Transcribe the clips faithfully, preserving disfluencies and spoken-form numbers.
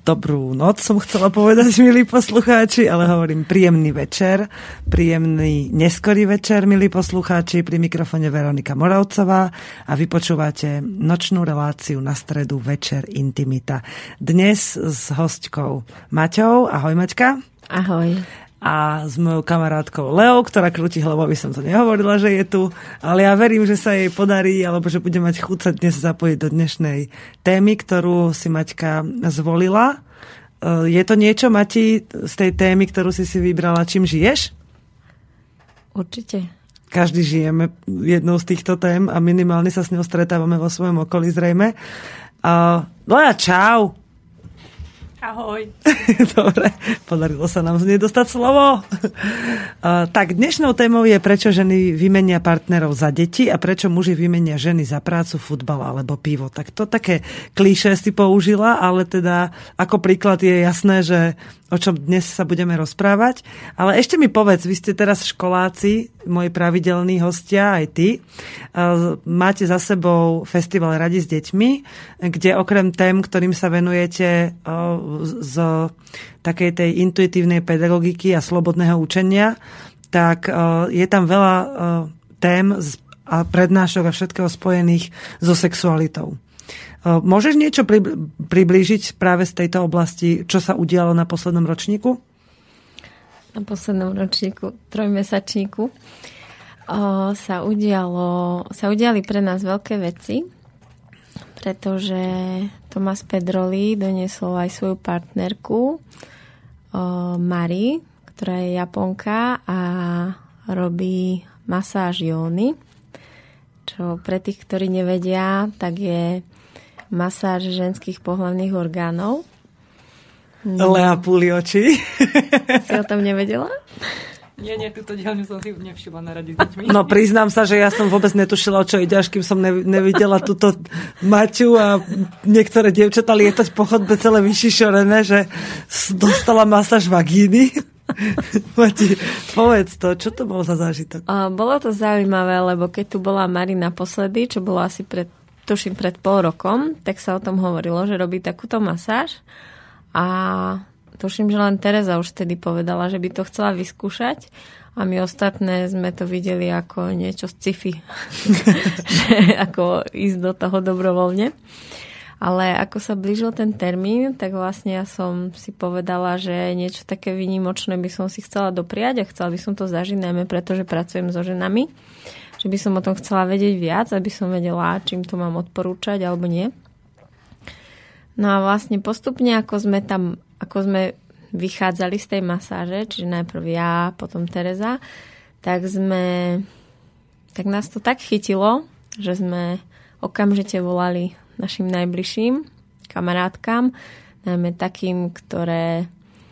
Dobrú noc som chcela povedať, milí poslucháči, ale hovorím príjemný večer, príjemný neskorý večer, milí poslucháči, pri mikrofóne Veronika Moravcová a vy počúvate nočnú reláciu Na stredu večer Intimita. Dnes s hostkou Maťou. Ahoj, Maťka. Ahoj. A s mojou kamarátkou Leou, ktorá krúti hlavou, aby som to nehovorila, že je tu, ale ja verím, že sa jej podarí, alebo že bude mať chuť sa dnes zapojiť do dnešnej témy, ktorú si Maťka zvolila. Je to niečo, Mati, z tej témy, ktorú si si vybrala, čím žiješ? Určite. Každý žijeme jednou z týchto tém a minimálne sa s ňou stretávame vo svojom okolí zrejme. Lea, čau! Ahoj. Dobre, podarilo sa nám z nej dostať slovo. Tak dnešnou témou je, prečo ženy vymenia partnerov za deti a prečo muži vymenia ženy za prácu, futbal alebo pivo. Tak to také klíše si použila, ale teda ako príklad je jasné, že o čom dnes sa budeme rozprávať. Ale ešte mi povedz, vy ste teraz školáci, moji pravidelní hostia, aj ty. Máte za sebou festival Radi s deťmi, kde okrem tém, ktorým sa venujete z takej tej intuitívnej pedagogiky a slobodného učenia, tak je tam veľa tém a prednášok a všetkého spojených so sexualitou. Môžeš niečo priblížiť práve z tejto oblasti, čo sa udialo na poslednom ročníku? Na poslednom ročníku, trojmesačníku sa udialo, sa udiali pre nás veľké veci, pretože Tomás Pedroli doniesol aj svoju partnerku Mari, ktorá je Japonka a robí masáž jóny, čo pre tých, ktorí nevedia, tak je masáž ženských pohlavných orgánov. Lea púli oči. Si o tom nevedela? Nie, nie, túto dielňu som si nevšimla na Radi s deťmi. No priznám sa, že ja som vôbec netušila, o čo ide, až kým som nevidela túto Maťu a niektoré dievčatá lietať po chodbe celé vyšišorené, že dostala masáž vagíny. Mati, povedz to, čo to bolo za zážitok? Uh, bolo to zaujímavé, lebo keď tu bola Mari naposledy, čo bolo asi pred tuším pred pol rokom, tak sa o tom hovorilo, že robí takúto masáž a tuším, že len Tereza už vtedy povedala, že by to chcela vyskúšať a my ostatné sme to videli ako niečo z sci-fi. Že ako ísť do toho dobrovoľne. Ale ako sa blížil ten termín, tak vlastne ja som si povedala, že niečo také výnimočné by som si chcela dopriať a chcela by som to zažiť, najmä pretože pracujem so ženami, že by som o tom chcela vedieť viac, aby som vedela, čím to mám odporúčať alebo nie. No a vlastne postupne, ako sme tam, ako sme vychádzali z tej masáže, čiže najprv ja, potom Tereza, tak sme, tak nás to tak chytilo, že sme okamžite volali našim najbližším kamarátkam, najmä takým, ktoré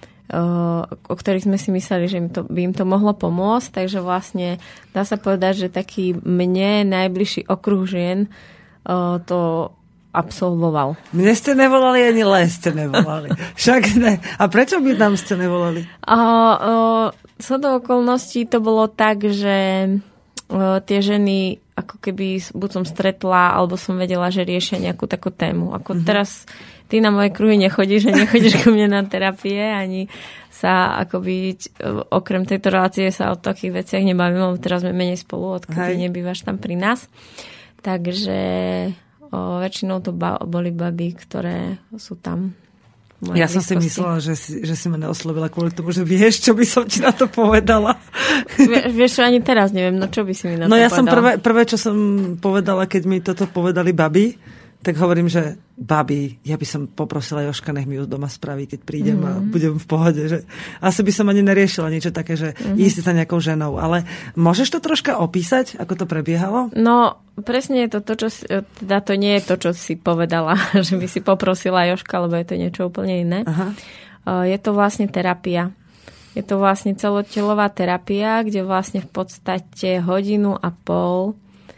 o ktorých sme si mysleli, že im to, by im to mohlo pomôcť. Takže vlastne dá sa povedať, že taký mne najbližší okruh žien to absolvoval. Mne ste nevolali, ani Le ste nevolali. Však ne. A prečo by nám ste nevolali? O, o, so do okolností to bolo tak, že o, tie ženy ako keby buď som stretla, alebo som vedela, že riešia nejakú takú tému. Ako mm-hmm. teraz ty na moje kruhy nechodíš, že nechodíš ku mne na terapie, ani sa akoby, okrem tejto relácie sa o takých veciach nebavíme, lebo teraz sme menej spolu, odkedy nebývaš tam pri nás. Takže o, väčšinou to ba- boli baby, ktoré sú tam. Ja som si myslela, že si, že si ma neoslovila kvôli tomu, že vieš, čo by som ti na to povedala. Vie, vieš, čo ani teraz neviem, no čo by si mi na no to ja povedala? No ja som prvé, prvé, čo som povedala, keď mi toto povedali baby, tak hovorím, že babi, ja by som poprosila Jožka, nech mi ju doma spraví, keď prídem mm-hmm. a budem v pohode. Že asi by som ani neriešila niečo také, že mm-hmm. ísť za nejakou ženou. Ale môžeš to troška opísať, ako to prebiehalo? No, presne je to to, čo si, teda to nie je to, čo si povedala, že by si poprosila Jožka, lebo je to niečo úplne iné. Aha. Je to vlastne terapia. Je to vlastne celotelová terapia, kde vlastne v podstate hodinu a pol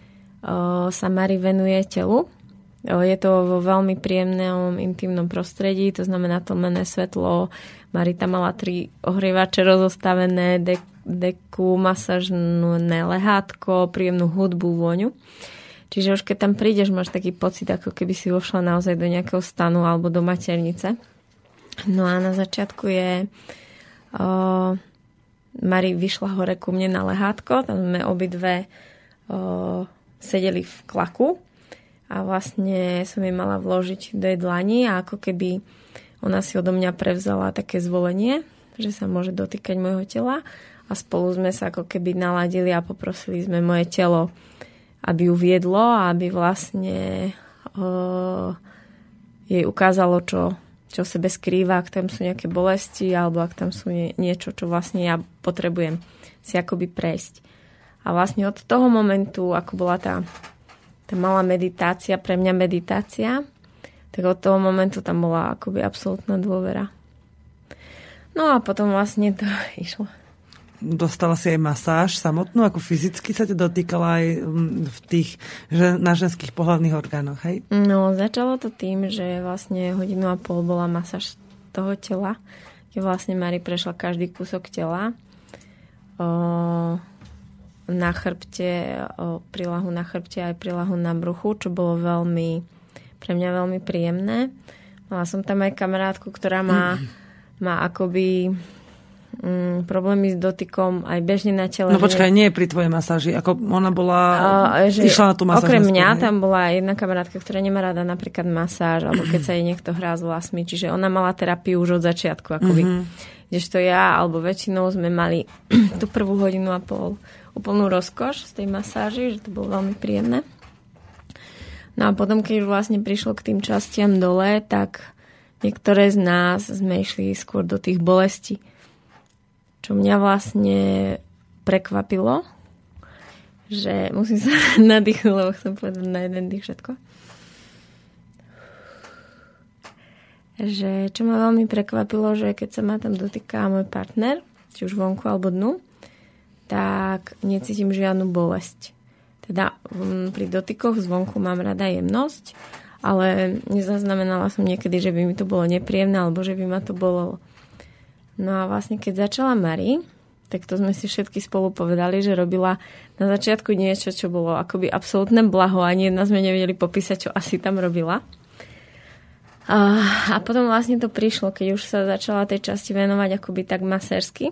sa Mari venuje telu. Je to vo veľmi príjemnom, intimnom prostredí, to znamená tlmené svetlo. Marita mala tri ohrievače rozostavené, dek, deku, masážne lehátko, príjemnú hudbu, vôňu. Čiže už keď tam prídeš, máš taký pocit, ako keby si vošla naozaj do nejakého stanu alebo do maternice. No a na začiatku je uh, Mari vyšla hore ku mne na lehátko, tam sme obidve uh, sedeli v klaku a vlastne som jej mala vložiť do jej dlani a ako keby ona si odo mňa prevzala také zvolenie, že sa môže dotýkať môjho tela a spolu sme sa ako keby naladili a poprosili sme moje telo, aby ju viedlo a aby vlastne uh, jej ukázalo, čo čo v sebe skrýva, ak tam sú nejaké bolesti alebo ak tam sú nie, niečo, čo vlastne ja potrebujem si akoby prejsť. A vlastne od toho momentu, ako bola tá, tá malá meditácia, pre mňa meditácia, tak od toho momentu tam bola akoby absolútna dôvera. No a potom vlastne to išlo. Dostala si aj masáž samotnú, ako fyzicky sa ťa dotýkala aj v tých na ženských pohlavných orgánoch, hej? No, začalo to tým, že vlastne hodinu a pol bola masáž toho tela, kde vlastne Mari prešla každý kúsok tela. O, na chrbte, o, prílahu na chrbte aj prílahu na bruchu, čo bolo veľmi, pre mňa veľmi príjemné. Mala som tam aj kamarátku, ktorá má, má akoby Mm, problémy s dotykom aj bežne na tele. No počkaj, nie pri tvojej masáži. Ako ona bola, uh, že išla na tú masáž. Okrem mňa ne? Tam bola jedna kamarátka, ktorá nemá rada napríklad masáž, alebo keď sa jej niekto hrá s vlasmi. Čiže ona mala terapiu už od začiatku. Akoby. Mm-hmm. Kdežto ja, alebo väčšinou sme mali tú prvú hodinu a pol úplnú rozkoš z tej masáži, že to bolo veľmi príjemné. No a potom, keď už vlastne prišlo k tým častiam dole, tak niektoré z nás sme išli skôr do tých bolestí. Čo mňa vlastne prekvapilo, že musím sa nadýchnuť, lebo chcem povedať na jeden dých všetko. Že čo ma veľmi prekvapilo, že keď sa ma tam dotýka môj partner, či už vonku alebo dnu, tak necítim žiadnu bolesť. Teda pri dotykoch zvonku mám rada jemnosť, ale nezaznamenala som niekedy, že by mi to bolo nepríjemné alebo že by ma to bolelo. No a vlastne keď začala Mari, tak to sme si všetky spolu povedali, že robila na začiatku niečo, čo bolo akoby absolútne blaho. Ani jedna sme nevedeli popísať, čo asi tam robila. A, a potom vlastne to prišlo, keď už sa začala tej časti venovať akoby tak masérsky.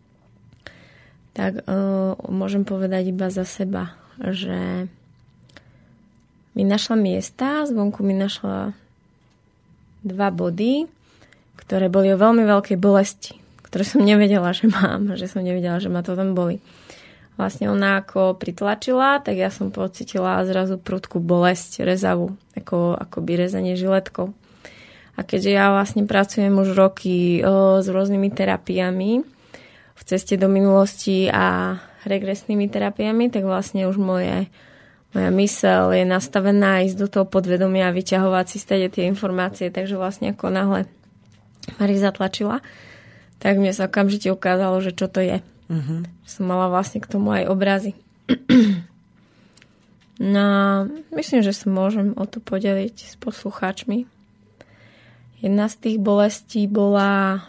Tak uh, môžem povedať iba za seba, že mi našla miesta, zvonku mi našla dva body, ktoré boli o veľmi veľkej bolesti, ktoré som nevedela, že mám, že som nevedela, že ma to tam boli. Vlastne ona ako pritlačila, tak ja som pocitila zrazu prudkú bolesť, rezavu, ako, akoby rezanie žiletkou. A keďže ja vlastne pracujem už roky o, s rôznymi terapiami v ceste do minulosti a regresnými terapiami, tak vlastne už moje, moja myseľ je nastavená ísť do toho podvedomia a vyťahovať si stade tie informácie, takže vlastne ako náhle Mari zatlačila, tak mne sa okamžite ukázalo, že čo to je. Uh-huh. Som mala vlastne k tomu aj obrazy. No, myslím, že sa môžem o to podeliť s poslucháčmi. Jedna z tých bolestí bola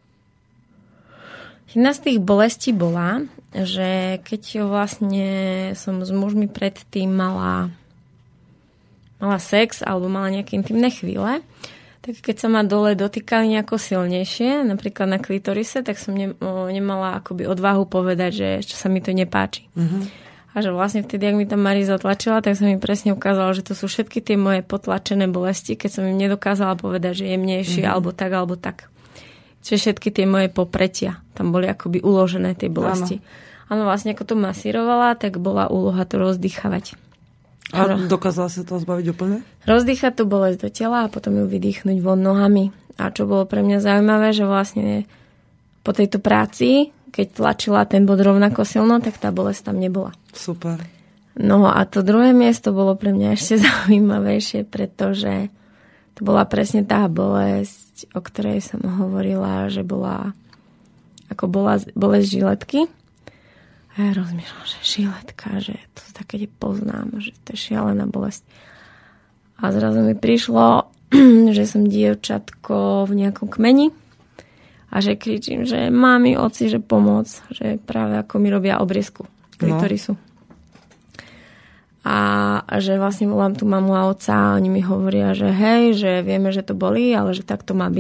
jedna z tých bolestí bola, že keď vlastne som s mužmi predtým mala mala sex alebo mala nejaké intimné chvíle, tak keď sa ma dole dotýkali nejako silnejšie, napríklad na klitorise, tak som ne, o, nemala akoby odvahu povedať, že čo sa mi to nepáči. Uh-huh. A že vlastne vtedy, ak mi tam Mari zatlačila, tak sa mi presne ukázalo, že to sú všetky tie moje potlačené bolesti, keď som im nedokázala povedať, že jemnejšie, uh-huh. alebo tak, alebo tak. Čiže všetky tie moje popretia, tam boli akoby uložené tie bolesti. Áno, vlastne ako to masírovala, tak bola úloha to rozdýchavať. A dokázala sa to zbaviť úplne? Rozdýchať tú bolesť do tela a potom ju vydýchnuť von nohami. A čo bolo pre mňa zaujímavé, že vlastne po tejto práci, keď tlačila ten bod rovnako silno, tak tá bolesť tam nebola. Super. No a to druhé miesto bolo pre mňa ešte zaujímavejšie, pretože to bola presne tá bolesť, o ktorej som hovorila, že bola ako bola bolesť žiletky. A ja rozmýšľam, že žiletka, že to také poznám, že to je šialená bolesť. A zrazu mi prišlo, že som dievčatko v nejakom kmeni a že kričím, že mami, oci, že pomoc, že práve ako mi robia obriezku klitorisu. No. A že vlastne volám tu mamu a oca a oni mi hovoria, že hej, že vieme, že to bolí, ale že tak to má byť.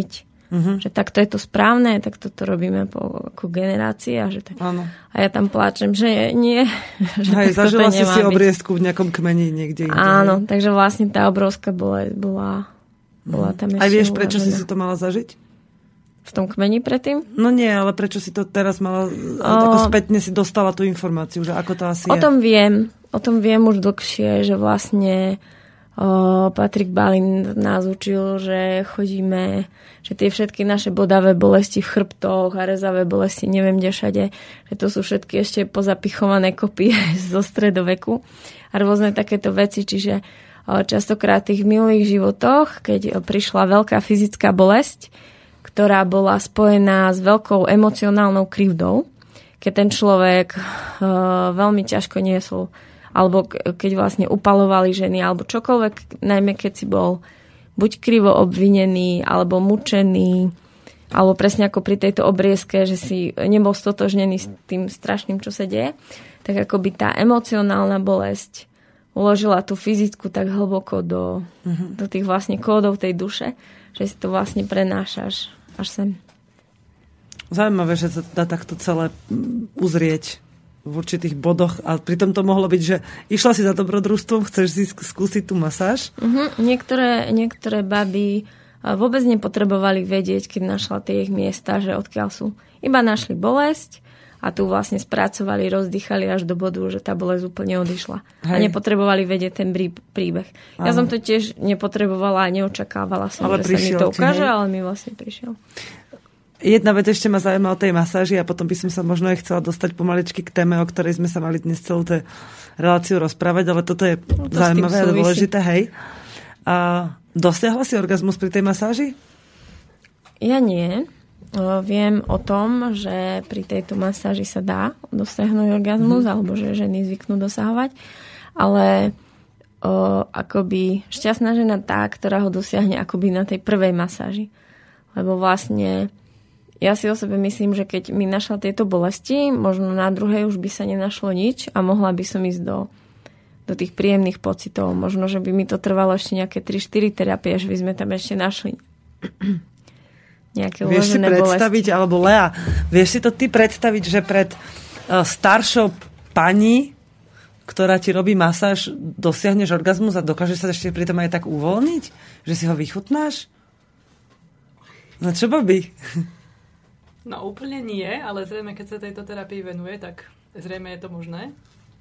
Uh-huh. Že takto je to správne, tak toto robíme po ako generácii a že tak. Áno. A ja tam pláčem, že nie. Že aj zažila si si obriezku v nejakom kmeni niekde inde. Áno, ne? Takže vlastne tá obrovská bolesť bola, bola tam ešte. A vieš, prečo si si to mala zažiť? V tom kmeni predtým? No nie, ale prečo si to teraz mala, o... ako spätne si dostala tú informáciu, že ako to asi o je? O tom viem. O tom viem už dlhšie, že vlastne o, Patrik Balin nás učil, že chodíme, že tie všetky naše bodavé bolesti v chrbtoch a rezavé bolesti, neviem kde všade, že to sú všetky ešte pozapichované kopie zo stredoveku a rôzne takéto veci, čiže o, častokrát v tých minulých životoch, keď prišla veľká fyzická bolesť, ktorá bola spojená s veľkou emocionálnou krivdou, keď ten človek o, veľmi ťažko niesol, alebo keď vlastne upalovali ženy, alebo čokoľvek, najmä keď si bol buď krivo obvinený, alebo mučený, alebo presne ako pri tejto obriezke, že si nebol stotožnený s tým strašným, čo sa deje, tak akoby tá emocionálna bolesť uložila tú fyzickú tak hlboko do, uh-huh. do tých vlastne kódov tej duše, že si to vlastne prenášaš až sem. Zaujímavé, že sa dá takto celé uzrieť v určitých bodoch a pritom to mohlo byť, že išla si za dobrodružstvom, chceš si skúsiť tú masáž? Uh-huh. Niektoré, niektoré baby vôbec nepotrebovali vedieť, keď našla tie ich miesta, že odkiaľ sú. Iba našli bolesť a tu vlastne spracovali, rozdýchali až do bodu, že tá bolesť úplne odišla. Hej. A nepotrebovali vedieť ten príbeh. Aha. Ja som to tiež nepotrebovala a neočakávala som, ale že sa mi to ukáže, ale mi vlastne prišiel. Jedna vec ešte ma zaujíma o tej masáži a potom by som sa možno aj chcela dostať pomaličky k téme, o ktorej sme sa mali dnes celú tú reláciu rozprávať, ale toto je no to zaujímavé a dôležité. Hej. A dosiahla si orgazmus pri tej masáži? Ja nie. O, viem o tom, že pri tejto masáži sa dá dosiahnuť orgazmus, mm. alebo že ženy zvyknú dosahovať, ale o, akoby šťastná žena tá, ktorá ho dosiahne akoby na tej prvej masáži. Lebo vlastne ja si o sebe myslím, že keď mi našla tieto bolesti, možno na druhej už by sa nenašlo nič a mohla by som ísť do, do tých príjemných pocitov. Možno, že by mi to trvalo ešte nejaké tri štyri terapie, že by sme tam ešte našli nejaké uložené bolesti. Vieš si predstaviť, bolesti. Alebo Lea, vieš si to ty predstaviť, že pred uh, staršou pani, ktorá ti robí masáž, dosiahneš orgazmus a dokážeš sa ešte pri tom aj tak uvoľniť? Že si ho vychutnáš? No čo by? No úplne nie, ale zrejme, keď sa tejto terapii venuje, tak zrejme je to možné.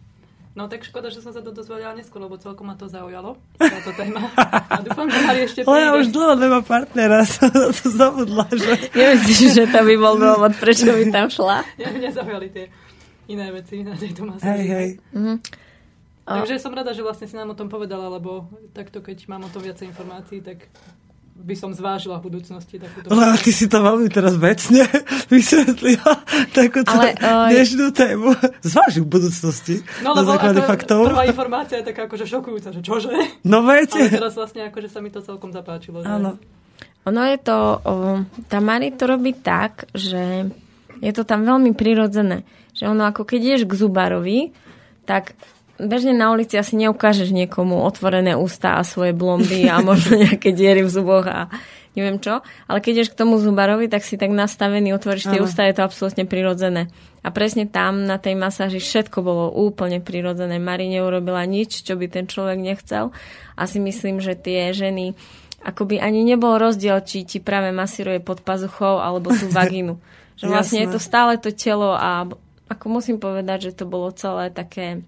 No tak škoda, že som sa to dozvedela neskôr, lebo celkom ma to zaujalo, táto téma. A dúfam, že Mari ešte príde. Ale ja už dlho nemá partnera, som to zabudla, že... Nemyslíš, že to by bol dôvod, prečo by tam šla? Ja, mňa zaujali tie iné veci na tejto masáži. Hej, hej. Mhm. Takže som rada, že vlastne si nám o tom povedala, lebo takto, keď mám o tom viacej informácií, tak by som zvážila v budúcnosti takúto... Ale ty si to veľmi teraz vecne vysvetlila takúto ale, uh, dnešnú tému. Zváži v budúcnosti. No lebo ako faktov. Prvá informácia je taká akože šokujúca, že čože? No viete. Ale teraz vlastne akože sa mi to celkom zapáčilo. Že... Áno. Ono je to... O, tá Mari to robí tak, že je to tam veľmi prirodzené. Že ono ako keď ideš k zubárovi, tak... Bežne na ulici asi neukážeš niekomu otvorené ústa a svoje blondy a možno nejaké diery v zuboch a neviem čo. Ale keď ideš k tomu zubarovi, tak si tak nastavený, otvoríš tie ústa, je to absolútne prirodzené. A presne tam na tej masáži všetko bolo úplne prirodzené. Mari neurobila nič, čo by ten človek nechcel. A si myslím, že tie ženy, akoby ani nebol rozdiel, či ti práve masíruje pod pazuchou alebo tú vagínu. Že vlastne je to stále to telo a ako musím povedať, že to bolo celé také...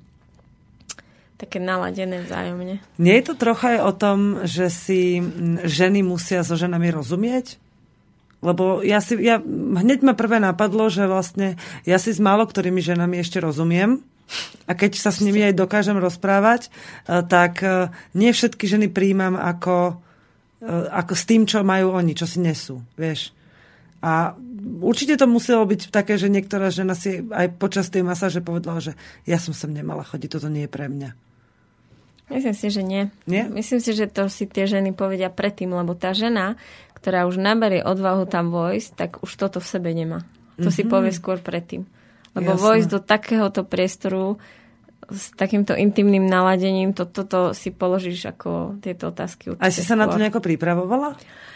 také naladené vzájomne. Nie je to trocha aj o tom, že si ženy musia so ženami rozumieť? Lebo ja si, ja, hneď ma prvé napadlo, že vlastne ja si s málo ktorými ženami ešte rozumiem a keď sa s nimi aj dokážem rozprávať, tak nie všetky ženy prijímam ako, ako s tým, čo majú oni, čo si nesú, vieš. A určite to muselo byť také, že niektorá žena si aj počas tej masáže povedala, že ja som sem nemala chodiť, toto nie je pre mňa. Myslím si, že nie. nie. Myslím si, že to si tie ženy povedia predtým, lebo tá žena, ktorá už naberie odvahu tam vojsť, tak už toto v sebe nemá. To mm-hmm. si povie skôr predtým. Lebo Jasné. Vojsť do takéhoto priestoru s takýmto intimným naladením, to, toto si položíš ako tieto otázky. A si sa skôr. Na to nejako pripravovala?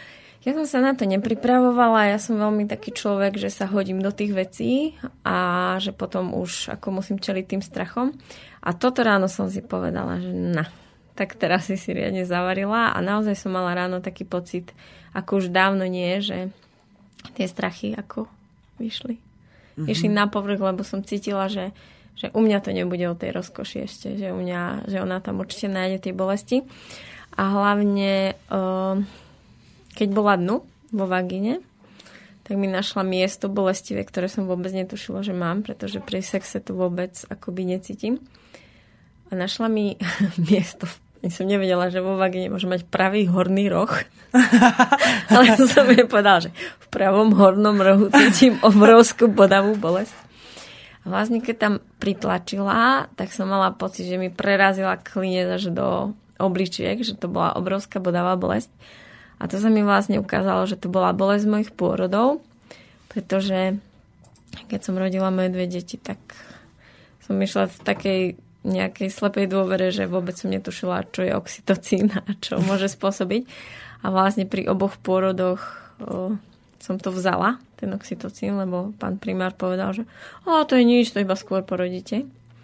Ja som sa na to nepripravovala, ja som veľmi taký človek, že sa hodím do tých vecí a že potom už ako musím čeliť tým strachom. A toto ráno som si povedala, že na, tak teraz si si riadne zavarila a naozaj som mala ráno taký pocit, ako už dávno nie, že tie strachy ako vyšli. Mm-hmm. Vyšli na povrch, lebo som cítila, že, že u mňa to nebude o tej rozkoši ešte, že, u mňa, že ona tam určite nájde tie bolesti. A hlavne... Uh, Keď bola dnu vo vagíne, tak mi našla miesto bolestivé, ktoré som vôbec netušila, že mám, pretože pri sexe to vôbec akoby necítim. A našla mi miesto, ja som nevedela, že vo vagíne môže mať pravý horný roh. Ale som jej povedala, že v pravom hornom rohu cítim obrovskú bodavú bolesť. A vlastne, keď tam pritlačila, tak som mala pocit, že mi prerazila klinec až do obličiek, že to bola obrovská bodavá bolesť. A to sa mi vlastne ukázalo, že to bola bolesť mojich pôrodov, pretože keď som rodila moje dve deti, tak som išla v takej nejakej slepej dôvere, že vôbec som netušila, čo je oxytocín a čo môže spôsobiť. A vlastne pri oboch pôrodoch o, som to vzala, ten oxytocín, lebo pán primár povedal, že o, to je nič, to iba skôr porodíte.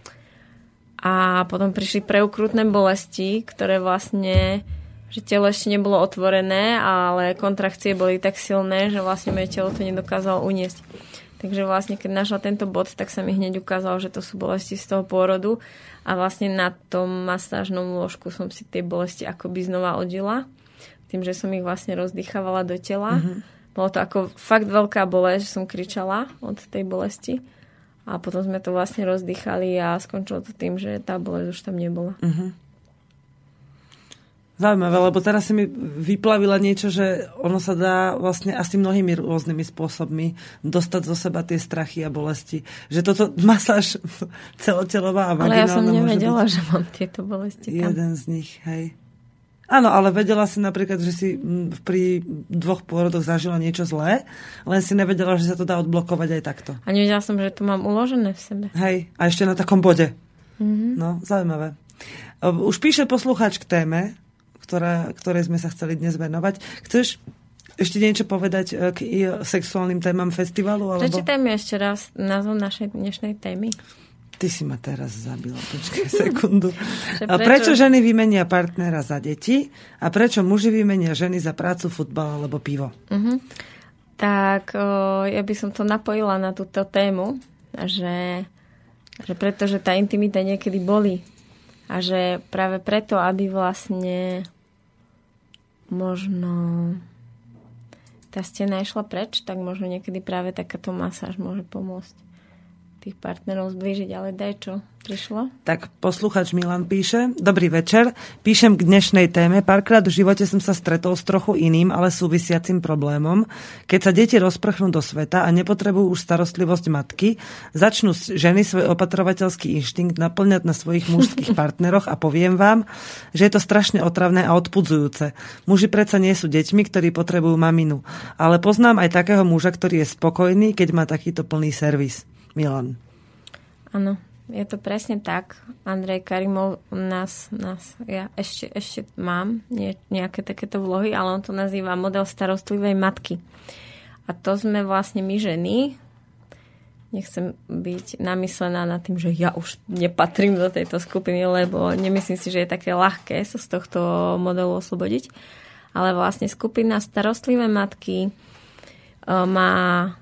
A potom prišli preukrutné bolesti, ktoré vlastne... že telo ešte nebolo otvorené, ale kontrakcie boli tak silné, že vlastne moje telo to nedokázalo uniesť. Takže vlastne, keď našla tento bod, tak sa mi hneď ukázalo, že to sú bolesti z toho pôrodu a vlastne na tom masážnom lôžku som si tie bolesti akoby znova odžila, tým, že som ich vlastne rozdýchávala do tela. Mm-hmm. Bolo to ako fakt veľká bolesť, že som kričala od tej bolesti a potom sme to vlastne rozdýchali a skončilo to tým, že tá bolesť už tam nebola. Mm-hmm. Zaujímavé, lebo teraz si mi vyplavila niečo, že ono sa dá vlastne asi mnohými rôznymi spôsobmi dostať zo seba tie strachy a bolesti. Že toto masáž celotelová a vaginálna. Ale ja som nevedela, že mám tieto bolesti tam. Jeden z nich, hej. Áno, ale vedela si napríklad, že si pri dvoch pôrodoch zažila niečo zlé, len si nevedela, že sa to dá odblokovať aj takto. A nevedela som, že to mám uložené v sebe. Hej, a ešte na takom bode. Mm-hmm. No, zaujímavé. Už píše poslucháč k téme, Ktorá, ktorej sme sa chceli dnes venovať. Chceš ešte niečo povedať k sexuálnym témam festivalu? Alebo... Prečítaj mi ešte raz názov našej dnešnej témy. Ty si ma teraz zabila. Počkaj sekundu. prečo? prečo ženy vymenia partnera za deti a prečo muži vymenia ženy za prácu, futbal alebo pivo? Uh-huh. Tak o, ja by som to napojila na túto tému, že, že pretože tá intimita niekedy bolí. A že práve preto, aby vlastne možno tá stena išla preč, tak možno niekedy práve takáto masáž môže pomôcť tých partnerov zblížiť. Ale daj čo? Prišlo? Tak posluchač Milan píše: Dobrý večer, píšem k dnešnej téme. Párkrát v živote som sa stretol s trochu iným, ale súvisiacim problémom. Keď sa deti rozprchnú do sveta a nepotrebujú už starostlivosť matky, začnú ženy svoj opatrovateľský inštinkt naplňať na svojich mužských partneroch a poviem vám, že je to strašne otravné a odpudzujúce. Muži predsa nie sú deťmi, ktorí potrebujú maminu. Ale poznám aj takého muža, ktorý je spokojný, keď má takýto plný servis. Milan. Áno. Je to presne tak. Andrej Karimov nás, nás ja ešte, ešte mám nie, nejaké takéto vlohy, ale on to nazýva model starostlivej matky. A to sme vlastne my ženy. Nechcem byť namyslená nad tým, že ja už nepatrím do tejto skupiny, lebo nemyslím si, že je také ľahké sa z tohto modelu oslobodiť. Ale vlastne skupina starostlivé matky uh, má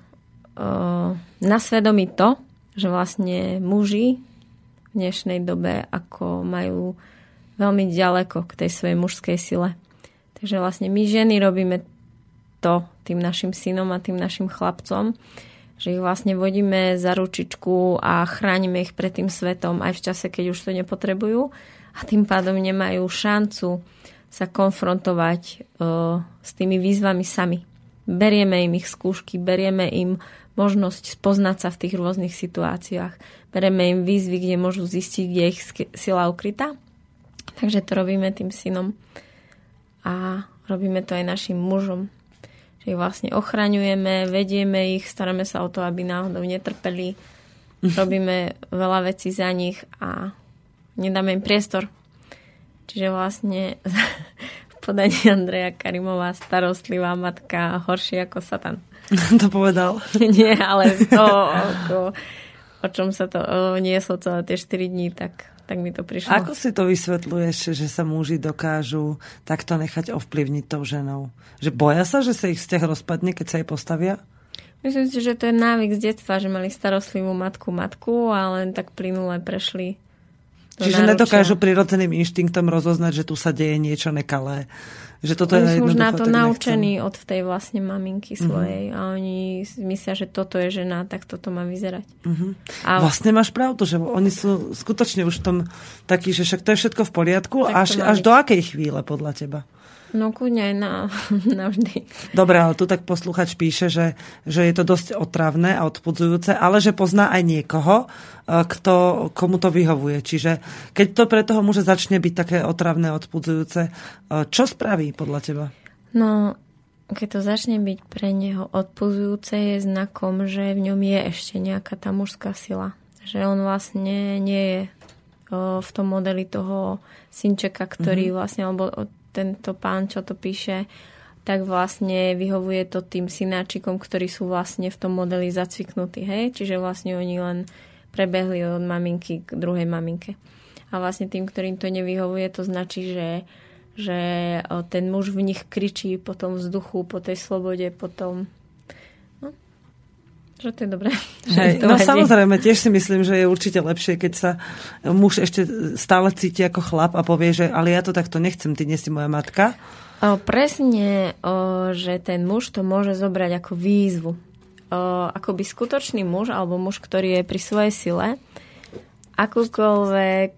uh, na svedomí to, že vlastne muži v dnešnej dobe ako majú veľmi ďaleko k tej svojej mužskej sile. Takže vlastne my ženy robíme to tým našim synom a tým našim chlapcom, že ich vlastne vodíme za ručičku a chránime ich pred tým svetom aj v čase, keď už to nepotrebujú a tým pádom nemajú šancu sa konfrontovať uh, s tými výzvami sami. Berieme im ich skúšky, berieme im možnosť spoznať sa v tých rôznych situáciách. Bereme im výzvy, kde môžu zistiť, kde je ich sila ukrytá. Takže to robíme tým synom. A robíme to aj našim mužom. Že ich vlastne ochraňujeme, vedieme ich, staráme sa o to, aby náhodou netrpeli. Robíme veľa vecí za nich a nedáme im priestor. Čiže vlastne v podaní Andreja Karimová, starostlivá matka, horšie ako Satan. To povedal. Nie, ale to, ako, o čom sa to nieslo celé tie štyri dní, tak, tak mi to prišlo. Ako si to vysvetľuješ, že sa muži dokážu takto nechať ovplyvniť tou ženou? Že boja sa, že sa ich vzťah rozpadne, keď sa jej postavia? Myslím si, že to je návyk z detstva, že mali starostlivú matku matku a len tak plynule prešli. Čiže náručia. Nedokážu prirodzeným inštinktom rozoznať, že tu sa deje niečo nekalé. Že toto oni je sú už na to naučení nechcem. Od tej vlastne maminky svojej uh-huh. a oni myslia, že toto je žena, tak toto má vyzerať. Uh-huh. A vlastne máš pravdu, že oni sú skutočne už v tom takí, že však to je všetko v poriadku, až, až do akej chvíle podľa teba? No kľudne aj na, navždy. Dobre, ale tu tak posluchač píše, že, že je to dosť otravné a odpudzujúce, ale že pozná aj niekoho, kto, komu to vyhovuje. Čiže keď to pre toho muža začne byť také otravné a odpudzujúce, čo spraví podľa teba? No, keď to začne byť pre neho odpudzujúce, je znakom, že v ňom je ešte nejaká tá mužská sila. Že on vlastne nie je v tom modeli toho synčeka, ktorý mm-hmm. vlastne, alebo tento pán, čo to píše, tak vlastne vyhovuje to tým synáčikom, ktorí sú vlastne v tom modeli zacviknutí. Hej? Čiže vlastne oni len prebehli od maminky k druhej maminke. A vlastne tým, ktorým to nevyhovuje, to značí, že, že ten muž v nich kričí po tom vzduchu, po tej slobode, po tom... No, že to je dobré. Hej, no samozrejme, tiež si myslím, že je určite lepšie, keď sa muž ešte stále cíti ako chlap a povie, že ale ja to takto nechcem, ty nie si moja matka. O, presne, o, že ten muž to môže zobrať ako výzvu. O, akoby skutočný muž, alebo muž, ktorý je pri svojej sile, akúkoľvek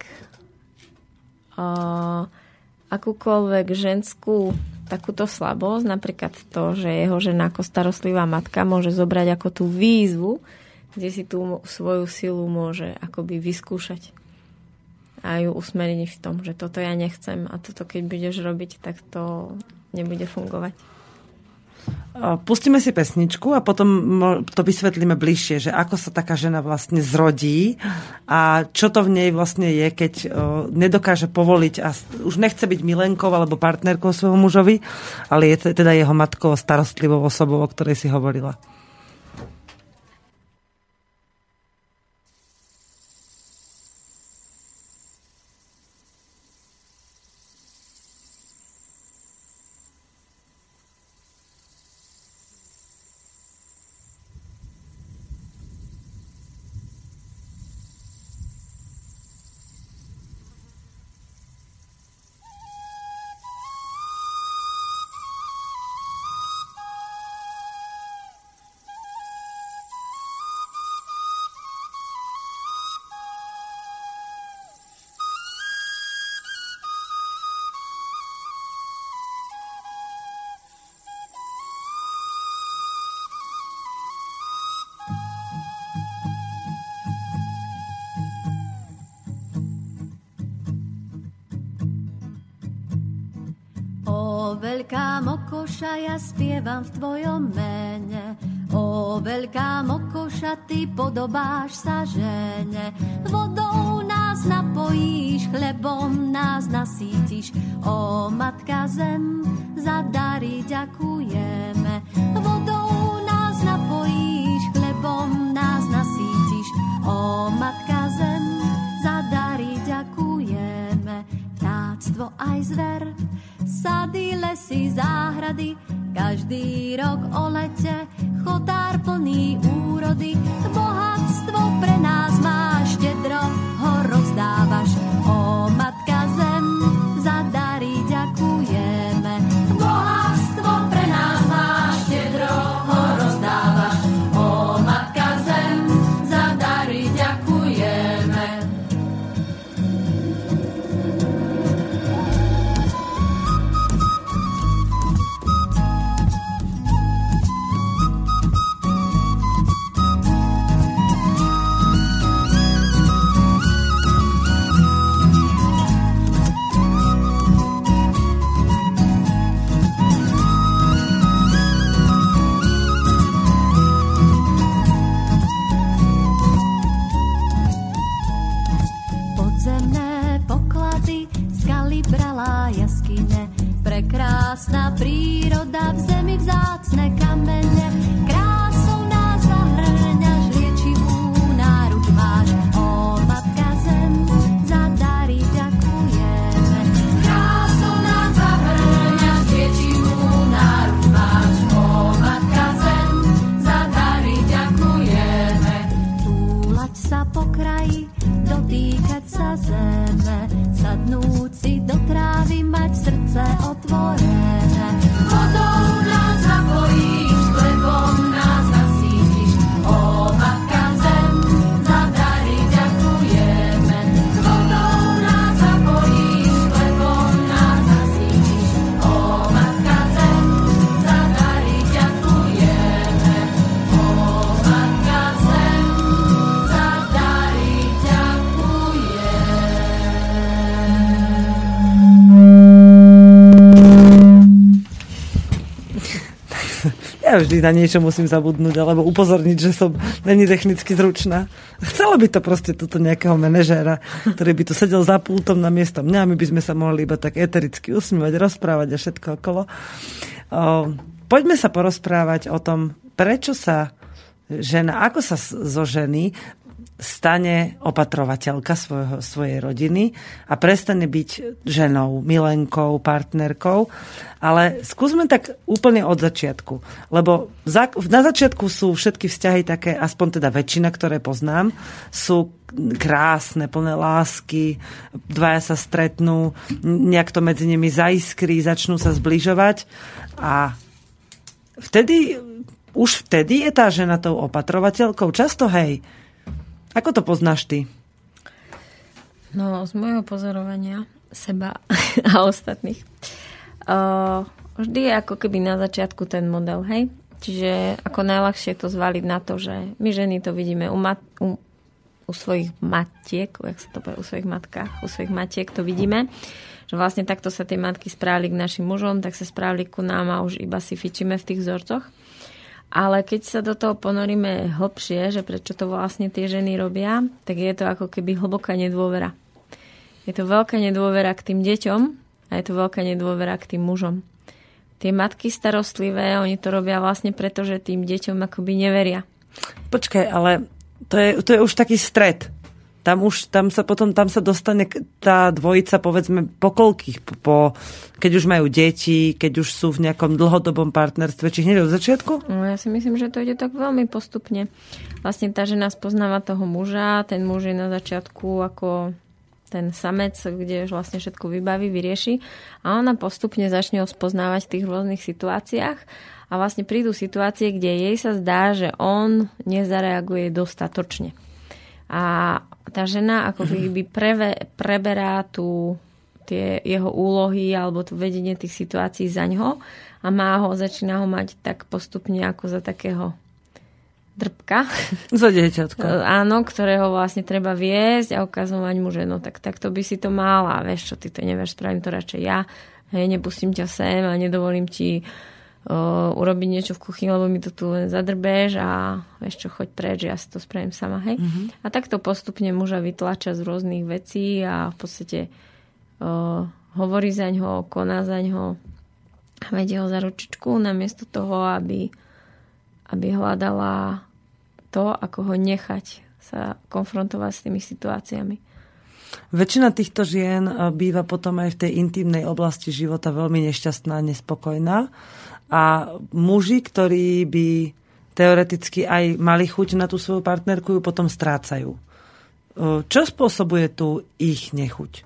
o, akúkoľvek ženskú takúto slabosť, napríklad to, že jeho žena ako starostlivá matka môže zobrať ako tú výzvu, kde si tú svoju silu môže akoby vyskúšať a ju usmeriť v tom, že toto ja nechcem a toto keď budeš robiť, tak to nebude fungovať. Pustíme si pesničku a potom to vysvetlíme bližšie, že ako sa taká žena vlastne zrodí a čo to v nej vlastne je, keď nedokáže povoliť a už nechce byť milenkou alebo partnerkou svojho mužovi, ale je teda jeho matkou, starostlivou osobou, o ktorej si hovorila. O veľká mokoša, ja spievam v tvojom mene. O veľká mokoša, ty podobáš sa žene. Vodou nás napojíš, chlebom nás nasítiš. O matka zem, za dary ďakujeme. Vodou nás napojíš, chlebom nás nasítiš. O matka zem, za dary ďakujeme. Vtáctvo aj zver, sady, lesy, záhrady, každý rok o lete, chotár plný úrody. Bohatstvo pre nás máš, štedro ho rozdávaš. O matka zem, za dary ďakujeme. Bohatstvo pre nás máš, štedro ho rozdávaš. O matka zem, za dary ďakujeme. Ja vždy na niečo musím zabudnúť, alebo upozorniť, že som není technicky zručná. Chcela by to proste túto nejakého manažéra, ktorý by tu sedel za pultom na miesto mňa, my by sme sa mohli iba tak etericky usmievať, rozprávať a všetko okolo. O, poďme sa porozprávať o tom, prečo sa žena, ako sa zo ženy stane opatrovateľka svojho, svojej rodiny a prestane byť ženou, milenkou, partnerkou. Ale skúsme tak úplne od začiatku. Lebo za, na začiatku sú všetky vzťahy také, aspoň teda väčšina, ktoré poznám, sú krásne, plné lásky, dvaja sa stretnú, nejak to medzi nimi zaiskrí, začnú sa zbližovať a vtedy, už vtedy je tá žena tou opatrovateľkou. Často hej. Ako to poznáš ty? No, z môjho pozorovania seba a ostatných. Uh, vždy je ako keby na začiatku ten model, hej? Čiže ako najľahšie to zvaliť na to, že my ženy to vidíme u, mat, u, u svojich matiek, jak sa to povie, u svojich matkách, u svojich matiek to vidíme, že vlastne takto sa tie matky správali k našim mužom, tak sa správali ku nám a už iba si fičíme v tých vzorcoch. Ale keď sa do toho ponoríme hlbšie, že prečo to vlastne tie ženy robia, tak je to ako keby hlboká nedôvera. Je to veľká nedôvera k tým deťom a je to veľká nedôvera k tým mužom. Tie matky starostlivé, oni to robia vlastne preto, že tým deťom akoby neveria. Počkaj, ale to je, to je už taký stret. Tam už, tam sa potom, tam sa dostane tá dvojica, povedzme, po koľkých, po, keď už majú deti, keď už sú v nejakom dlhodobom partnerstve, či hneď od začiatku? No, ja si myslím, že to ide tak veľmi postupne. Vlastne tá žena spoznáva toho muža, ten muž je na začiatku ako ten samec, kde už vlastne všetko vybaví, vyrieši a ona postupne začne ho spoznávať v tých rôznych situáciách a vlastne prídu situácie, kde jej sa zdá, že on nezareaguje dostatočne. A tá žena ako keby preve, preberá tu tie jeho úlohy alebo to vedenie tých situácií za ňoho a má ho, začína ho mať tak postupne ako za takého drbka. Za dieťatko. Áno, ktorého vlastne treba viesť a ukazovať mu, že no tak takto by si to mala. Vieš čo, ty to nevieš, spravím to radšej ja. Hej, nepustím ťa sem a nedovolím ti Uh, urobiť niečo v kuchyni, lebo mi to tu len zadrbeš a vieš čo, choď preč, ja si to spravím sama, hej. Mm-hmm. A takto postupne muža vytlača z rôznych vecí a v podstate uh, hovorí za ňo, koná za ňo a vedie ho za ručičku namiesto toho, aby, aby hľadala to, ako ho nechať sa konfrontovať s tými situáciami. Väčšina týchto žien býva potom aj v tej intimnej oblasti života veľmi nešťastná a nespokojná. A muži, ktorí by teoreticky aj mali chuť na tú svoju partnerku, ju potom strácajú. Čo spôsobuje tu ich nechuť?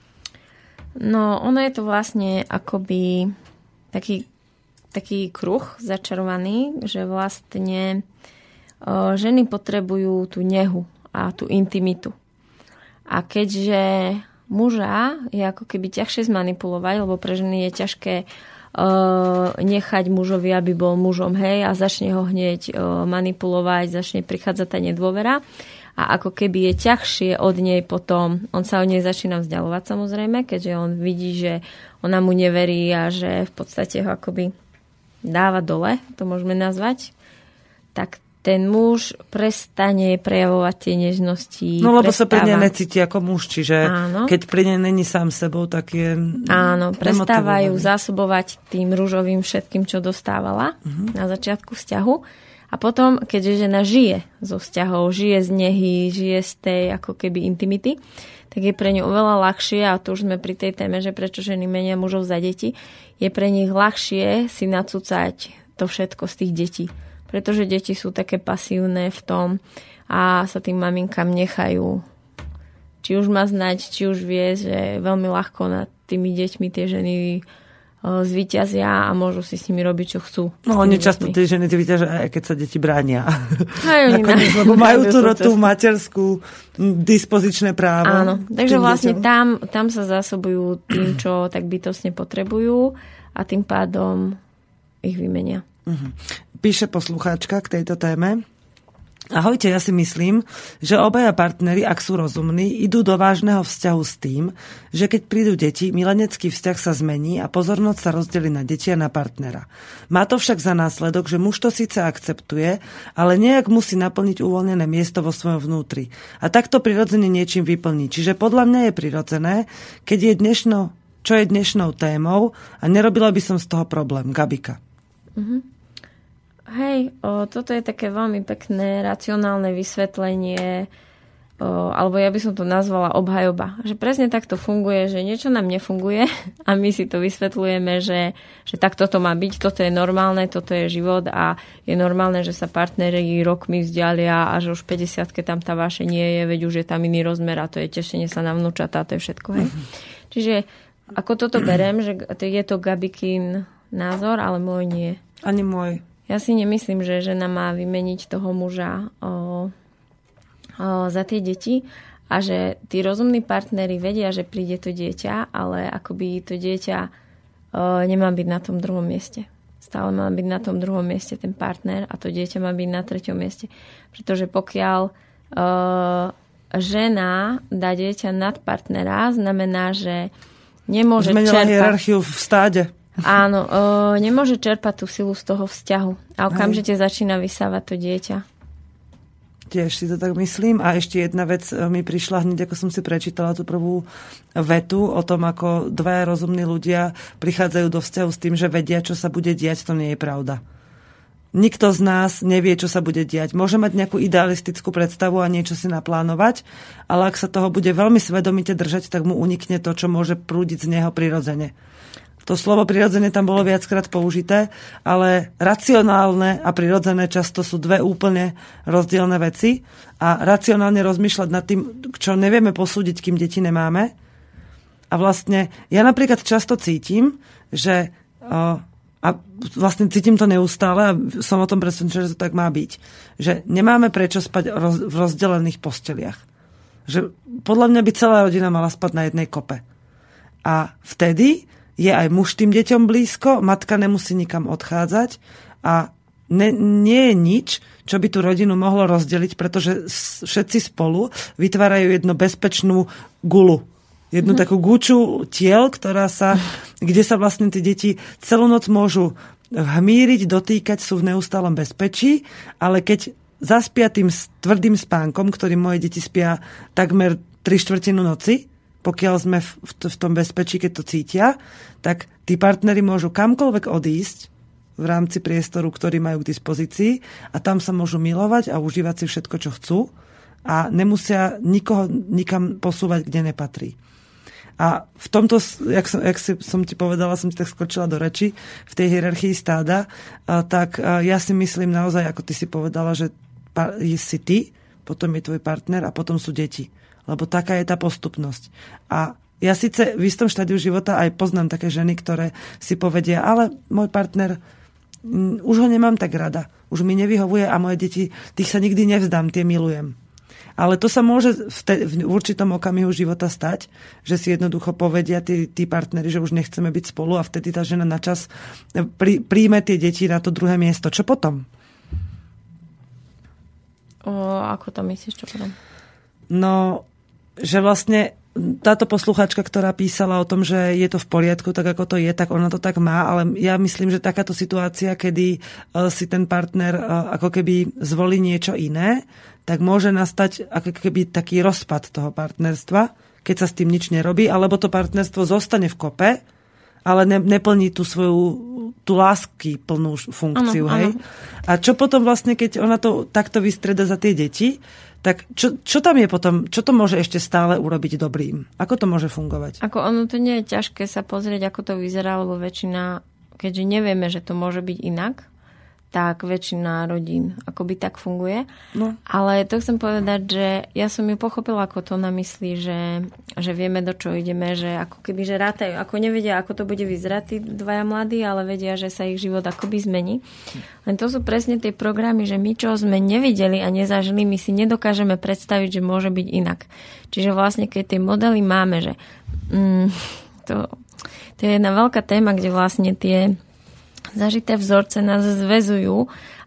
No, ono je to vlastne akoby taký, taký kruh začarovaný, že vlastne o, ženy potrebujú tú nehu a tú intimitu. A keďže muža je ako keby ťažšie zmanipulovať, lebo pre ženy je ťažké Uh, nechať mužovi, aby bol mužom, hej, a začne ho hneď uh, manipulovať, začne prichádzať tá nedôvera a ako keby je ťažšie od nej potom, on sa od nej začína vzdialovať samozrejme, keďže on vidí, že ona mu neverí a že v podstate ho akoby dáva dole, to môžeme nazvať, tak ten muž prestane prejavovať tie nežnosti. No lebo prestáva. sa pri nej necíti ako muž, čiže áno. Keď pri nej není sám sebou, tak je áno, prestávajú zásobovať tým ružovým všetkým, čo dostávala uh-huh. na začiatku vzťahu. A potom, keďže žena žije zo vzťahov, žije z nehy, žije z tej ako keby intimity, tak je pre ňu oveľa ľahšie, a to už sme pri tej téme, že prečo ženy menia mužov za deti, je pre nich ľahšie si nacúcať to všetko z tých detí. Pretože deti sú také pasívne v tom a sa tým maminkám nechajú. Či už má znať, či už vie, že veľmi ľahko nad tými deťmi tie ženy zvíťazia a môžu si s nimi robiť, čo chcú. No oni často tie ženy vyťažia, aj keď sa deti bránia. Aj oni nakoniec, lebo majú tú, tú materskú dispozičné právo. Áno, takže vlastne tam, tam sa zásobujú tým, čo tak bytostne potrebujú a tým pádom ich vymenia. Uh-huh. Píše poslucháčka k tejto téme. Ahojte, ja si myslím, že obaja partneri, ak sú rozumní, idú do vážneho vzťahu s tým, že keď prídu deti, milenecký vzťah sa zmení a pozornosť sa rozdelí na deti a na partnera. Má to však za následok, že muž to síce akceptuje, ale nejak musí naplniť uvoľnené miesto vo svojom vnútri. A takto prirodzene niečím vyplní. Čiže podľa mňa je prirodzené, keď je dnešnou, čo je dnešnou témou a nerobila by som z toho problém. Gabika. Mhm. Hej, o, toto je také veľmi pekné, racionálne vysvetlenie, o, alebo ja by som to nazvala obhajoba. Že presne takto funguje, že niečo nám nefunguje a my si to vysvetľujeme, že, že takto to má byť, toto je normálne, toto je život a je normálne, že sa partneri rokmi vzdialia a že už v päťdesiatke tam tá váše nie je, veď už je tam iný rozmer a to je tešenie sa na vnúčatá, to je všetko. Hej. Čiže ako toto berem, že je to Gabikin názor, ale môj nie. Ani môj. Ja si nemyslím, že žena má vymeniť toho muža o, o, za tie deti a že tí rozumní partneri vedia, že príde to dieťa, ale akoby to dieťa o, nemá byť na tom druhom mieste. Stále má byť na tom druhom mieste ten partner a to dieťa má byť na treťom mieste. Pretože pokiaľ o, žena dá dieťa nad partnera, znamená, že nemôže Zmenila čerpať... hierarchiu v stáde. Áno, o, nemôže čerpať tú silu z toho vzťahu. A okamžite Hej. začína vysávať to dieťa. Tiež si to tak myslím. A ešte jedna vec mi prišla hneď, ako som si prečítala tú prvú vetu o tom, ako dvaja rozumní ľudia prichádzajú do vzťahu s tým, že vedia, čo sa bude diať. To nie je pravda. Nikto z nás nevie, čo sa bude diať. Môže mať nejakú idealistickú predstavu a niečo si naplánovať, ale ak sa toho bude veľmi svedomite držať, tak mu unikne to, čo môže prúdiť z neho prirodzene. To slovo prirodzené tam bolo viackrát použité, ale racionálne a prirodzené často sú dve úplne rozdielne veci a racionálne rozmýšľať nad tým, čo nevieme posúdiť, kým deti nemáme. A vlastne ja napríklad často cítim, že a vlastne cítim to neustále a som o tom presvedčená, že to tak má byť, že nemáme prečo spať v rozdelených posteliach. Že podľa mňa by celá rodina mala spať na jednej kope. A vtedy je aj muž tým deťom blízko, matka nemusí nikam odchádzať a ne, nie je nič, čo by tú rodinu mohlo rozdeliť, pretože všetci spolu vytvárajú jednu bezpečnú gulu. Jednu mm-hmm. takú guču tiel, ktorá sa, kde sa vlastne tie deti celú noc môžu hmíriť, dotýkať, sú v neustálom bezpečí, ale keď zaspia tým tvrdým spánkom, ktorým moje deti spia takmer tri štvrtinu noci, pokiaľ sme v, v, v tom bezpečí, keď to cítia, tak tí partneri môžu kamkoľvek odísť v rámci priestoru, ktorý majú k dispozícii a tam sa môžu milovať a užívať si všetko, čo chcú a nemusia nikoho nikam posúvať, kde nepatrí. A v tomto, jak som, jak si, som ti povedala, som ti tak skočila do reči, v tej hierarchii stáda, a, tak a ja si myslím naozaj, ako ty si povedala, že pa, si ty, potom je tvoj partner a potom sú deti. Lebo taká je tá postupnosť. A ja síce v istom štádiu života aj poznám také ženy, ktoré si povedia, ale môj partner, m, už ho nemám tak rada. Už mi nevyhovuje a moje deti, tých sa nikdy nevzdám, tie milujem. Ale to sa môže v, te, v určitom okamihu života stať, že si jednoducho povedia tí, tí partneri, že už nechceme byť spolu a vtedy tá žena načas prí, príjme tie deti na to druhé miesto. Čo potom? O, ako to myslíš, čo potom? No, že vlastne táto poslucháčka, ktorá písala o tom, že je to v poriadku, tak ako to je, tak ona to tak má, ale ja myslím, že takáto situácia, kedy si ten partner ako keby zvolí niečo iné, tak môže nastať ako keby taký rozpad toho partnerstva, keď sa s tým nič nerobí, alebo to partnerstvo zostane v kope, ale ne, neplní tú svoju tú lásky plnú funkciu. Ano, hej? Ano. A čo potom vlastne, keď ona to takto vystreda za tie deti, tak čo, čo tam je potom, čo to môže ešte stále urobiť dobrým? Ako to môže fungovať? Ako ono to nie je ťažké sa pozrieť, ako to vyzerá, lebo väčšina, keďže nevieme, že to môže byť inak, tak väčšina rodín akoby tak funguje. No. Ale to chcem povedať, že ja som ju pochopila, ako to na mysli, že, že vieme, do čo ideme, že ako keby, že rátajú, ako nevedia, ako to bude vyzerať tí dvaja mladí, ale vedia, že sa ich život akoby zmení. Len to sú presne tie programy, že my, čo sme nevideli a nezažili, my si nedokážeme predstaviť, že môže byť inak. Čiže vlastne, keď tie modely máme, že mm, to, to je jedna veľká téma, kde vlastne tie zažité vzorce nás zväzujú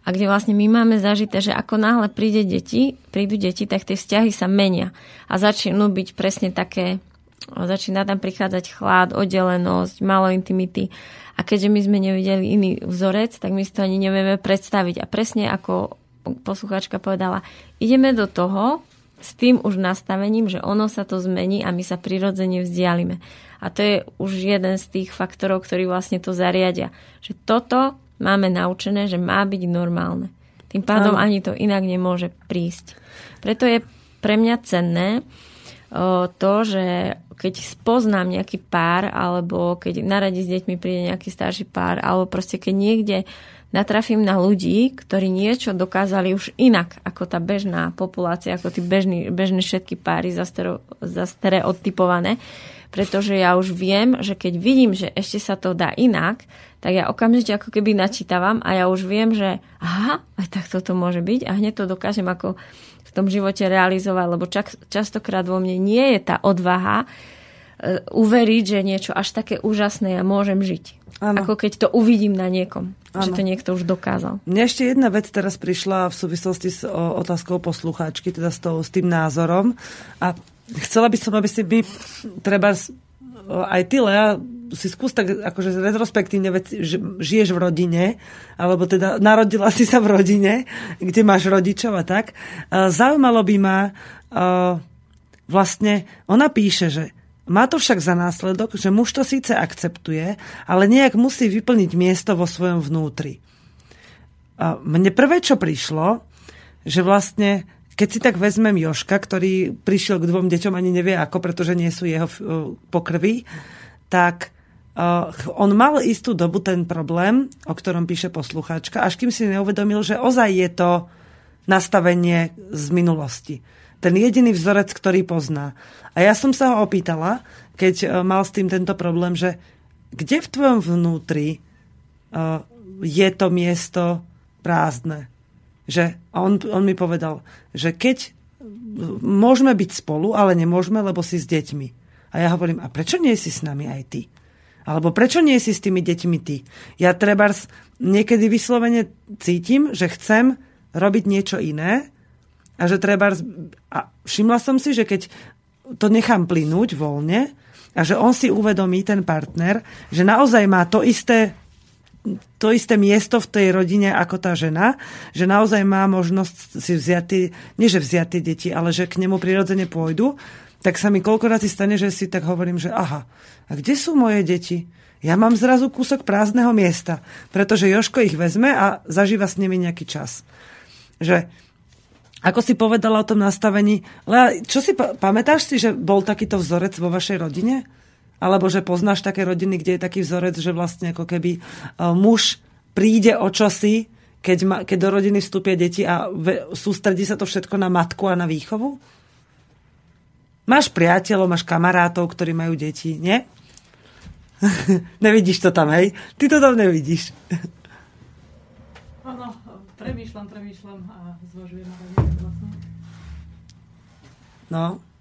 a kde vlastne my máme zažité, že ako náhle príde deti, prídu deti, tak tie vzťahy sa menia a začnú byť presne také, začína tam prichádzať chlad, oddelenosť, málo intimity. A keďže my sme nevideli iný vzorec, tak my si to ani nevieme predstaviť. A presne ako poslucháčka povedala, ideme do toho s tým už nastavením, že ono sa to zmení a my sa prirodzene vzdialime. A to je už jeden z tých faktorov, ktorí vlastne to zariadia. Že toto máme naučené, že má byť normálne. Tým pádom ani to inak nemôže prísť. Preto je pre mňa cenné o, to, že keď spoznám nejaký pár, alebo keď na rade s deťmi príde nejaký starší pár, alebo proste keď niekde natrafím na ľudí, ktorí niečo dokázali už inak ako tá bežná populácia, ako tí bežní, bežné všetky páry zastereotypované, pretože ja už viem, že keď vidím, že ešte sa to dá inak, tak ja okamžite ako keby načítavam a ja už viem, že aha, aj tak toto môže byť a hneď to dokážem ako v tom živote realizovať, lebo čak, častokrát vo mne nie je tá odvaha uh, uveriť, že niečo až také úžasné ja môžem žiť. Ano. Ako keď to uvidím na niekom, ano. Že to niekto už dokázal. Mne ešte jedna vec teraz prišla v súvislosti s o, otázkou poslucháčky, teda s, tou, s tým názorom a chcela by som, aby si by treba aj ty, Lea, si skús tak akože retrospektívne, veď žiješ v rodine, alebo teda narodila si sa v rodine, kde máš rodičov a tak. Zaujímalo by ma, vlastne, ona píše, že má to však za následok, že muž to síce akceptuje, ale nejak musí vyplniť miesto vo svojom vnútri. Mne prvé, čo prišlo, že vlastne keď si tak vezmem Jožka, ktorý prišiel k dvom deťom, ani nevie ako, pretože nie sú jeho pokrví, tak uh, on mal istú dobu ten problém, o ktorom píše poslucháčka, až kým si neuvedomil, že ozaj je to nastavenie z minulosti. Ten jediný vzorec, ktorý pozná. A ja som sa ho opýtala, keď uh, mal s tým tento problém, že kde v tvojom vnútri uh, je to miesto prázdne? Že on, on mi povedal, že keď môžeme byť spolu, ale nemôžeme, lebo si s deťmi. A ja hovorím, a prečo nie si s nami aj ty? Alebo prečo nie si s tými deťmi ty? Ja trebárs niekedy vyslovene cítim, že chcem robiť niečo iné a že trebárs... A všimla som si, že keď to nechám plynúť voľne a že on si uvedomí, ten partner, že naozaj má to isté to isté miesto v tej rodine ako tá žena, že naozaj má možnosť si vziať tie, nie že vziať tie deti, ale že k nemu prirodzene pôjdu, tak sa mi koľkokrát si stane, že si tak hovorím, že aha, a kde sú moje deti? Ja mám zrazu kúsok prázdneho miesta, pretože Jožko ich vezme a zažíva s nimi nejaký čas. Že, ako si povedala o tom nastavení, Lea, čo si, pamätáš si, že bol takýto vzorec vo vašej rodine? Alebo že poznáš také rodiny, kde je taký vzorec, že vlastne ako keby uh, muž príde o čosi, keď, ma, keď do rodiny vstúpia deti a ve, sústredí sa to všetko na matku a na výchovu? Máš priateľov, máš kamarátov, ktorí majú deti, nie? Nevidíš to tam, hej? Ty to tam nevidíš. Áno, premýšľam, premýšľam a zvažujem. Vlastne. No...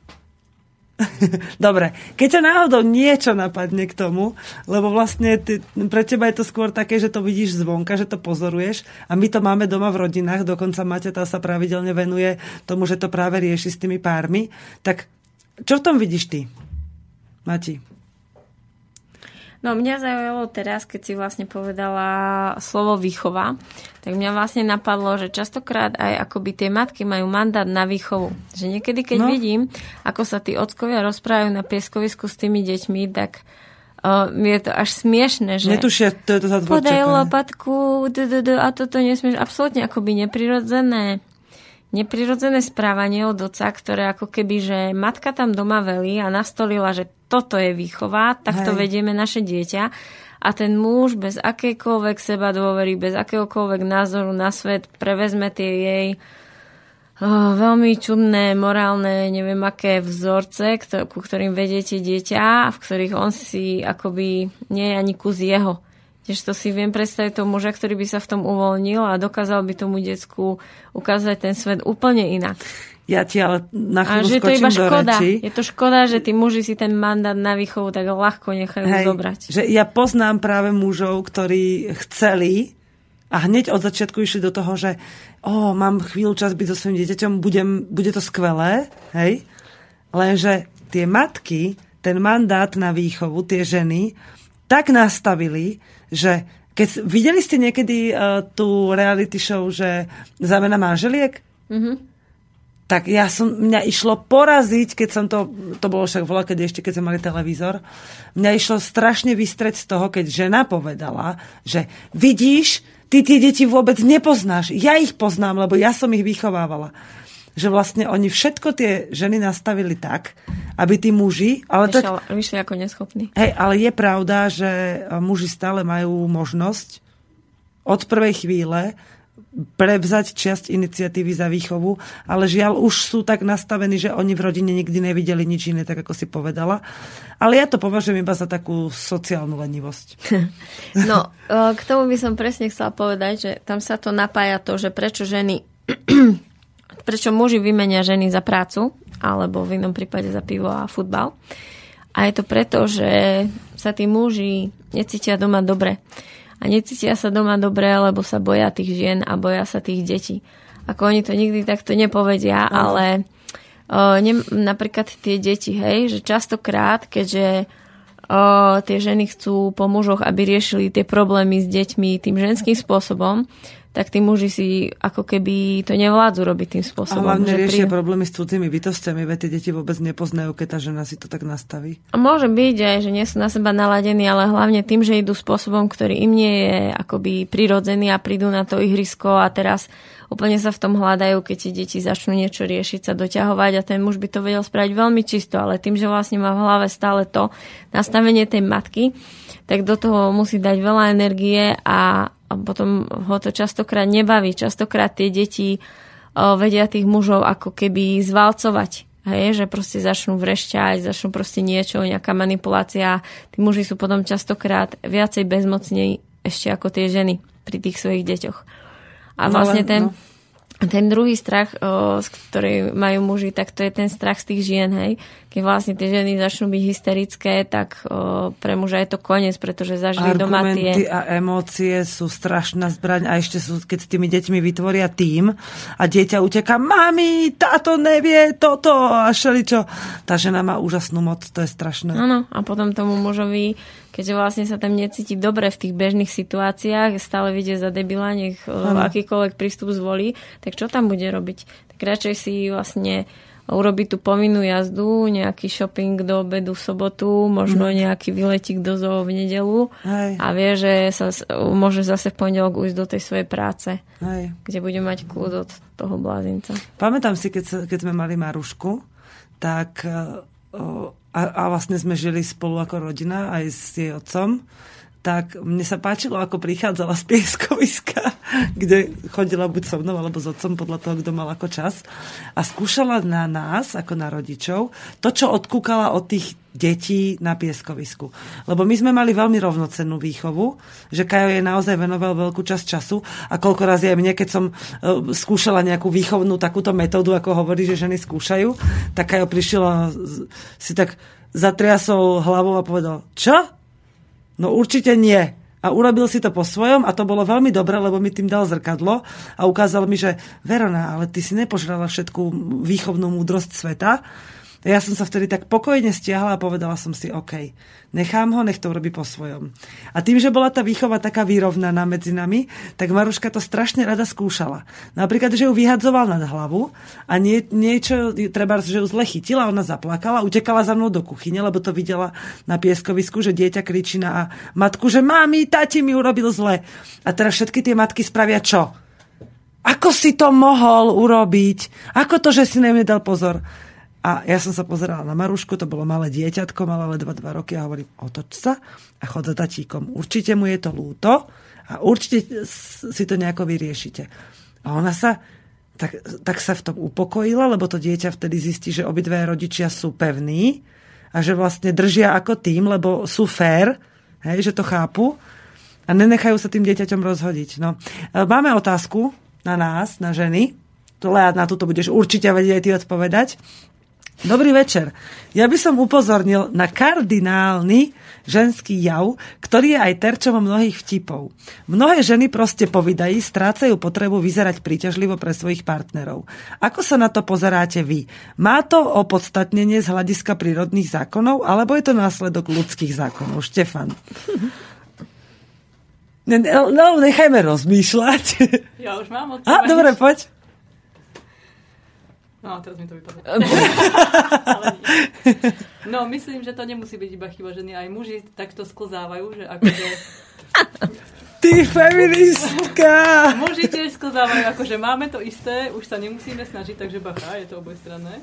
Dobre, keď ťa náhodou niečo napadne k tomu, lebo vlastne ty, pre teba je to skôr také, že to vidíš zvonka, že to pozoruješ a my to máme doma v rodinách, dokonca Maťa tá sa pravidelne venuje tomu, že to práve rieši s tými pármi, tak čo v tom vidíš ty, Mati? No mňa zaujalo teraz, keď si vlastne povedala slovo výchova, tak mňa vlastne napadlo, že častokrát aj akoby tie matky majú mandát na výchovu. Že niekedy, keď no. vidím, ako sa tí ockovia rozprávajú na pieskovisku s tými deťmi, tak uh, mi je to až smiešne, že netušia, to je to za dvorčeká. Podaj lopatku a toto nesmieš. Absolútne akoby neprirodzené neprirodzené správanie od oca, ktoré ako keby, že matka tam doma velí a nastolila, že toto je výchova, tak to vedieme naše dieťa a ten muž bez akejkoľvek seba dôvery, bez akéhokoľvek názoru na svet prevezme tie jej oh, veľmi čudné, morálne, neviem aké vzorce, ktor- ku ktorým vediete dieťa, v ktorých on si akoby nie je ani kus jeho. Tiež to si viem predstaviť toho muža, ktorý by sa v tom uvoľnil a dokázal by tomu decku ukázať ten svet úplne inak. Ja ti ale na chvíľu skočím do reči. A že to je iba škoda. Je to škoda, že tí muži si ten mandát na výchovu tak ľahko nechajú Hej, zobrať. Že ja poznám práve mužov, ktorí chceli A hneď od začiatku išli do toho, že ó, mám chvíľu čas byť so svojím dieťaťom, budem, bude to skvelé, hej? Lenže tie matky, ten mandát na výchovu, tie ženy, tak nastavili, že keď videli ste niekedy uh, tú reality show, že Zamena manželiek? Mhm. Tak ja som, mňa išlo poraziť, keď som to, to bolo však voľa, keď ešte, keď sme mali televízor, mňa išlo strašne vystreť z toho, keď žena povedala, že vidíš, ty tie deti vôbec nepoznáš, ja ich poznám, lebo ja som ich vychovávala. Že vlastne oni všetko tie ženy nastavili tak, aby tí muži... Ale vyšli, to, vyšli ako neschopní. Hej, ale je pravda, že muži stále majú možnosť od prvej chvíle prevzať časť iniciatívy za výchovu, ale žiaľ už sú tak nastavení, že oni v rodine nikdy nevideli nič iné, tak ako si povedala. Ale ja to považujem iba za takú sociálnu lenivosť. No, k tomu by som presne chcela povedať, že tam sa to napája to, že prečo ženy prečo muži vymenia ženy za prácu, alebo v inom prípade za pivo a futbal. A je to preto, že sa tí muži necítia doma dobre. A necítia sa doma dobre, lebo sa boja tých žien a boja sa tých detí. Ako oni to nikdy takto nepovedia, mm. ale o, ne, napríklad tie deti, hej, že častokrát, keďže o, tie ženy chcú po mužoch, aby riešili tie problémy s deťmi tým ženským spôsobom, tak tí muži si ako keby to nevládzu robiť tým spôsobom. A hlavne riešia pri... problémy s cudzými bytostiami, veď tie deti vôbec nepoznajú, keď tá žena si to tak nastaví. A môže byť aj, že nie sú na seba naladení, ale hlavne tým, že idú spôsobom, ktorý im nie je akoby prirodzený a prídu na to ihrisko a teraz úplne sa v tom hľadajú, keď tie deti začnú niečo riešiť, sa doťahovať a ten muž by to vedel spraviť veľmi čisto, ale tým, že vlastne má v hlave stále to nastavenie tej matky, tak do toho musí dať veľa energie a a potom ho to častokrát nebaví. Častokrát tie deti o, vedia tých mužov ako keby zvalcovať. Hej, že proste začnú vrešťať, začnú proste niečo, nejaká manipulácia. Tí muži sú potom častokrát viacej bezmocní ešte ako tie ženy pri tých svojich deťoch. A vlastne ten... No. Ten druhý strach, o, z ktorej majú muži, tak to je ten strach z tých žien, hej. Keď vlastne tie ženy začnú byť hysterické, tak o, pre muža je to koniec, pretože zažili doma tie... Argumenty a emócie sú strašná zbraň a ešte sú, keď s tými deťmi vytvoria tým a dieťa uteká, mami, táto nevie toto a šeličo. Tá žena má úžasnú moc, to je strašné. Áno, a potom tomu mužovi, keďže vlastne sa tam necíti dobre v tých bežných situáciách, stále vidie za debila, nech ano. Akýkoľvek prístup zvolí, tak čo tam bude robiť? Tak radšej si vlastne urobí tú povinnú jazdu, nejaký shopping do obedu v sobotu, možno mm. nejaký vyletík do zoo v nedeľu. Hej. A vie, že sa môže zase v pondelok ujsť do tej svojej práce, Hej. kde bude mať kľud od toho blázinca. Pamätám si, keď, keď sme mali Marušku, tak a, a vlastne sme žili spolu ako rodina aj s jej otcom, tak mne sa páčilo, ako prichádzala z pieskoviska, kde chodila buď so mnou, alebo s otcom, podľa toho, kto mal ako čas. A skúšala na nás, ako na rodičov, to, čo odkúkala od tých detí na pieskovisku. Lebo my sme mali veľmi rovnocennú výchovu, že Kajo jej naozaj venoval veľkú časť času a koľko razy aj mne, keď som uh, skúšala nejakú výchovnú takúto metódu, ako hovorí, že ženy skúšajú, tak Kajo prišiel a si tak zatriasol hlavou a povedal, čo? No určite nie. A urobil si to po svojom a to bolo veľmi dobré, lebo mi tým dal zrkadlo a ukázal mi, že Verona, ale ty si nepožrala všetku výchovnú múdrosť sveta. Ja som sa vtedy tak pokojne stiahla a povedala som si, OK, nechám ho, nech to urobí po svojom. A tým, že bola tá výchova taká vyrovnaná medzi nami, tak Maruška to strašne rada skúšala. Napríklad, že ju vyhadzoval nad hlavu a nie, niečo, treba, že ju zle chytila, ona zaplakala, utekala za mnou do kuchyne, lebo to videla na pieskovisku, že dieťa kričí na matku, že mami, tati mi urobil zle. A teraz všetky tie matky spravia čo? Ako si to mohol urobiť? Ako to, že si na mňa dal pozor? A ja som sa pozerala na Marušku, to bolo malé dieťatko, malé ledva dva roky a hovorím, otoč sa a chod za tatíkom. Určite mu je to ľúto a určite si to nejako vyriešite. A ona sa tak, tak sa v tom upokojila, lebo to dieťa vtedy zistí, že obidve rodičia sú pevní a že vlastne držia ako tým, lebo sú fér, hej, že to chápu a nenechajú sa tým dieťaťom rozhodiť. No. Máme otázku na nás, na ženy. To Lea, na túto budeš určite vedieť aj ty odpovedať. Dobrý večer. Ja by som upozornil na kardinálny ženský jav, ktorý je aj terčom mnohých vtipov. Mnohé ženy proste povydají, strácajú potrebu vyzerať príťažlivo pre svojich partnerov. Ako sa na to pozeráte vy? Má to opodstatnenie z hľadiska prírodných zákonov, alebo je to následok ľudských zákonov? Štefan. No, nechajme rozmýšľať. Ja už mám odpoveď. Á, dobre, poď. No, teraz mi to vypadlo. No, myslím, že to nemusí byť iba chyba ženy. Aj muži takto sklzávajú, že akože... Ty feministka! Muži tiež sklzávajú, akože máme to isté, už sa nemusíme snažiť, takže bacha, je to obojstranné.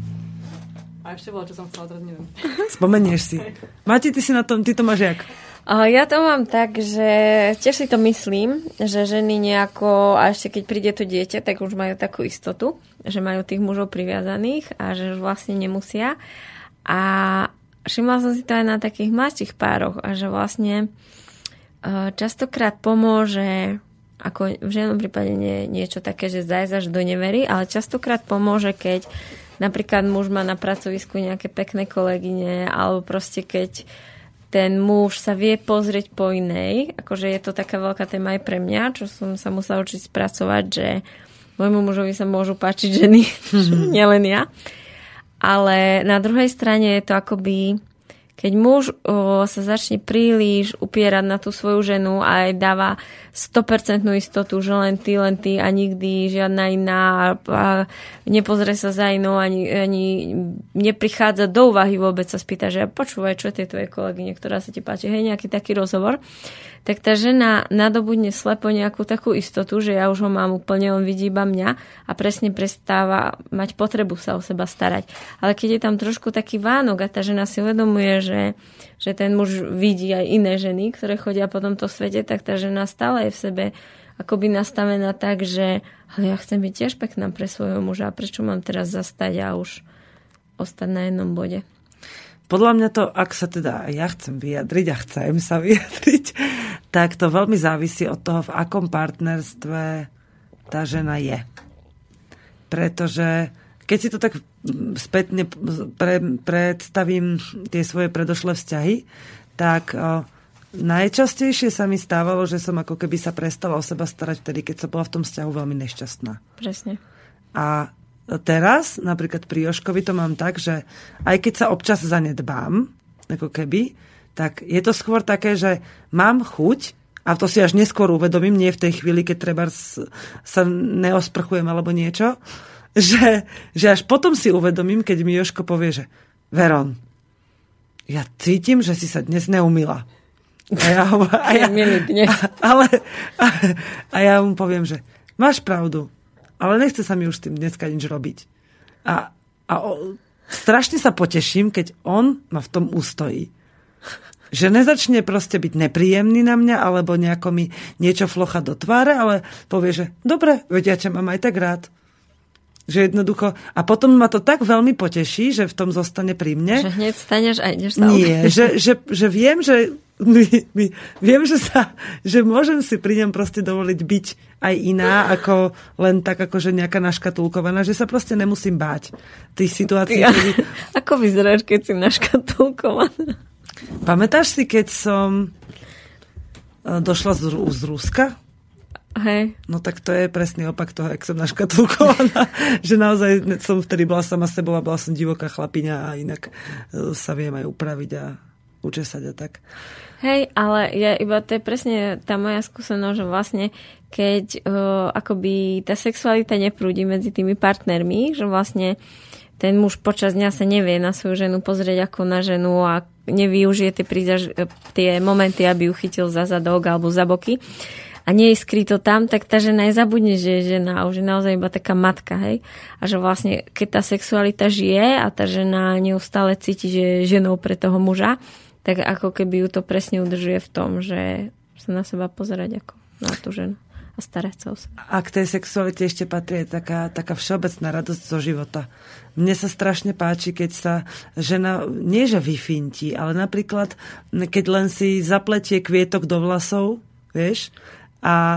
A ešte bolo, čo som chcela, teraz neviem. Spomenieš si. Mati, ty si na tom, ty to máš jak? Ja to mám tak, že tiež si to myslím, že ženy nejako, a ešte keď príde to dieťa, tak už majú takú istotu, že majú tých mužov priviazaných a že už vlastne nemusia. A všimla som si to aj na takých mladších pároch a že vlastne častokrát pomôže, ako v žiadnom prípade nie niečo také, že zajsť až do nevery, ale častokrát pomôže, keď napríklad muž má na pracovisku nejaké pekné kolegyne, alebo proste keď ten muž sa vie pozrieť po inej. Akože je to taká veľká téma aj pre mňa, čo som sa musela učiť spracovať, že môjmu mužovi sa môžu páčiť ženy, nielen ja. Ale na druhej strane je to akoby, keď muž o, sa začne príliš upierať na tú svoju ženu a aj dáva sto percent istotu, že len ty, len ty a nikdy žiadna iná a, a nepozrie sa za inou ani, ani neprichádza do úvahy vôbec sa spýta, že počúvaj, čo je tej tvojej kolegyne, ktorá sa ti páči, hej, nejaký taký rozhovor, tak tá žena nadobudne slepo nejakú takú istotu, že ja už ho mám úplne, on vidí iba mňa a presne prestáva mať potrebu sa o seba starať. Ale keď je tam trošku taký vánok a tá žena si uvedomuje, že, že ten muž vidí aj iné ženy, ktoré chodia po tomto svete, tak tá žena stále je v sebe akoby nastavená tak, že ale ja chcem byť tiež pekná pre svojho muža, prečo mám teraz zastať a už ostať na jednom bode. Podľa mňa to, ak sa teda ja chcem vyjadriť a chcem sa vyjadriť, tak to veľmi závisí od toho, v akom partnerstve tá žena je. Pretože keď si to tak spätne pre, predstavím tie svoje predošlé vzťahy, tak o, najčastejšie sa mi stávalo, že som ako keby sa prestala o seba starať vtedy, keď som bola v tom vzťahu veľmi nešťastná. Presne. A teraz, napríklad pri Jožkovi to mám tak, že aj keď sa občas zanedbám, ako keby, tak je to skôr také, že mám chuť, a to si až neskôr uvedomím, nie v tej chvíli, keď treba sa neosprchujem alebo niečo, že, že až potom si uvedomím, keď mi Jožko povie, že Veron, ja cítim, že si sa dnes neumila. A ja, a ja, a, ale, a, a ja mu poviem, že máš pravdu, ale nechce sa mi už s tým dneska nič robiť. A, a o, strašne sa poteším, keď on ma v tom ustojí. Že nezačne proste byť nepríjemný na mňa, alebo nejako mi niečo flocha do tváre, ale povie, že dobre, veď ja ťa mám aj tak rád. Že jednoducho... A potom ma to tak veľmi poteší, že v tom zostane pri mne. Že hneď staneš a ideš sa... Nie, že, že, že viem, že... My, my, viem, že sa... Že môžem si pri ňom proste dovoliť byť aj iná, ako len tak, akože nejaká naškatulkovaná, že sa proste nemusím báť tých situácií. Ja, kedy... Ako vyzeráš, keď si naškatulkovaná? Pamätáš si, keď som došla z, z Ruska? Hej. No tak to je presný opak toho, jak som naškatulkovaná. Že naozaj som vtedy bola sama sebou a bola som divoká chlapiňa a inak sa viem aj upraviť a učesať a tak. Hej, ale ja iba to je presne tá moja skúsenosť, že vlastne keď uh, akoby tá sexualita neprúdi medzi tými partnermi, že vlastne ten muž počas dňa sa nevie na svoju ženu pozrieť ako na ženu a nevyužije tie, prízaž, tie momenty, aby ju chytil za zadok alebo za boky a nie je skryto tam, tak tá žena je zabudne, že je žena a už je naozaj iba taká matka, hej. A že vlastne, keď tá sexualita žije a tá žena neustále cíti, že je ženou pre toho muža, tak ako keby ju to presne udržuje v tom, že sa na seba pozerať ako na tú ženu a starať sa o seba. A k tej sexualite ešte patrí taká, taká všeobecná radosť zo života. Mne sa strašne páči, keď sa žena, nie že vyfintí, ale napríklad, keď len si zapletie kvietok do vlasov, vieš, a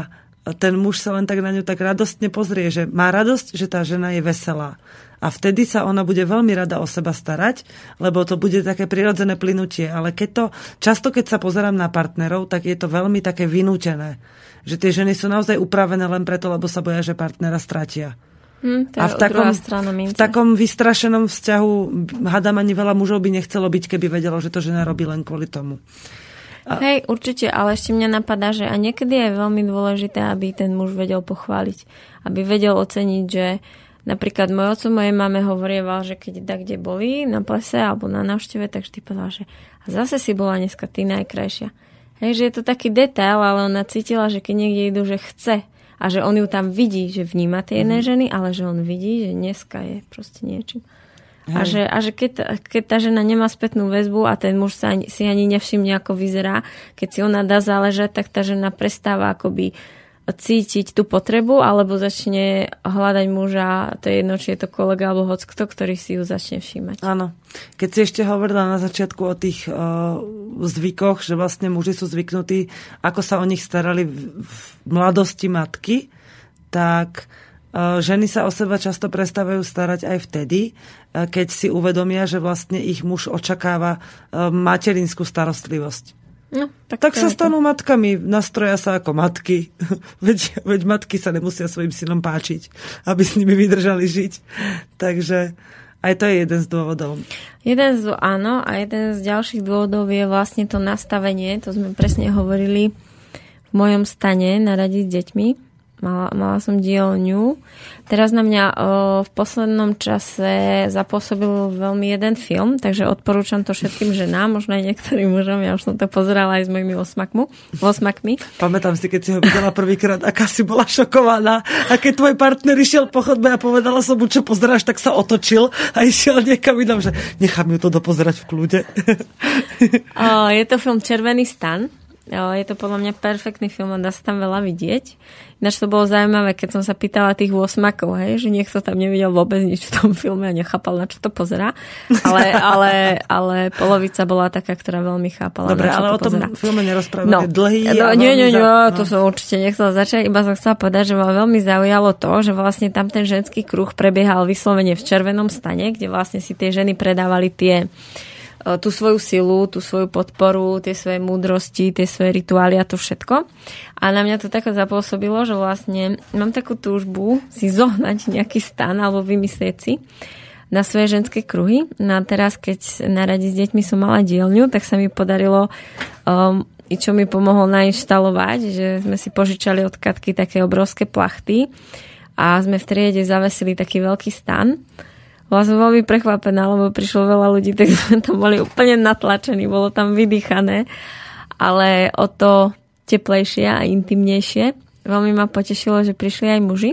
ten muž sa len tak na ňu tak radostne pozrie, že má radosť, že tá žena je veselá. A vtedy sa ona bude veľmi rada o seba starať, lebo to bude také prirodzené plynutie. Ale keď to, často keď sa pozerám na partnerov, tak je to veľmi také vynútené. Že tie ženy sú naozaj upravené len preto, lebo sa boja, že partnera stratia. Hm, a v takom, v takom vystrašenom vzťahu hádam ani veľa mužov by nechcelo byť, keby vedelo, že to žena robí len kvôli tomu. A... Hej, určite, ale ešte mňa napadá, že a niekedy je veľmi dôležité, aby ten muž vedel pochváliť. Aby vedel oceniť, že napríklad môj otco mojej mame hovorieval, že keď tak, kde boli, na plese alebo na návšteve, tak vždy povedal, že a zase si bola dneska ty najkrajšia. Hej, že je to taký detail, ale ona cítila, že keď niekde idú, že chce a že on ju tam vidí, že vníma tie jedné ženy, ale že on vidí, že dneska je proste niečím. A že, a že keď, keď tá žena nemá spätnú väzbu a ten muž sa si ani nevšimne, ako vyzerá, keď si ona dá záležať, tak tá žena prestáva akoby cítiť tú potrebu, alebo začne hľadať muža, to je jedno, či je to kolega alebo hockto, ktorý si ju začne všímať. Áno. Keď si ešte hovorila na začiatku o tých uh, zvykoch, že vlastne muži sú zvyknutí, ako sa o nich starali v, v mladosti matky, tak ženy sa o seba často prestávajú starať aj vtedy, keď si uvedomia, že vlastne ich muž očakáva materinskú starostlivosť. No, tak tak sa stanú to. Matkami, nastroja sa ako matky. veď, veď matky sa nemusia svojim synom páčiť, aby s nimi vydržali žiť. Takže aj to je jeden z dôvodov. Jeden z, áno, a jeden z ďalších dôvodov je vlastne to nastavenie, to sme presne hovorili v mojom stane na radi s deťmi. Mala, mala som dielňu. Teraz na mňa o, v poslednom čase zapôsobil veľmi jeden film, takže odporúčam to všetkým ženám, možno aj niektorým mužom. Ja už som to pozerala aj s mojimi osmakmi. osmakmi. Pamätám si, keď si ho videla prvýkrát, aká si bola šokovaná. A keď tvoj partner išiel po chodbe a povedala som mu, čo pozeráš, tak sa otočil a išiel niekam inám, že nechám ju to dopozerať v kľude. O, je to film Červený stan. Je to podľa mňa perfektný film a dá sa tam veľa vidieť. Ináč to bolo zaujímavé, keď som sa pýtala tých osmakov, hej, že niekto tam nevidel vôbec nič v tom filme a nechápal, na čo to pozerá. Ale, ale, ale polovica bola taká, ktorá veľmi chápala, dobre, na čo ale to o tom pozerá. filme nerozprávame. No, dlhý. No, nie, nie, nie, za... to som určite nechcela začať. Iba som chcela povedať, že ma veľmi zaujalo to, že vlastne tam ten ženský kruh prebiehal vyslovene v Červenom stane, kde vlastne si tie ženy predávali tie tú svoju silu, tú svoju podporu, tie svoje múdrosti, tie svoje rituály a to všetko. A na mňa to tak zapôsobilo, že vlastne mám takú túžbu si zohnať nejaký stan alebo vymyslieť si na svoje ženské kruhy. No a teraz, keď na radi s deťmi som mala dielňu, tak sa mi podarilo um, i čo mi pomohlo nainštalovať, že sme si požičali od Katky také obrovské plachty a sme v triede zavesili taký veľký stan. Bola som veľmi prekvapená, lebo prišlo veľa ľudí, tak sme tam boli úplne natlačení, bolo tam vydýchané, ale o to teplejšie a intimnejšie. Veľmi ma potešilo, že prišli aj muži.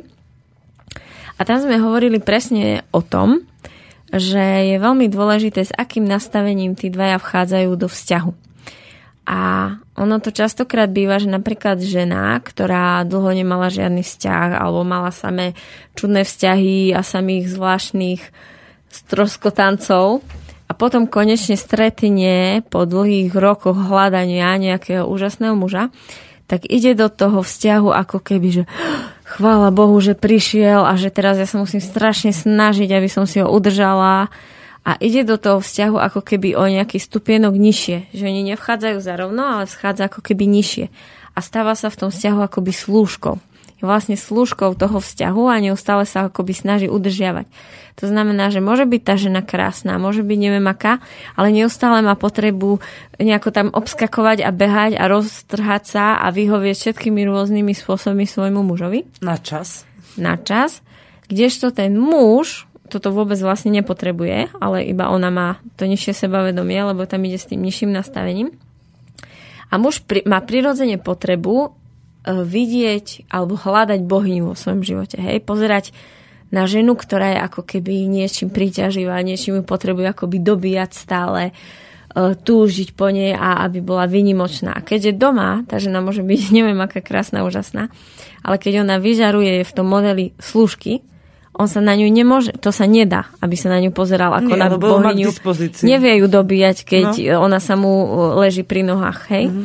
A tam sme hovorili presne o tom, že je veľmi dôležité, s akým nastavením tí dvaja vchádzajú do vzťahu. A ono to častokrát býva, že napríklad žena, ktorá dlho nemala žiadny vzťah alebo mala samé čudné vzťahy a samých zvláštnych stroskotancov a potom konečne stretne po dlhých rokoch hľadania nejakého úžasného muža, tak ide do toho vzťahu ako keby, že chvála Bohu, že prišiel a že teraz ja sa musím strašne snažiť, aby som si ho udržala. A ide do toho vzťahu ako keby o nejaký stupienok nižšie. Že oni nevchádzajú zarovno, ale vchádza ako keby nižšie. A stáva sa v tom vzťahu akoby slúžkou. Je vlastne slúžkou toho vzťahu a neustále sa akoby snaží udržiavať. To znamená, že môže byť tá žena krásna, môže byť neviem aká, ale neustále má potrebu nejako tam obskakovať a behať a roztrhať sa a vyhovieť všetkými rôznymi spôsobmi svojmu mužovi. Na čas. Na čas. Kdežto ten muž toto vôbec vlastne nepotrebuje, ale iba ona má to nižšie sebavedomie, lebo tam ide s tým nižším nastavením. A muž pri, má prirodzene potrebu uh, vidieť alebo hľadať bohyňu vo svojom živote. Hej? Pozerať na ženu, ktorá je ako keby niečím príťaživá, niečím ju potrebuje akoby dobíjať stále, uh, túžiť po nej a aby bola výnimočná. A keď je doma, tá žena môže byť neviem aká krásna, úžasná, ale keď ona vyžaruje v tom modeli slúžky, on sa na ňu nemôže, to sa nedá, aby sa na ňu pozeral ako Nie, na bohyňu. Nevie ju dobíjať, keď no. ona sa mu leží pri nohách, hej. Mm-hmm.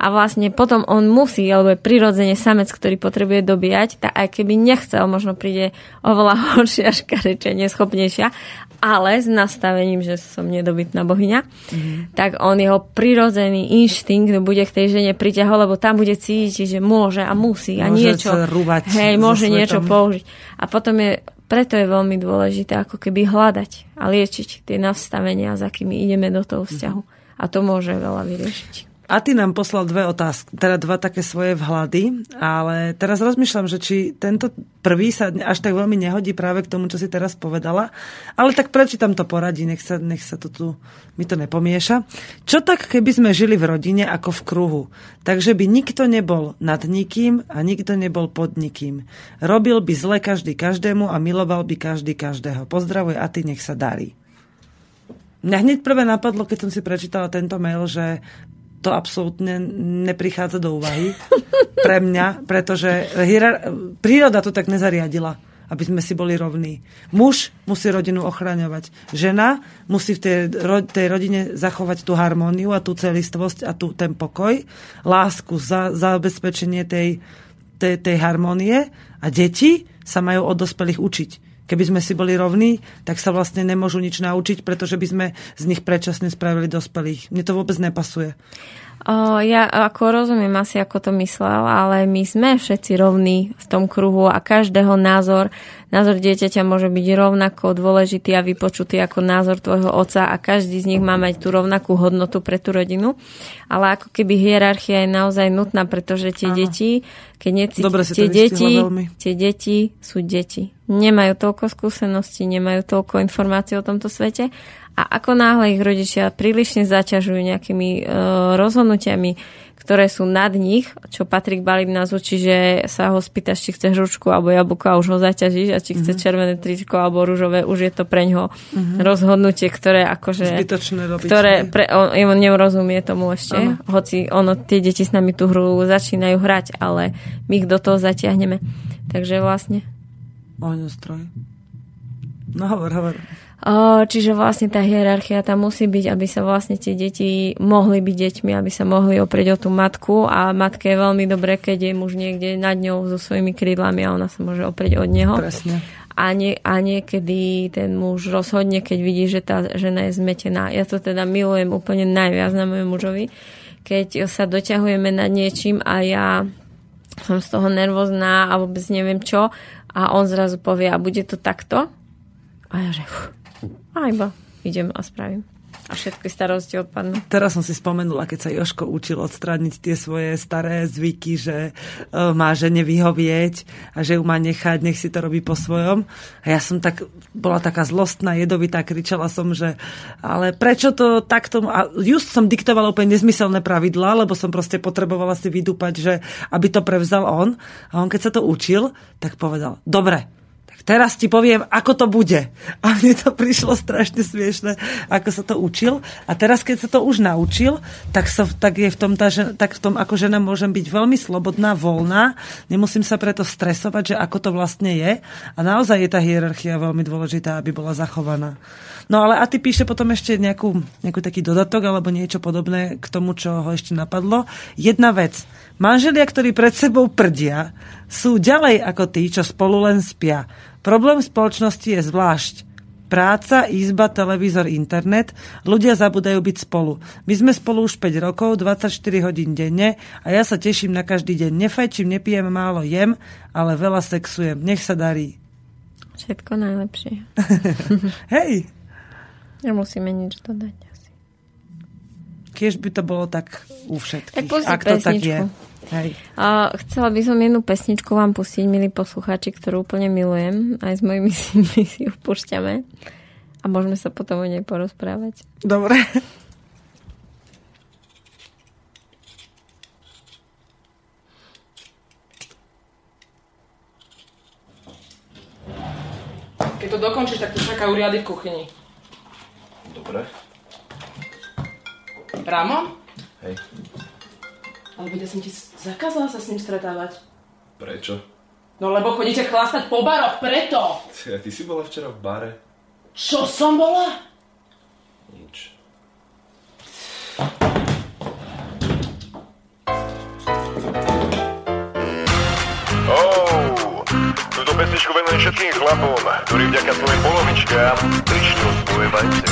a vlastne potom on musí, alebo je prirodzene samec, ktorý potrebuje dobíjať, tak aj keby nechcel, možno príde oveľa horšia škarečia, neschopnejšia, ale s nastavením, že som nedobytná bohyňa, mm-hmm. tak on jeho prirodzený inštinkt bude k tej žene priťahol, lebo tam bude cítiť, že môže a musí a môže niečo, hej, môže svetom. niečo použiť. A potom je, preto je veľmi dôležité ako keby hľadať a liečiť tie nastavenia, za akými ideme do toho vzťahu. Mm-hmm. A to môže veľa vyriešiť. A ty nám poslal dve otázky, teda dva také svoje vhlady, ale teraz rozmýšľam, že či tento prvý sa až tak veľmi nehodí práve k tomu, čo si teraz povedala, ale tak prečítam to poradí, nech sa, nech sa to tu, mi to nepomieša. Čo tak, keby sme žili v rodine ako v kruhu? Takže by nikto nebol nad nikým a nikto nebol pod nikým. Robil by zle každý každému a miloval by každý každého. Pozdravuje a ty, nech sa darí. Mňa hneď prvé napadlo, keď som si prečítala tento mail, že to absolútne neprichádza do úvahy pre mňa, pretože hierar- príroda to tak nezariadila, aby sme si boli rovní. Muž musí rodinu ochraňovať. Žena musí v tej, ro- tej rodine zachovať tú harmóniu a tú celistvosť a tú, ten pokoj, lásku, za, zabezpečenie tej, tej, tej harmónie a deti sa majú od dospelých učiť. Keby sme si boli rovní, tak sa vlastne nemôžu nič naučiť, pretože by sme z nich predčasne spravili dospelých. Mne to vôbec nepasuje. O, ja ako rozumiem asi, ako to myslel, ale my sme všetci rovní v tom kruhu a každého názor, názor dieťaťa môže byť rovnako dôležitý a vypočutý ako názor tvojho otca a každý z nich má mať tú rovnakú hodnotu pre tú rodinu. Ale ako keby hierarchia je naozaj nutná, pretože tie Áno. deti, keď necítia, tie deti, tie deti sú deti. Nemajú toľko skúseností, nemajú toľko informácií o tomto svete a ako náhle ich rodičia prílišne zaťažujú nejakými e, rozhodnutiami, ktoré sú nad nich, čo Patrik Balík nás učí, že sa ho spýtaš, či chce hručku alebo jablko a už ho zaťažíš a či chce mm-hmm. červené tričko alebo ružové, už je to preňho mm-hmm. rozhodnutie, ktoré akože zbytočné robiť. Ktoré pre, on, on nerozumie tomu ešte, ano. Hoci ono, tie deti s nami tú hru začínajú hrať, ale my ich do toho zatiahneme. Takže vlastne ohňostroj. No hovor, hovor. O, čiže vlastne tá hierarchia tam musí byť, aby sa vlastne tie deti mohli byť deťmi, aby sa mohli oprieť o tú matku a matke je veľmi dobré, keď je muž niekde nad ňou so svojimi krídlami a ona sa môže oprieť od neho. Presne. A, nie, a niekedy ten muž rozhodne, keď vidí, že tá žena je zmetená. Ja to teda milujem úplne najviac na mojom mužovi, keď sa doťahujeme nad niečím a ja som z toho nervózna a vôbec neviem čo a on zrazu povie, a bude to takto? A ja že fú, a iba idem a spravím. A všetky starosti odpadnú. Teraz som si spomenula, keď sa Jožko učil odstrániť tie svoje staré zvyky, že uh, má žene vyhovieť a že ju má nechať, nech si to robí po svojom. A ja som tak, bola taká zlostná, jedovitá, kričala som, že ale prečo to takto... A just som diktovala úplne nezmyselné pravidlá, lebo som proste potrebovala si vydúpať, že aby to prevzal on. A on, keď sa to učil, tak povedal, dobre, teraz ti poviem, ako to bude. A mne to prišlo strašne smiešne, ako sa to učil. A teraz, keď sa to už naučil, tak, so, tak, je v tom tá žena, tak v tom ako žena môžem byť veľmi slobodná, voľná. Nemusím sa preto stresovať, že ako to vlastne je. A naozaj je tá hierarchia veľmi dôležitá, aby bola zachovaná. No ale a ty píše potom ešte nejakú, nejakú taký dodatok alebo niečo podobné k tomu, čo ho ešte napadlo. Jedna vec. Manželia, ktorí pred sebou prdia, sú ďalej ako tí, čo spolu len spia. Problém spoločnosti je zvlášť práca, izba, televízor, internet. Ľudia zabudajú byť spolu. My sme spolu už päť rokov, dvadsaťštyri hodín denne a ja sa teším na každý deň. Nefajčím, nepijem, málo jem, ale veľa sexujem. Nech sa darí. Všetko najlepšie. Hej. Nemusíme nič dodať asi. Kiež by to bolo tak u všetkých. Tak pusti ak to pesničku. Tak je. Hej. A chcela by som jednu pesničku vám pustiť, milí poslucháči, ktorú úplne milujem. Aj s mojimi synmi si ju púšťame. A môžeme sa potom o nej porozprávať. Dobre. Keď to dokončíš, tak tu čakajú riady v kuchyni. Dobre. Rámo? Hej. Ale veď ja som ti zakázala sa s ním stretávať. Prečo? No lebo chodíte chlastať po baroch, preto! Ty, ty si bola včera v bare? Čo som bola? Nič. pesničku venujem všetkým chlapom, ktorí vďaka svojim polovičkám prišli o svoje vajce.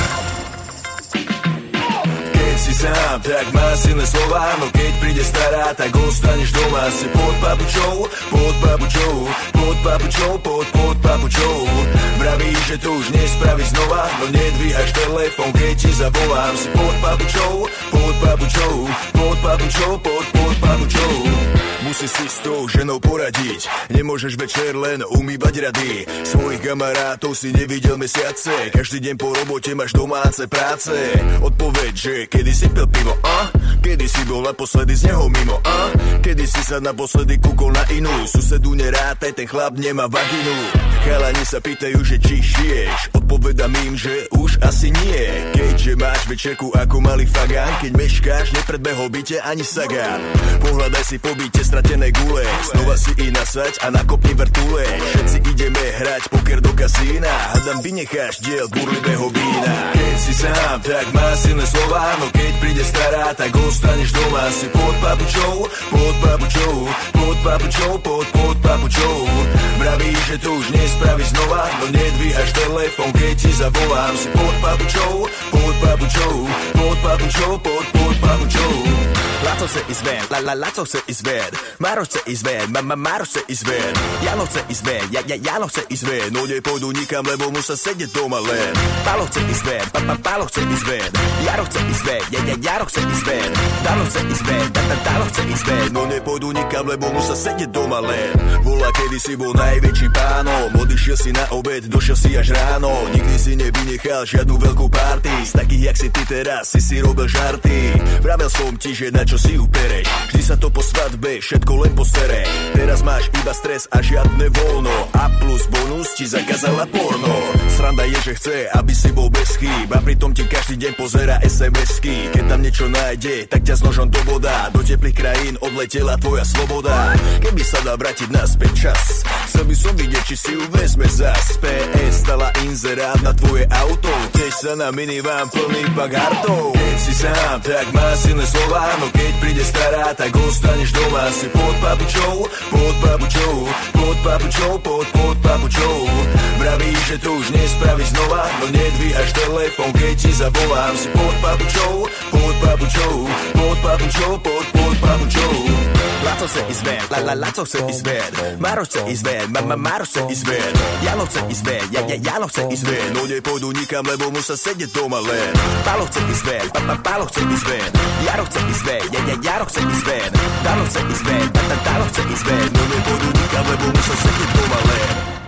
Keď si sám, tak má silné slová, no keď príde stará, tak ostaneš doma. Si pod papučou, pod papučou, pod papučou, pod, pod papučou. Vravíš, že to už nespravíš znova, no nedvíhaš telefón, keď ti zavolám. Si pod papučou, pod papučou, pod papučou, pod, pod papučou. Musíš si s tou ženou poradiť, nemôžeš večer len umývať rady. Svojich kamarátov si nevidel mesiace, každý deň po robote máš domáce práce. Odpoveď, že kedy si pil pivo, a? Kedy si bol naposledy z neho mimo, a? Kedy si sa naposledy kúkol na inú, susedu nerátaj, ten chlap nemá vaginu. Chalani sa pýtajú, že či žiješ, odpovedám im, že už asi nie. Keďže máš večerku ako malý fagán, keď meškáš, nepredbehol by ťa ani sagán. Pohľadaj si po byte stratené gule, znova si i nasaď a nakopni vrtule. Všetci ideme hrať poker do kasína, hádam vynecháš diel burlivého vína. Keď si sám, tak má silné slová, no keď príde stará, tak ostaneš doma. Si pod papučou, pod papučou, pod papučou, pod, pod papučou. Vravíš, že to už nespravíš znova, no nedvíhaš telefón, keď ti zavolám. Si pod papučou, pod papučou, pod papučou, pod, pod papučou. Laco chce ísť ven, la la Laco chce ísť ven, Maro chce ísť ven, ma ma Maro chce ísť ven, Jano chce ísť ven, ja ja Jano chce ísť ven, no nepôjdu nikam, lebo musia sedieť doma len. Palo chce ísť ven, pa pa Palo chce ísť ven, Jaro chce ísť ven, ja ja Jaro chce ísť ven, Dano chce ísť ven, ta ta Dano chce ísť ven, no nepôjdu nikam, lebo musia sedieť doma len. Volá, kedy si bol najväčší pánom, odišiel si na obed, došiel si až ráno, nikdy si nevynechal žiadnu veľkú party, z takých jak si ty teraz si si robil žarty. Vravel som ti, že na čo si upereš, vždy sa to po svadbe všetko len posere. Teraz máš iba stres a žiadne voľno, a plus bonus ti zakázala porno. Sranda je, že chce, aby si bol bez chýb, a pritom ti každý deň pozera es em esky. Keď tam niečo nájde, tak ťa s nožom do boda, do teplých krajín odletela tvoja sloboda. Keby sa dá vrátiť naspäť čas, chcel by som vidieť, či si ju vezme zas. pé es stala inzerát na tvoje auto, tiež sa na minivan plný pak hartov. Keď si sám, tak má silné slová, no keď príde stará, tak ostaneš doma. Si pod papučou, pod papučou, pod papučou, pod, pod papučou. Vravíš, že to už nespravíš znova, no nedvíhaš telefón, keď ti zavolám. Si pod papučou, pod papučou, pod papučou, pod, pod papučou. Laco chce ísť ven, la la Laco chce ísť ven, Maro chce ísť ven, ma ma Maro chce ísť ven, Jano chce ísť ven, ja ja Jano chce ísť ven, no nepôjdu nikam, lebo musia sedieť doma len. Palo chce ísť ven, pa pa Palo chce ísť ven, Jaro chce ísť ven, ja ja Jaro chce ísť ven, Dano chce ísť ven, ta ta Dano chce ísť ven, no nepôjdu nikam, lebo musia sedieť doma len.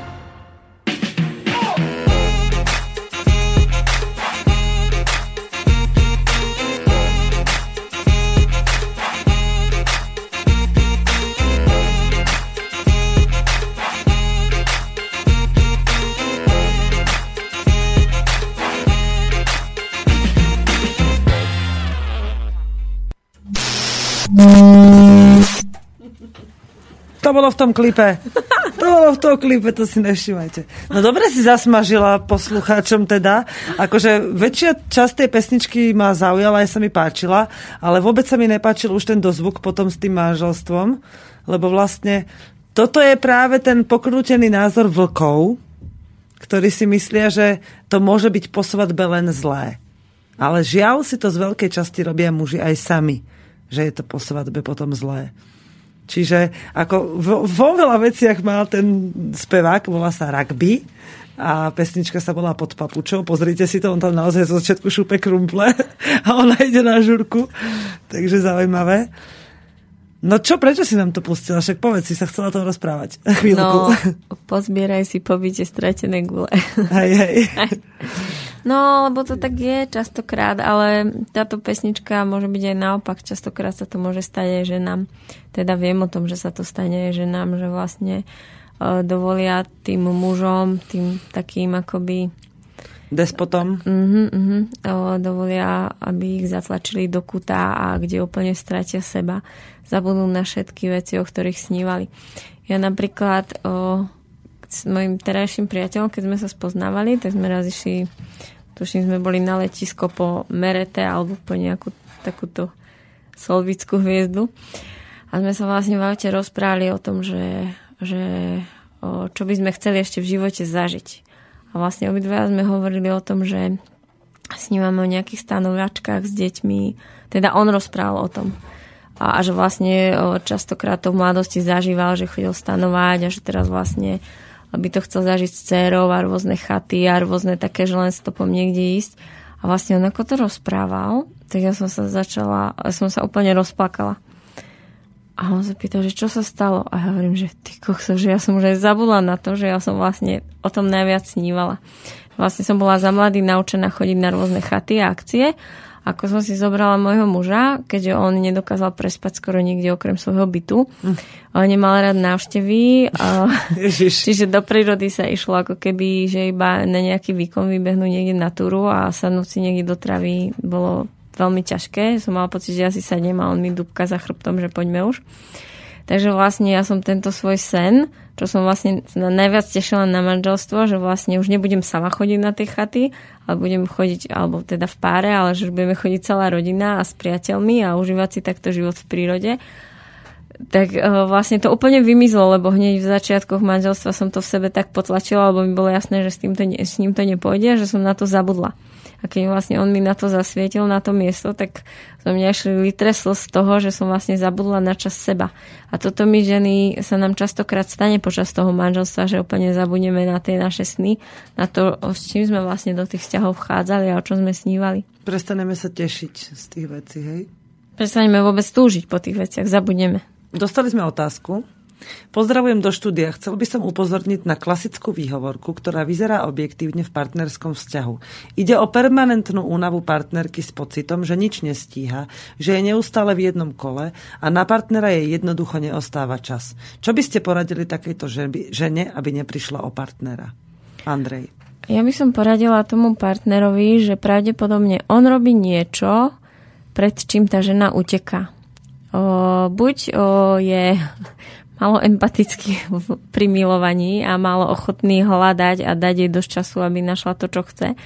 To bolo v tom klipe. To bolo v tom klipe, to si nevšimajte. No dobre si zasmažila poslucháčom teda. Akože väčšia časť tej pesničky ma zaujala, aj sa mi páčila, ale vôbec sa mi nepáčil už ten dozvuk potom s tým manželstvom, lebo vlastne toto je práve ten pokrútený názor vlkov, ktorí si myslia, že to môže byť po svadbe len zlé. Ale žiaľ si to z veľkej časti robia muži aj sami, že je to po svadbe potom zlé. Čiže ako vo, vo veľa veciach mal ten spevák, volá sa Rugby a pesnička sa volá Pod papučou. Pozrite si to, on tam naozaj zo začiatku šúpe krumple a ona ide na žurku. Takže zaujímavé. No čo, prečo si nám to pustila? Však povedz, si sa chcela o tom rozprávať. Chvíľku. No, pozbieraj si po byte stratené gule. Hej, hej. No, lebo to tak je častokrát, ale táto pesnička môže byť aj naopak. Častokrát sa to môže stať aj ženám. Teda viem o tom, že sa to stane aj ženám, že vlastne uh, dovolia tým mužom, tým takým akoby despotom. Uh-huh, uh-huh, uh, dovolia, aby ich zatlačili do kuta a kde úplne stratia seba. Zabudnú na všetky veci, o ktorých snívali. Ja napríklad uh, s mojim terajším priateľom, keď sme sa spoznávali, tak sme raz išli, tuším, sme boli na letisko po Merete alebo po nejakú takúto solvickú hviezdu. A sme sa vlastne v aute rozprávali o tom, že, že čo by sme chceli ešte v živote zažiť. A vlastne obidva sme hovorili o tom, že snívame o nejakých stanovačkách s deťmi, teda on rozprával o tom. A, a že vlastne častokrát to v mladosti zažíval, že chodil stanovať a že teraz vlastne by to chcel zažiť s dcérou a rôzne chaty a rôzne také, že len stopom niekde ísť. A vlastne on ako to rozprával, tak ja som sa začala, som sa úplne rozplakala. A on sa pýtal, že čo sa stalo? A ja hovorím, že ty kokso, že ja som už aj zabudla na to, že ja som vlastne o tom najviac snívala. Vlastne som bola za mladý naučená chodiť na rôzne chaty a akcie. Ako som si zobrala môjho muža, keďže on nedokázal prespať skoro nikde okrem svojho bytu. Mm. On nemal rád návštevy. A čiže do prírody sa išlo ako keby, že iba na nejaký výkon vybehnú niekde na túru a sadnúť si niekde do travy bolo veľmi ťažké. Som mala pocit, že ja si sadnem a on mi dúbka za chrbtom, že poďme už. Takže vlastne ja som tento svoj sen, čo som vlastne najviac tešila na manželstvo, že vlastne už nebudem sama chodiť na tie chaty, ale budem chodiť, alebo teda v páre, ale že budeme chodiť celá rodina a s priateľmi a užívať si takto život v prírode. Tak vlastne to úplne vymizlo, lebo hneď v začiatkoch manželstva som to v sebe tak potlačila, lebo mi bolo jasné, že s, týmto, s ním to nepôjde, že som na to zabudla. A keď vlastne on mi na to zasvietil, na to miesto, tak zo mňa išli litre slz z toho, že som vlastne zabudla na čas seba. A toto my ženy sa nám častokrát stane počas toho manželstva, že úplne zabudneme na tie naše sny, na to, s čím sme vlastne do tých vzťahov vchádzali a o čom sme snívali. Prestaneme sa tešiť z tých vecí, hej? Prestaneme vôbec túžiť po tých veciach, zabudneme. Dostali sme otázku. Pozdravujem do štúdia. Chcel by som upozorniť na klasickú výhovorku, ktorá vyzerá objektívne v partnerskom vzťahu. Ide o permanentnú únavu partnerky s pocitom, že nič nestíha, že je neustále v jednom kole a na partnera jej jednoducho neostáva čas. Čo by ste poradili takejto žene, aby neprišla o partnera? Andrej. Ja by som poradila tomu partnerovi, že pravdepodobne on robí niečo, pred čím tá žena uteká. O, buď o, je málo empatický pri milovaní a málo ochotný hľadať a dať jej dosť času, aby našla to, čo chce.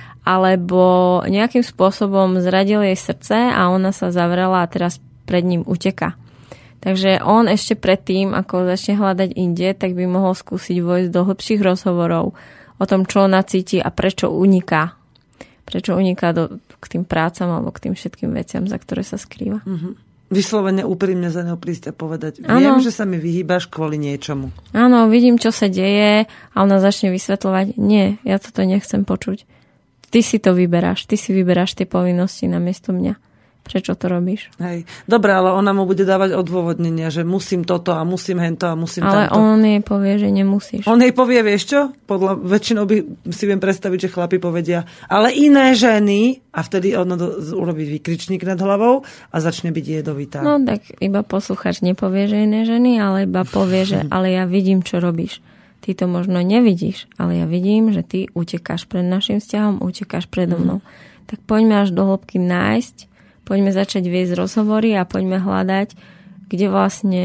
Alebo nejakým spôsobom zradil jej srdce a ona sa zavrela a teraz pred ním uteká. Takže on ešte predtým, ako začne hľadať inde, tak by mohol skúsiť vojsť do hlbších rozhovorov o tom, čo ona cíti a prečo uniká. Prečo uniká do, k tým prácam alebo k tým všetkým veciam, za ktoré sa skrýva. Mhm. Vyslovene úprimne za ňou prísť a povedať, viem, ano. Že sa mi vyhýbaš kvôli niečomu. Áno, vidím, čo sa deje a ona začne vysvetľovať, nie, ja toto nechcem počuť. Ty si to vyberáš, ty si vyberáš tie povinnosti namiesto mňa. Prečo to robíš? Hej. Dobre, ale ona mu bude dávať odôvodnenia, že musím toto a musím hento a musím ale tamto. Ale on jej povie, že nemusíš. On jej povie, vieš čo? Podľa, väčšinou by si viem predstaviť, že chlapi povedia, ale iné ženy, a vtedy ono do, urobí výkričník nad hlavou a začne byť jedovitá. No tak iba posluchač nepovie, že iné ženy, ale iba povie, že ale ja vidím, čo robíš. Ty to možno nevidíš, ale ja vidím, že ty utekáš pred našim vzťahom, utekáš predo mnou. Mm. Tak poďme až do hĺbky nájsť, poďme začať viesť rozhovory a poďme hľadať, kde vlastne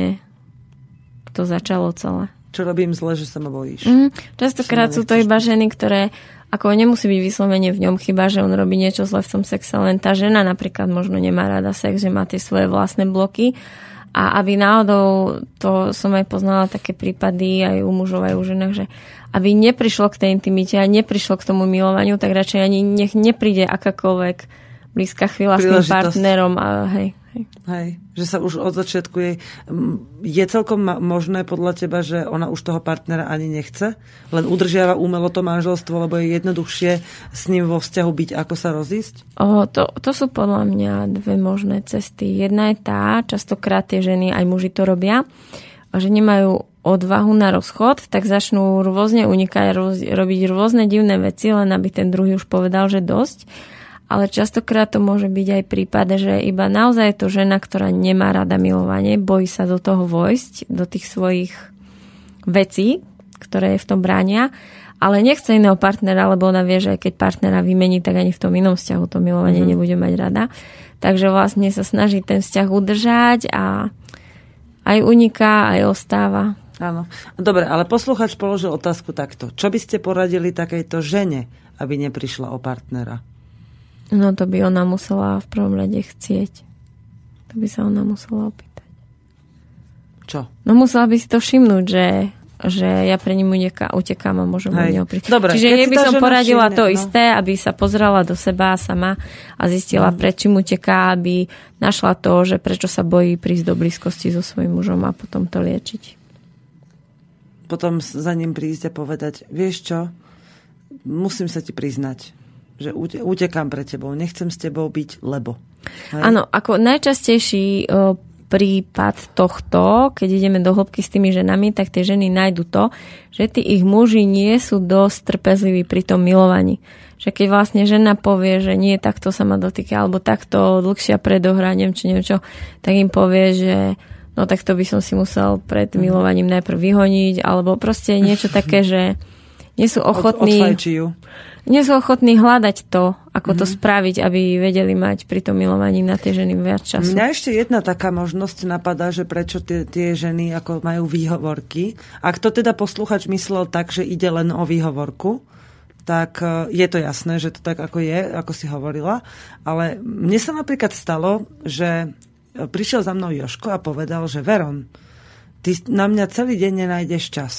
to začalo celé. Čo robím zle, že sa ma bojíš? Mm, častokrát sú to iba ženy, ktoré ako nemusí byť vyslovene v ňom chyba, že on robí niečo zle v tom sexe, len tá žena napríklad možno nemá rada sex, že má tie svoje vlastné bloky. A aby náhodou, to som aj poznala také prípady aj u mužov, aj u ženách, že aby neprišlo k tej intimite a neprišlo k tomu milovaniu, tak radšej ani nech nepríde akákoľvek blízka chvíľa s tým partnerom. A hej, hej. Hej, že sa už od začiatku jej... Je celkom možné podľa teba, že ona už toho partnera ani nechce? Len udržiava umelo to manželstvo, lebo je jednoduchšie s ním vo vzťahu byť, ako sa rozísť? O, to, to sú podľa mňa dve možné cesty. Jedna je tá, častokrát tie ženy, aj muži to robia, že nemajú odvahu na rozchod, tak začnú rôzne unikať, roz, robiť rôzne divné veci, len aby ten druhý už povedal, že dosť. Ale častokrát to môže byť aj prípad, že iba naozaj je to žena, ktorá nemá rada milovanie, bojí sa do toho vojsť, do tých svojich vecí, ktoré je v tom bránia, ale nechce iného partnera, lebo ona vie, že aj keď partnera vymení, tak ani v tom inom vzťahu to milovanie mm. nebude mať rada. Takže vlastne sa snaží ten vzťah udržať a aj uniká, aj ostáva. Áno. Dobre, ale posluchač položil otázku takto. Čo by ste poradili takejto žene, aby neprišla o partnera? No to by ona musela v prvom rade chcieť. To by sa ona musela opýtať. Čo? No musela by si to všimnúť, že že ja pre ním utekám, utekám a môžem od neho prísť. Dobre, čiže jej by som poradila všimne, to no. isté, aby sa pozrela do seba sama a zistila, mm. prečo mu uteká, aby našla to, že prečo sa bojí prísť do blízkosti so svojím mužom a potom to liečiť. Potom za ním prísť a povedať, vieš čo, musím sa ti priznať, že utekám pre tebou, nechcem s tebou byť, lebo. Áno, ako najčastejší o, prípad tohto, keď ideme do hĺbky s tými ženami, tak tie ženy nájdu to, že tí ich muži nie sú dosť trpezliví pri tom milovaní. Že keď vlastne žena povie, že nie, takto sa ma dotýka, alebo takto dlhšia predohra, neviem čo, neviem čo, tak im povie, že no tak to by som si musel pred milovaním najprv vyhoniť, alebo proste niečo také, že nie sú ochotní... Nie sú ochotní hľadať to, ako mm-hmm. to spraviť, aby vedeli mať pri tom milovaní na tie ženy viac času. Mňa ešte jedna taká možnosť napadá, že prečo tie, tie ženy ako majú výhovorky. Ak to teda posluchač myslel tak, že ide len o výhovorku, tak je to jasné, že to tak ako je, ako si hovorila. Ale mne sa napríklad stalo, že prišiel za mnou Jožko a povedal, že Veron, ty na mňa celý deň nenájdeš čas.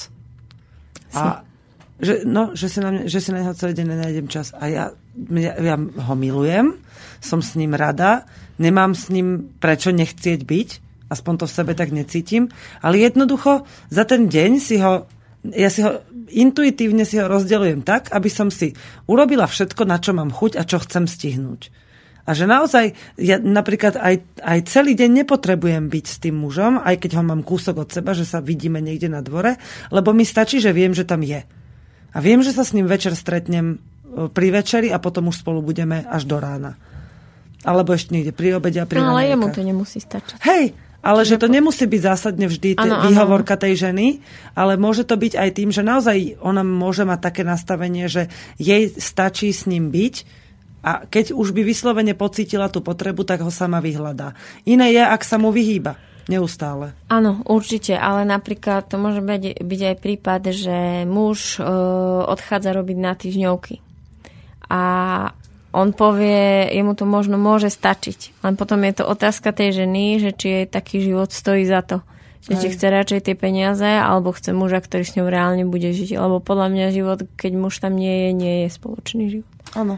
Si. A Že, no, že si, na mňa, že si na neho celý deň nenájdem čas. A ja, ja, ja ho milujem, som s ním rada, nemám s ním prečo nechcieť byť, aspoň to v sebe tak necítim, ale jednoducho za ten deň si ho, ja si ho intuitívne si ho rozdeľujem tak, aby som si urobila všetko, na čo mám chuť a čo chcem stihnúť. A že naozaj, ja napríklad aj, aj celý deň nepotrebujem byť s tým mužom, aj keď ho mám kúsok od seba, že sa vidíme niekde na dvore, lebo mi stačí, že viem, že tam je. A viem, že sa s ním večer stretnem pri večeri a potom už spolu budeme až do rána. Alebo ešte niekde pri obede a pri no, ale raňajkách. jemu to nemusí stačiť. Hej, ale že to nemusí byť zásadne vždy te- výhovorka tej ženy, ale môže to byť aj tým, že naozaj ona môže mať také nastavenie, že jej stačí s ním byť a keď už by vyslovene pocítila tú potrebu, tak ho sama vyhľadá. Iné je, ak sa mu vyhýba. Neustále. Áno, určite, ale napríklad to môže byť, byť aj prípad, že muž e, odchádza robiť na týždňovky a on povie, jemu to možno môže stačiť, len potom je to otázka tej ženy, že či jej taký život stojí za to. Že či chce radšej tie peniaze, alebo chce muža, ktorý s ňou reálne bude žiť. Lebo podľa mňa život, keď muž tam nie je, nie je spoločný život. Áno.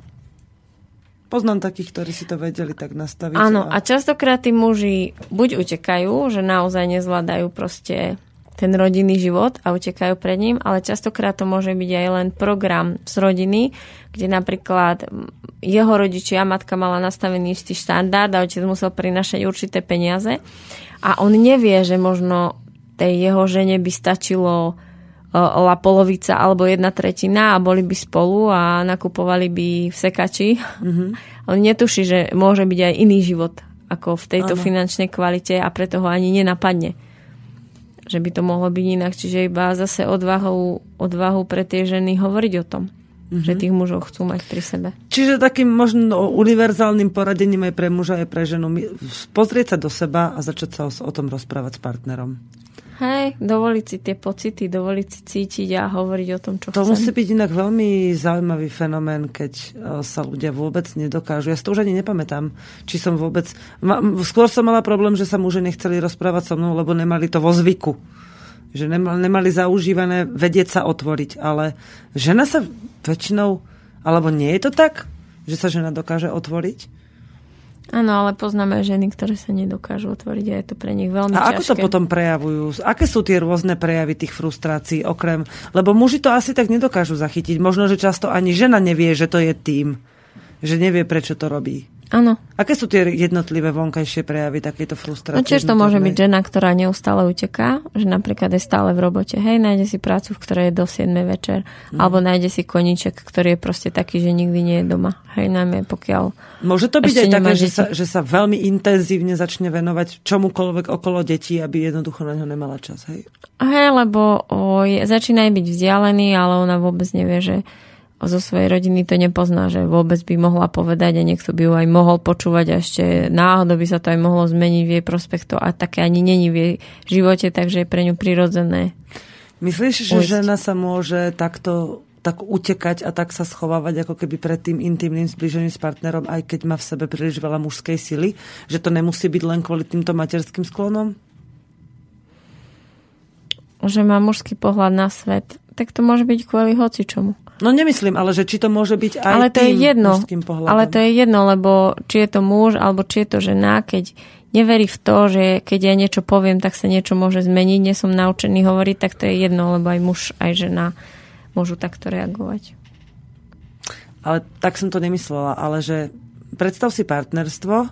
Poznám takých, ktorí si to vedeli tak nastaviť. Áno, a... a častokrát tí muži buď utekajú, že naozaj nezvládajú proste ten rodinný život a utekajú pred ním, ale častokrát to môže byť aj len program z rodiny, kde napríklad jeho rodičia, matka mala nastavený istý štandard a otec musel prinášať určité peniaze a on nevie, že možno tej jeho žene by stačilo la polovica alebo jedna tretina a boli by spolu a nakupovali by v sekači. Mm-hmm. On netuší, že môže byť aj iný život ako v tejto ano. Finančnej kvalite a preto ho ani nenapadne, že by to mohlo byť inak. Čiže iba zase odvahu, odvahu pre tie ženy hovoriť o tom, mm-hmm. že tých mužov chcú mať pri sebe. Čiže takým možno univerzálnym poradením aj pre muža, aj pre ženu pozrieť sa do seba a začať sa o, o tom rozprávať s partnerom. Hej, dovoliť si tie pocity, dovoliť si cítiť a hovoriť o tom, čo to chcem. To musí byť inak veľmi zaujímavý fenomén, keď sa ľudia vôbec nedokážu. Ja si to už ani nepamätám, či som vôbec... Skôr som mala problém, že sa muži nechceli rozprávať so mnou, lebo nemali to vo zvyku. Že nemali, nemali zaužívané vedieť sa otvoriť. Ale žena sa väčšinou... Alebo nie je to tak, že sa žena dokáže otvoriť? Áno, ale poznáme ženy, ktoré sa nedokážu otvoriť a je to pre nich veľmi ťažké. A ako to potom prejavujú? Aké sú tie rôzne prejavy tých frustrácií okrem? Lebo muži to asi tak nedokážu zachytiť. Možno, že často ani žena nevie, že to je tým. Že nevie, prečo to robí. Áno. Aké sú tie jednotlivé vonkajšie prejavy takéto frustrácie? No tiež to môže byť žena, ktorá neustále uteká, že napríklad je stále v robote. Hej, nájde si prácu, v ktorej je do siedmej večer, mm. alebo nájde si koníček, ktorý je proste taký, že nikdy nie je doma. Hej, najmä pokiaľ môže to byť aj také, že sa, že sa veľmi intenzívne začne venovať čomukoľvek okolo detí, aby jednoducho na ňo nemala čas. Hej, hej lebo o, je, začína aj byť vzdialený, ale ona vôbec nevie, že zo svojej rodiny to nepozná, že vôbec by mohla povedať a niekto by ju aj mohol počúvať a ešte náhodou by sa to aj mohlo zmeniť v jej prospektu a také ani není v jej živote, takže je pre ňu prirodzené. Myslíš, že ujsť. Žena sa môže takto tak utekať a tak sa schovávať ako keby pred tým intimným zblížením s partnerom, aj keď má v sebe príliš veľa mužskej sily? Že to nemusí byť len kvôli týmto materským sklonom? že má mužský pohľad na svet, tak to môže byť kvôli hocičomu. No nemyslím, ale že či to môže byť aj ale to tým je jedno, mužským pohľadom. Ale to je jedno, lebo či je to muž, alebo či je to žena, keď neverí v to, že keď ja niečo poviem, tak sa niečo môže zmeniť, nie som naučený hovoriť, tak to je jedno, lebo aj muž, aj žena môžu takto reagovať. Ale tak som to nemyslela, ale že predstav si partnerstvo,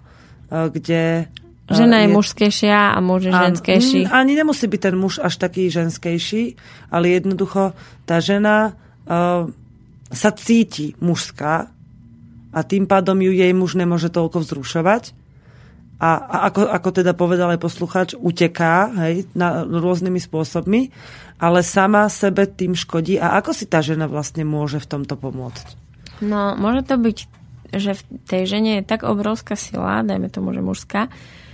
kde... Žena je, je mužskejšia a muž je ženskejší. Ani nemusí byť ten muž až taký ženskejší, ale jednoducho tá žena uh, sa cíti mužská a tým pádom ju jej muž nemôže toľko vzrušovať. A, a ako, ako teda povedal aj poslucháč, uteká, hej, na, rôznymi spôsobmi, ale sama sebe tým škodí. A ako si tá žena vlastne môže v tomto pomôcť? No, môže to byť, že v tej žene je tak obrovská sila, dajme tomu, že mužská,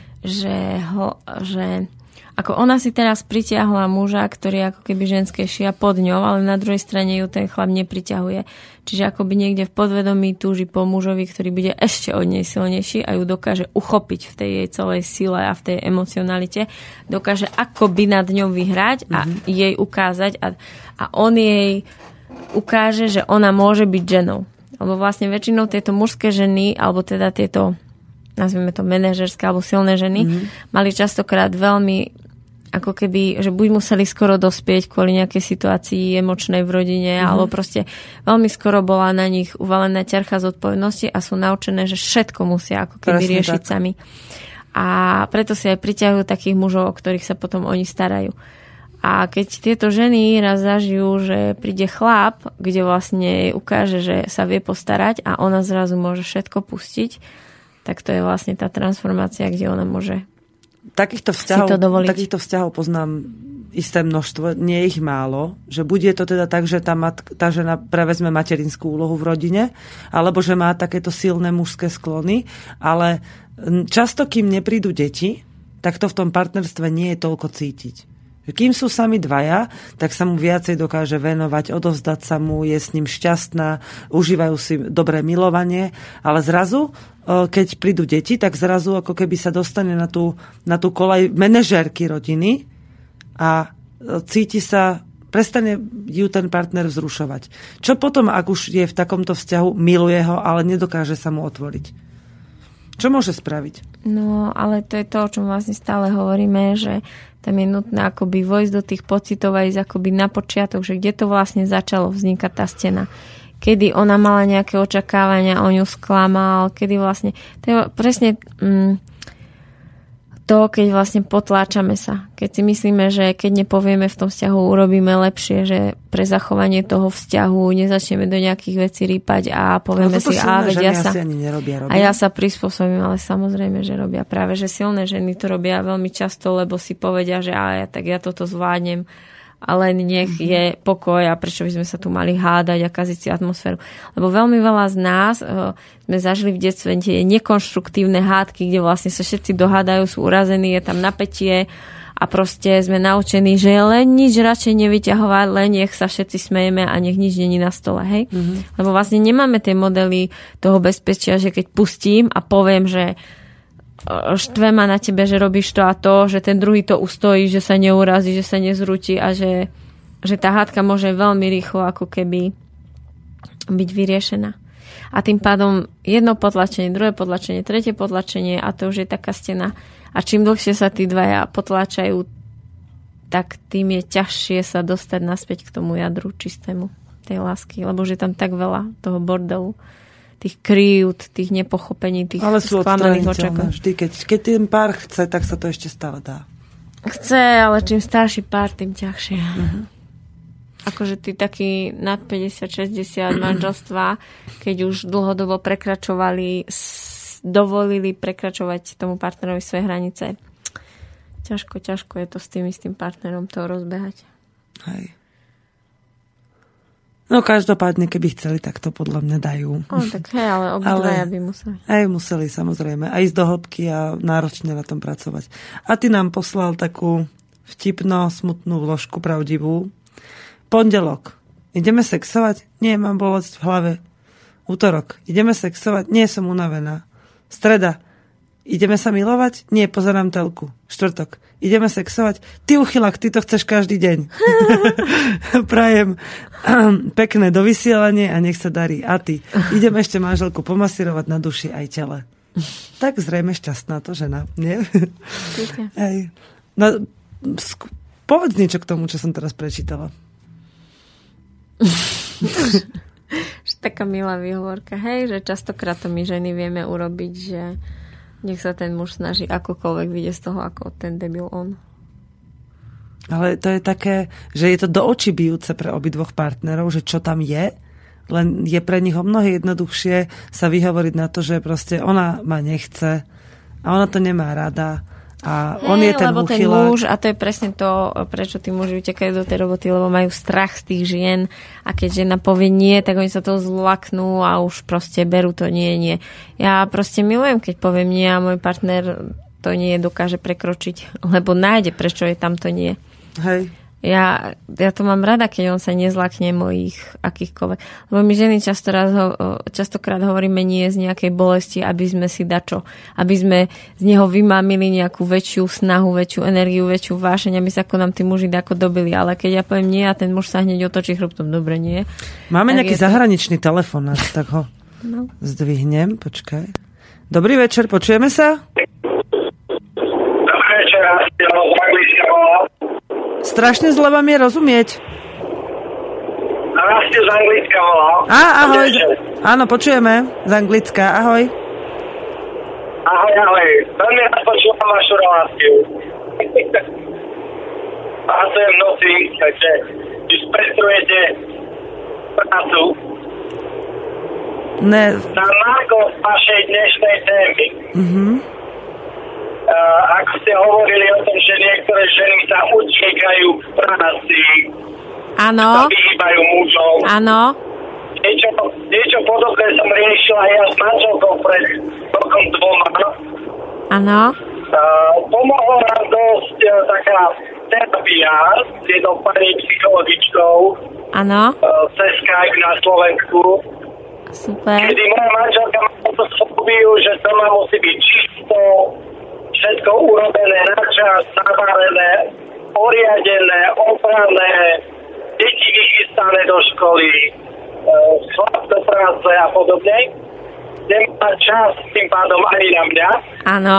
že, ho, že ako ona si teraz pritiahla muža, ktorý je ako keby ženskejší a pod ňou, ale na druhej strane ju ten chlap nepriťahuje. Čiže akoby niekde v podvedomí túži po mužovi, ktorý bude ešte od nej silnejší a ju dokáže uchopiť v tej jej celej sile a v tej emocionalite. Dokáže akoby nad ňou vyhrať a mm-hmm. jej ukázať a, a on jej ukáže, že ona môže byť ženou. Lebo vlastne väčšinou tieto mužské ženy, alebo teda tieto nazvime to manažerské alebo silné ženy, mm-hmm. mali častokrát veľmi ako keby, že buď museli skoro dospieť kvôli nejakej situácii emočnej v rodine, mm-hmm. alebo proste veľmi skoro bola na nich uvalená ťarcha zodpovednosti a sú naučené, že všetko musia ako keby Presne riešiť tak. sami. A preto si aj priťahujú takých mužov, o ktorých sa potom oni starajú. A keď tieto ženy raz zažijú, že príde chlap, kde vlastne ukáže, že sa vie postarať a ona zrazu môže všetko pustiť, tak to je vlastne tá transformácia, kde ona môže takýchto vzťahov, takýchto vzťahov poznám isté množstvo, nie ich málo, že buď je to teda tak, že tá, mat, tá žena prevezme materinskú úlohu v rodine, alebo že má takéto silné mužské sklony, ale často, kým neprídu deti, tak to v tom partnerstve nie je toľko cítiť. Kým sú sami dvaja, tak sa mu viacej dokáže venovať, odovzdať sa mu, je s ním šťastná, užívajú si dobré milovanie, ale zrazu, keď prídu deti, tak zrazu ako keby sa dostane na tú, na tú kolaj manažérky rodiny a cíti sa, prestane ju ten partner vzrušovať. Čo potom, ak už je v takomto vzťahu, miluje ho, ale nedokáže sa mu otvoriť? Čo môže spraviť? No, ale to je to, o čom vlastne stále hovoríme, že tam je nutné akoby vojsť do tých pocitov a ísť akoby na počiatok, že kde to vlastne začalo vznikať tá stena. Kedy ona mala nejaké očakávania, on ju sklamal, kedy vlastne... To je presne mm, to, keď vlastne potláčame sa. Keď si myslíme, že keď nepovieme v tom vzťahu, urobíme lepšie, že pre zachovanie toho vzťahu nezačneme do nejakých vecí rýpať a povieme si, a veď ja sa... Nerobia, robia. A ja sa prispôsobím, ale samozrejme, že robia. Práve, že silné ženy to robia veľmi často, lebo si povedia, že a ja, tak ja toto zvládnem, ale nech je pokoj a prečo by sme sa tu mali hádať a kaziť si atmosféru. Lebo veľmi veľa z nás uh, sme zažili v detstve tie nekonštruktívne hádky, kde vlastne sa všetci dohádajú, sú urazení, je tam napätie a proste sme naučení, že len nič radšej nevyťahovať, len nech sa všetci smejeme a nech nič není na stole. Hej? Mm-hmm. Lebo vlastne nemáme tie modely toho bezpečia, že keď pustím a poviem, že štve ma na tebe, že robíš to a to, že ten druhý to ustojí, že sa neurazí, že sa nezrúti a že, že tá hádka môže veľmi rýchlo ako keby byť vyriešená. A tým pádom jedno potlačenie, druhé potlačenie, tretie potlačenie a to už je taká stena. A čím dlhšie sa tí dvaja potláčajú, tak tým je ťažšie sa dostať naspäť k tomu jadru čistému tej lásky, lebo už je tam tak veľa toho bordelu, tých krývd, tých nepochopení, tých sklamaných očakávaní. Vždy, keď, keď ten pár chce, tak sa to ešte stále dá. Chce, ale čím starší pár, tým ťažšie. Uh-huh. Akože tí takí nad päťdesiat šesťdesiat manželstva, keď už dlhodobo prekračovali, dovolili prekračovať tomu partnerovi svoje hranice. Ťažko, ťažko je to s tým istým partnerom to rozbehať. Hej. No každopádne, keby chceli, tak to podľa mňa dajú. O, tak hej, ale obidvaja by museli. Aj museli, samozrejme. Aj ísť do hĺbky a náročne na tom pracovať. A ty nám poslal takú vtipno, smutnú vložku, pravdivú. Pondelok. Ideme sexovať? Nie, mám bolesť v hlave. Útorok. Ideme sexovať? Nie, som unavená. Streda. Ideme sa milovať? Nie, pozerám telku. Štvrtok. Ideme sexovať? Ty uchylak, ty to chceš každý deň. Prajem pekné dovysielanie a nech sa darí. A ty? Ideme ešte manželku pomasírovať na duši aj tele. Tak zrejme šťastná to žena, nie? Hej. No, sk- povedz niečo k tomu, čo som teraz prečítala. Taká milá výhovorka. Hej, že častokrát to my ženy vieme urobiť, že nech sa ten muž snaží akokoľvek vyjde z toho, ako ten debil on. Ale to je také, že je to do očí bijúce pre obidvoch partnerov, že čo tam je, len je pre nich o mnoho jednoduchšie sa vyhovoriť na to, že proste ona ma nechce a ona to nemá rada a on hey, je ten lebo uchylák. Ten muž, a to je presne to, prečo tí muži utekajú do tej roboty, lebo majú strach z tých žien a keď žena povie nie, tak oni sa toho zlaknú a už proste berú to nie, nie. Ja proste milujem, keď poviem nie a môj partner to nie dokáže prekročiť, lebo nájde, prečo je tam to nie. Hej. Ja, ja to mám rada, keď on sa nezlakne mojich akýchkoľvek. Lebo my ženy často raz ho, častokrát hovoríme nie z nejakej bolesti, aby sme si dačo. Aby sme z neho vymámili nejakú väčšiu snahu, väčšiu energiu, väčšiu vášeň, aby sa ako nám tí muži dako dobili. Ale keď ja poviem nie a ten muž sa hneď otočí chrbtom, dobre, nie. Máme tak nejaký to... zahraničný telefonát, tak ho no. zdvihnem. Počkaj. Dobrý večer, počujeme sa? Dobrý večer, strašne zle vám je rozumieť. Rastie z Anglicka volal. Á, ahoj. Z... Áno, počujeme. Z Anglicka. Ahoj. Ahoj, ahoj. Veľmi rád počúvam vašu reláciu. Pracujem v noci, takže vy spestrujete prácu. Ne. Na Marko vašej dnešnej témy. Mhm. Uh, ako ste hovorili o tom, že niektoré ženy sa utiekajú v práci, áno, sa vyhýbajú mužov. Áno. Niečo, niečo podobné som riešila ja s manželkou pred rokom dvoma. Áno. Uh, pomohla nám dosť uh, taká terapia s jednou pani psychologičkou. Áno. Uh, cez Skype na Slovensku. Super. Kedy moja manželka má to fóbiu, že doma musí byť čisto, všetko urobené na čas, navarené, oriadené, oprané, deti vychystané do školy, chlap do práce a podobne. Nemá čas tým pádom ani na mňa. Áno.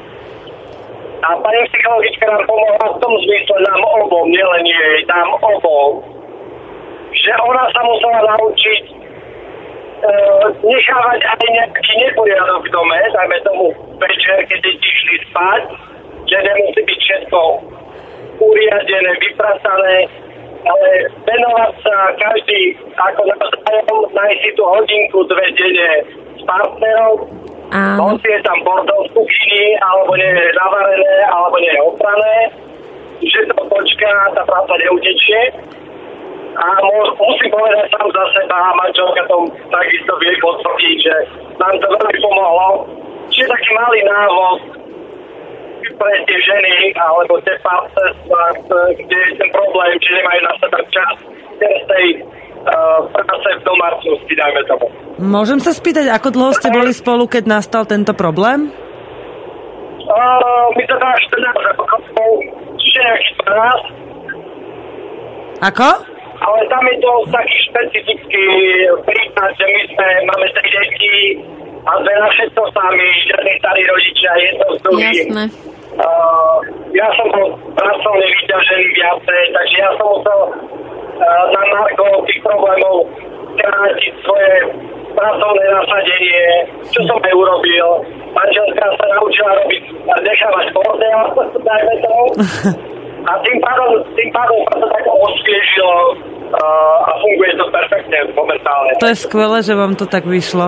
A pani psychologička nám pomohla v tom zmysle nám obom, nielen jej, nám obom, že ona sa musela naučiť Uh, nechávať aj nejaký neporiadok v dome, dajme tomu večer, keď deti šli spať, že nemusí byť všetko uriadené, vypracané, ale venovať sa každý ako navzájom, nájsť si tú hodinku, dve denne s partnerom, hoci je tam bordel v kuchyni, alebo nie je navarené, alebo nie je oprané, že to počká, tá práca neutečie. A musím povedať sám za seba, a manželka tom takisto vie potvrdiť, že nám to veľmi pomohlo. Čiže taký malý návod pre tie ženy, alebo tie partnerstva, kde je ten problém, že nemajú na seba čas z tej uh, práce v domácnosti, dajme tomu. Môžem sa spýtať, ako dlho ste boli spolu, keď nastal tento problém? Uh, my sa dá štrnásť rokov, čiže nejaký dvanásť. Ako? Ale tam je to taký špecifický prípad, že my sme, máme tri deti a sme na všetko sami, žiadni starí rodičia, jedno z druhých. Jasné. Uh, ja som bol pracovne vyťažený viacej, takže ja som musel uh, na margo tých problémov krátiť svoje pracovné nasadenie, čo som aj urobil. Manželská sa naučila robiť, nechávať bordel, dajme tomu. A tým pádom, tým pádom sa to tak osviežilo uh, a funguje to perfektne momentálne. To je skvelé, že vám to tak vyšlo.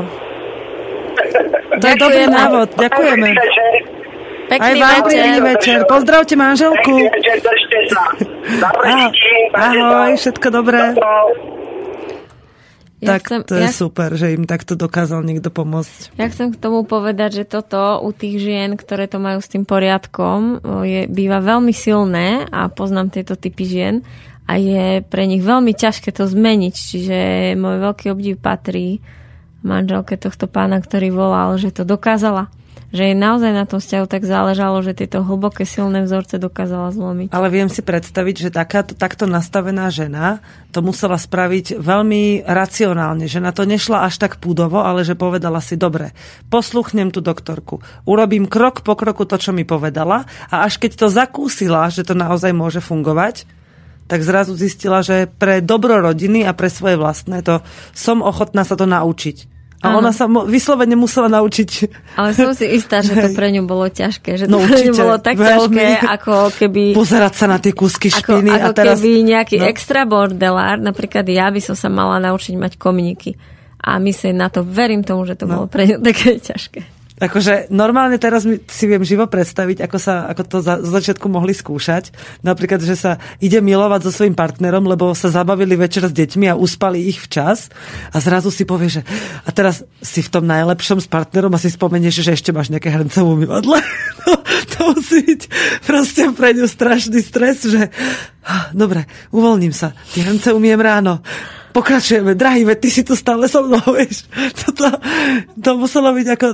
To je dobrý návod, ďakujeme. Pekný aj vám pekný večer. Pozdravte manželku. Pekný večer, držte sa. Ahoj, všetko dobré. Ja tak chcem, to je ja, super, že im takto dokázal niekto pomôcť. Ja chcem k tomu povedať, že toto u tých žien, ktoré to majú s tým poriadkom, je, býva veľmi silné a poznám tieto typy žien a je pre nich veľmi ťažké to zmeniť. Čiže môj veľký obdiv patrí manželke tohto pána, ktorý volal, že to dokázala. že jej naozaj na tom vzťahu tak záležalo, že tieto hlboké silné vzorce dokázala zlomiť. Ale viem si predstaviť, že takáto, takto nastavená žena to musela spraviť veľmi racionálne, že na to nešla až tak púdovo, ale že povedala si, dobre, posluchnem tú doktorku, urobím krok po kroku to, čo mi povedala a až keď to zakúsila, že to naozaj môže fungovať, tak zrazu zistila, že pre dobro rodiny a pre svoje vlastné to som ochotná sa to naučiť. A ano. Ona sa mo- vyslovene musela naučiť. Ale som si istá, že to pre ňu bolo ťažké. Že to no, pre ňu bolo tak veľmi ťažké, ako keby... Pozerať sa na tie kúsky špiny. Ako, ako a teraz... keby nejaký no. extra bordelár, napríklad ja by som sa mala naučiť mať komuniky. A myslím na to, verím tomu, že to no. bolo pre ňu také ťažké. Akože normálne teraz si viem živo predstaviť, ako sa ako to za, z začiatku mohli skúšať. Napríklad, že sa ide milovať so svojím partnerom, lebo sa zabavili večer s deťmi a uspali ich včas. A zrazu si povie, že a teraz si v tom najlepšom s partnerom a si spomenieš, že ešte máš nejaké hrnce v umývadle. No, to musí byť proste pre ňu strašný stres, že dobre, uvoľním sa. Tie hrnce umiem ráno. Pokračujeme, drahý, veď ty si tu stále so mnou, vieš. Toto, to muselo byť ako...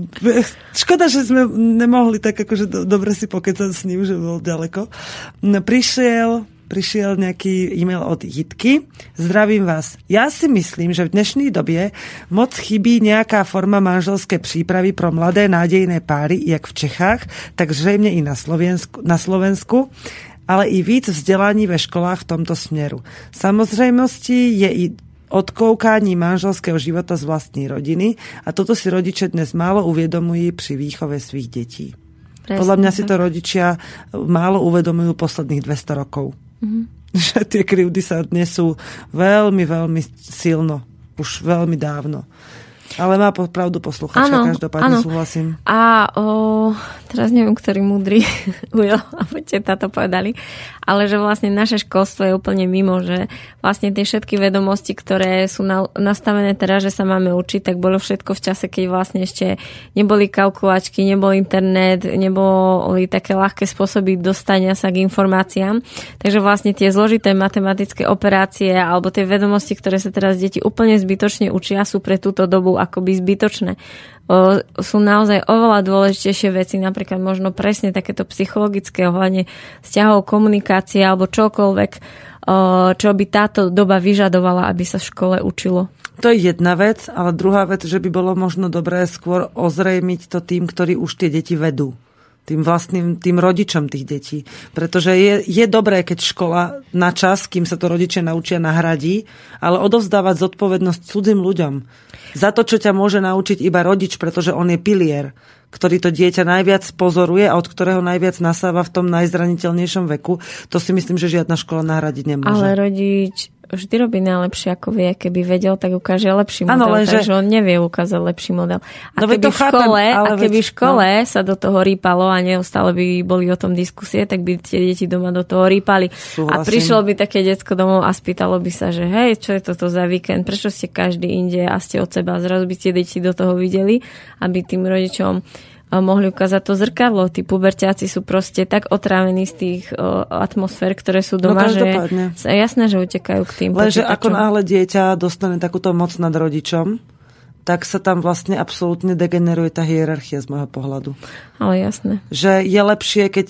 Škoda, že sme nemohli tak akože do, dobre si pokecať s ním, že bol ďaleko. No, prišiel, prišiel nejaký e-mail od Jitky. Zdravím vás. Ja si myslím, že v dnešnej době moc chybí nejaká forma manželské přípravy pro mladé nádejné páry, jak v Čechách, tak zřejmě i na Slovensku. Na Slovensku ale i víc vzdelání ve školách v tomto směru. Samozřejmostí je i odkoukání manželského života z vlastní rodiny a toto si rodiče dnes málo uvědomují při výchove svých dětí. Presne, podľa mňa si to rodičia málo uvedomujú posledných dvesto rokov. Mm-hmm. Že tie krivdy sa nesú veľmi, veľmi silno. Už veľmi dávno. Ale má pravdu posluchačka, každopádne áno. Súhlasím. A o, teraz neviem, ktorý múdry Ujo a teta to povedali, ale že vlastne naše školstvo je úplne mimo, že vlastne tie všetky vedomosti, ktoré sú na, nastavené teraz, že sa máme učiť, tak bolo všetko v čase, keď vlastne ešte neboli kalkulačky, nebol internet, neboli také ľahké spôsoby dostania sa k informáciám. Takže vlastne tie zložité matematické operácie alebo tie vedomosti, ktoré sa teraz deti úplne zbytočne učia, sú pre túto dobu akoby zbytočné. O, sú naozaj oveľa dôležitejšie veci, napríklad možno presne takéto psychologické ohľadne vzťahov, komunikácie alebo čokoľvek, o, čo by táto doba vyžadovala, aby sa v škole učilo. To je jedna vec, ale druhá vec, že by bolo možno dobré skôr ozrejmiť to tým, ktorí už tie deti vedú. Tým vlastným, tým rodičom tých detí. Pretože je, je dobré, keď škola na čas, kým sa to rodičia naučia, nahradí, ale odovzdávať zodpovednosť cudzým ľuďom. Za to, čo ťa môže naučiť iba rodič, pretože on je pilier, ktorý to dieťa najviac pozoruje a od ktorého najviac nasáva v tom najzraniteľnejšom veku, to si myslím, že žiadna škola nahradiť nemôže. Ale rodič vždy robí najlepšie, ako vie. Keby vedel, tak ukáže lepší model. Ano, lenže... Takže on nevie ukázať lepší model. A no keby, v škole, chápem, a keby veď, v škole no. sa do toho rýpalo a neustále by boli o tom diskusie, tak by tie deti doma do toho rýpali. Súhlasím. A prišlo by také decko domov a spýtalo by sa, že hej, čo je toto za víkend? Prečo ste každý inde a ste od seba? Zrazu by tie deti do toho videli, aby tým rodičom mohli ukázať to zrkadlo. Tí puberťáci sú proste tak otrávení z tých o, atmosfér, ktoré sú doma, no, že je jasné, že utekajú k tým. Lenže ako náhle dieťa dostane takúto moc nad rodičom, tak sa tam vlastne absolútne degeneruje tá hierarchia z môjho pohľadu. Ale jasné. Že je lepšie, keď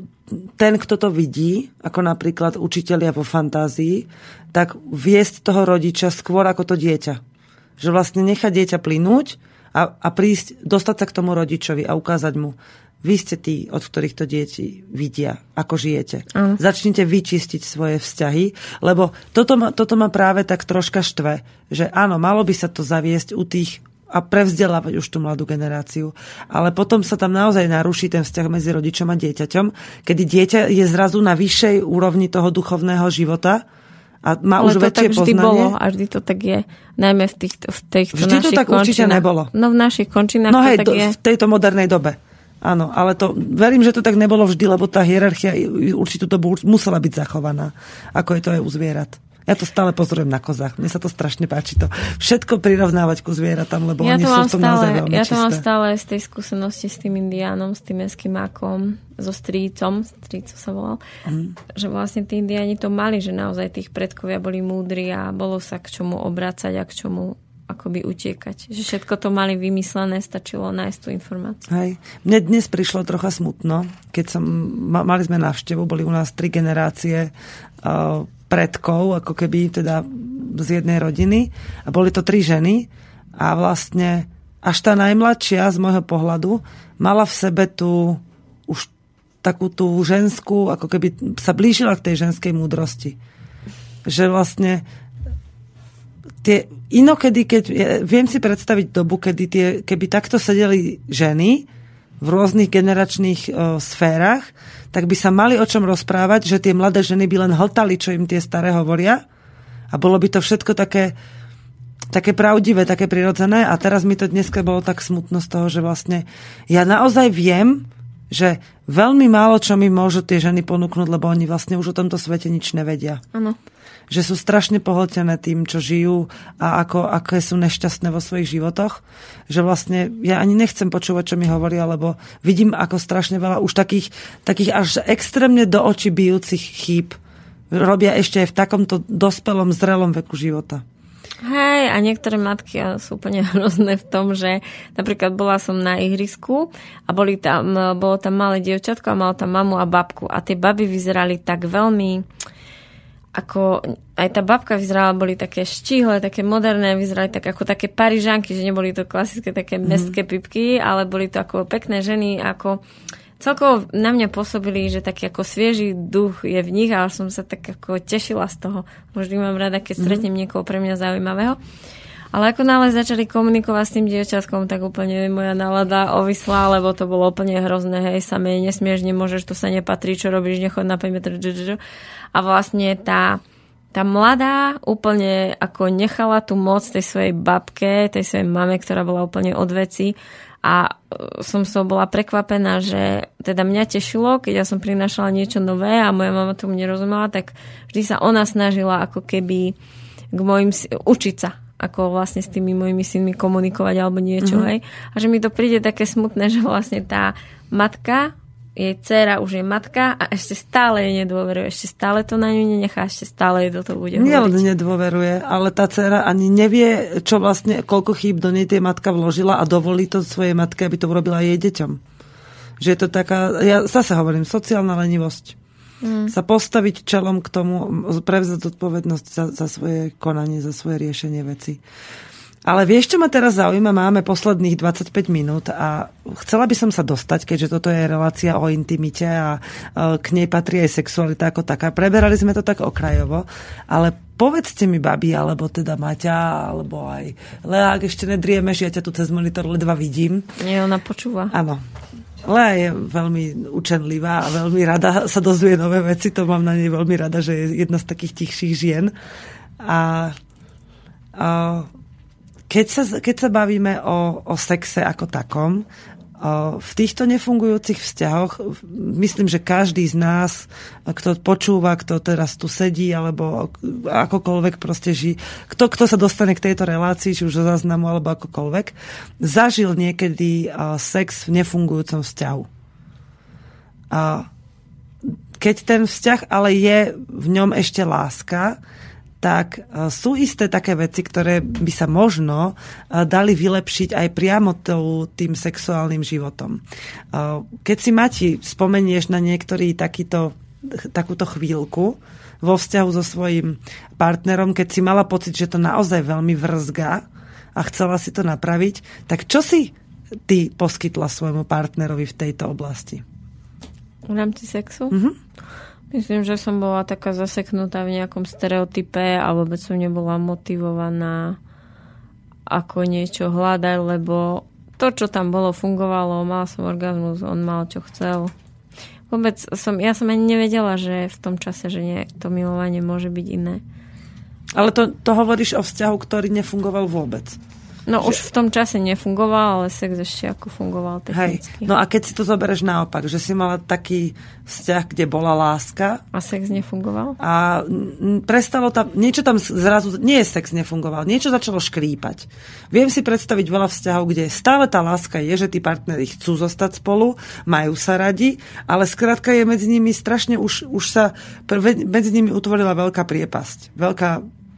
ten, kto to vidí, ako napríklad učitelia vo fantázii, tak viesť toho rodiča skôr ako to dieťa. Že vlastne nechá dieťa plynúť A, a prísť, dostať sa k tomu rodičovi a ukázať mu, vy ste tí, od ktorých to deti vidia, ako žijete. Mm. Začnite vyčistiť svoje vzťahy, lebo toto ma, toto ma práve tak troška štve, že áno, malo by sa to zaviesť u tých a prevzdelávať už tú mladú generáciu, ale potom sa tam naozaj naruší ten vzťah medzi rodičom a dieťaťom, kedy dieťa je zrazu na vyššej úrovni toho duchovného života a má ale už väčšie poznanie. Ale to tak vždy bolo a vždy to tak je. Najmä v týchto, v týchto vždy našich končinách. Vždy to tak určite nebolo. No v našich končinách no to hej, tak do, je. v tejto modernej dobe. Áno, ale to, verím, že to tak nebolo vždy, lebo tá hierarchia určitú dobu musela byť zachovaná. Ako je to aj u zvierat. Ja to stále pozorujem na kozách. Mne sa to strašne páči. To všetko prirovnávať ku zvieratám, lebo ja oni sú v tom stále, naozaj veľmi ja čisté. Ja to mám stále z tej skúsenosti s tým indiánom, s tým eskimákom, so strícom, stríco sa volal, mm. že vlastne tí indiáni to mali, že naozaj tých predkovia boli múdri a bolo sa k čomu obracať a k čomu, akoby utiekať. Že všetko to mali vymyslené, stačilo nájsť tú informáciu. Hej. Mne dnes prišlo trocha smutno, keď som, mali sme návštevu, boli u nás tri generácie uh, predkov, ako keby teda z jednej rodiny a boli to tri ženy a vlastne až tá najmladšia z môjho pohľadu mala v sebe tú už takú tú ženskú, ako keby sa blížila k tej ženskej múdrosti. Že vlastne tie inokedy, keď ja viem si predstaviť dobu, kedy tie, keby takto sedeli ženy v rôznych generačných o, sférach, tak by sa mali o čom rozprávať, že tie mladé ženy by len hltali, čo im tie staré hovoria a bolo by to všetko také, také pravdivé, také prirodzené a teraz mi to dneska bolo tak smutno z toho, že vlastne ja naozaj viem, že veľmi málo čo mi môžu tie ženy ponúknuť, lebo oni vlastne už o tomto svete nič nevedia. Áno. Že sú strašne pohltené tým, čo žijú a ako, aké sú nešťastné vo svojich životoch. Že vlastne ja ani nechcem počúvať, čo mi hovoria, lebo vidím, ako strašne veľa už takých, takých až extrémne do očí bijúcich chýb robia ešte aj v takomto dospelom, zrelom veku života. Hej, a niektoré matky sú úplne hrozné v tom, že napríklad bola som na ihrisku a boli tam, bolo tam malé dievčatko a malo tam mamu a babku a tie baby vyzerali tak veľmi ako, aj tá babka vyzerala, boli také štíhle, také moderné, vyzerali tak ako také Parížanky, že neboli to klasické také mestské pipky, ale boli to ako pekné ženy, ako celkovo na mňa pôsobili, že taký ako svieži duch je v nich a som sa tak ako tešila z toho. Vždy mám rada, keď stretnem niekoho pre mňa zaujímavého. Ale ako náhle začali komunikovať s tým dievčatkom, tak úplne moja nálada ovisla, lebo to bolo úplne hrozné. Hej, samé nesmieš, nemôžeš, to sa nepatrí, čo robíš, nechod na päť metrov. A vlastne tá, tá mladá úplne ako nechala tú moc tej svojej babke, tej svojej mame, ktorá bola úplne od veci. A som so bola prekvapená, že teda mňa tešilo, keď ja som prinášala niečo nové a moja mama tomu nerozumela, tak vždy sa ona snažila ako keby k mojim, učiť sa, ako vlastne s tými mojimi synmi komunikovať alebo niečo, mm-hmm. hej. A že mi to príde také smutné, že vlastne tá matka, jej dcéra už je matka a ešte stále jej nedôveruje, ešte stále to na ňu nenechá, ešte stále jej do toho bude hovoriť. Nie len nedôveruje, ale tá dcéra ani nevie, čo vlastne, koľko chýb do nej tie matka vložila a dovolí to svojej matke, aby to urobila jej deťom. Že je to taká, ja zase hovorím, sociálna lenivosť. Mm. Sa postaviť čelom k tomu, prevzať zodpovednosť za, za svoje konanie, za svoje riešenie veci. Ale vieš, čo ma teraz zaujíma? Máme posledných dvadsaťpäť minút a chcela by som sa dostať, keďže toto je relácia o intimite a k nej patrí aj sexualita ako taká. Preberali sme to tak okrajovo, ale povedzte mi, babi, alebo teda Maťa, alebo aj Lea, ak ešte nedriemeš, ja ťa tu cez monitor ledva vidím. Nie, ona počúva. Áno. Lea je veľmi učenlivá a veľmi rada sa dozvie nové veci, to mám na nej veľmi rada, že je jedna z takých tichších žien. A... a Keď sa, keď sa bavíme o, o sexe ako takom, o, v týchto nefungujúcich vzťahoch, myslím, že každý z nás, kto počúva, kto teraz tu sedí, alebo akokoľvek proste žije, kto, kto sa dostane k tejto relácii, či už zo záznamu, alebo akokoľvek, zažil niekedy o, sex v nefungujúcom vzťahu. A keď ten vzťah ale je v ňom ešte láska, tak sú isté také veci, ktoré by sa možno dali vylepšiť aj priamo tým sexuálnym životom. Keď si, Mati, spomenieš na niektorý takýto, takúto chvíľku vo vzťahu so svojím partnerom, keď si mala pocit, že to naozaj veľmi vrzga a chcela si to napraviť, tak čo si ty poskytla svojmu partnerovi v tejto oblasti? V rámci sexu? Mhm. Myslím, že som bola taká zaseknutá v nejakom stereotype a vôbec som nebola motivovaná ako niečo hľadať, lebo to, čo tam bolo, fungovalo, mal som orgazmus, on mal, čo chcel. Vôbec som, ja som ani nevedela, že v tom čase, že nie, to milovanie môže byť iné. Ale to, to hovoríš o vzťahu, ktorý nefungoval vôbec. No že... už v tom čase nefungoval, ale sex ešte ako fungoval technicky. Hej. No a keď si to zoberieš naopak, že si mala taký vzťah, kde bola láska. A sex nefungoval? A prestalo tam, niečo tam zrazu, nie sex nefungoval, niečo začalo škrípať. Viem si predstaviť veľa vzťahov, kde stále tá láska je, že tí partneri chcú zostať spolu, majú sa radi, ale skrátka je medzi nimi strašne, už, už sa medzi nimi utvorila veľká priepasť. Veľká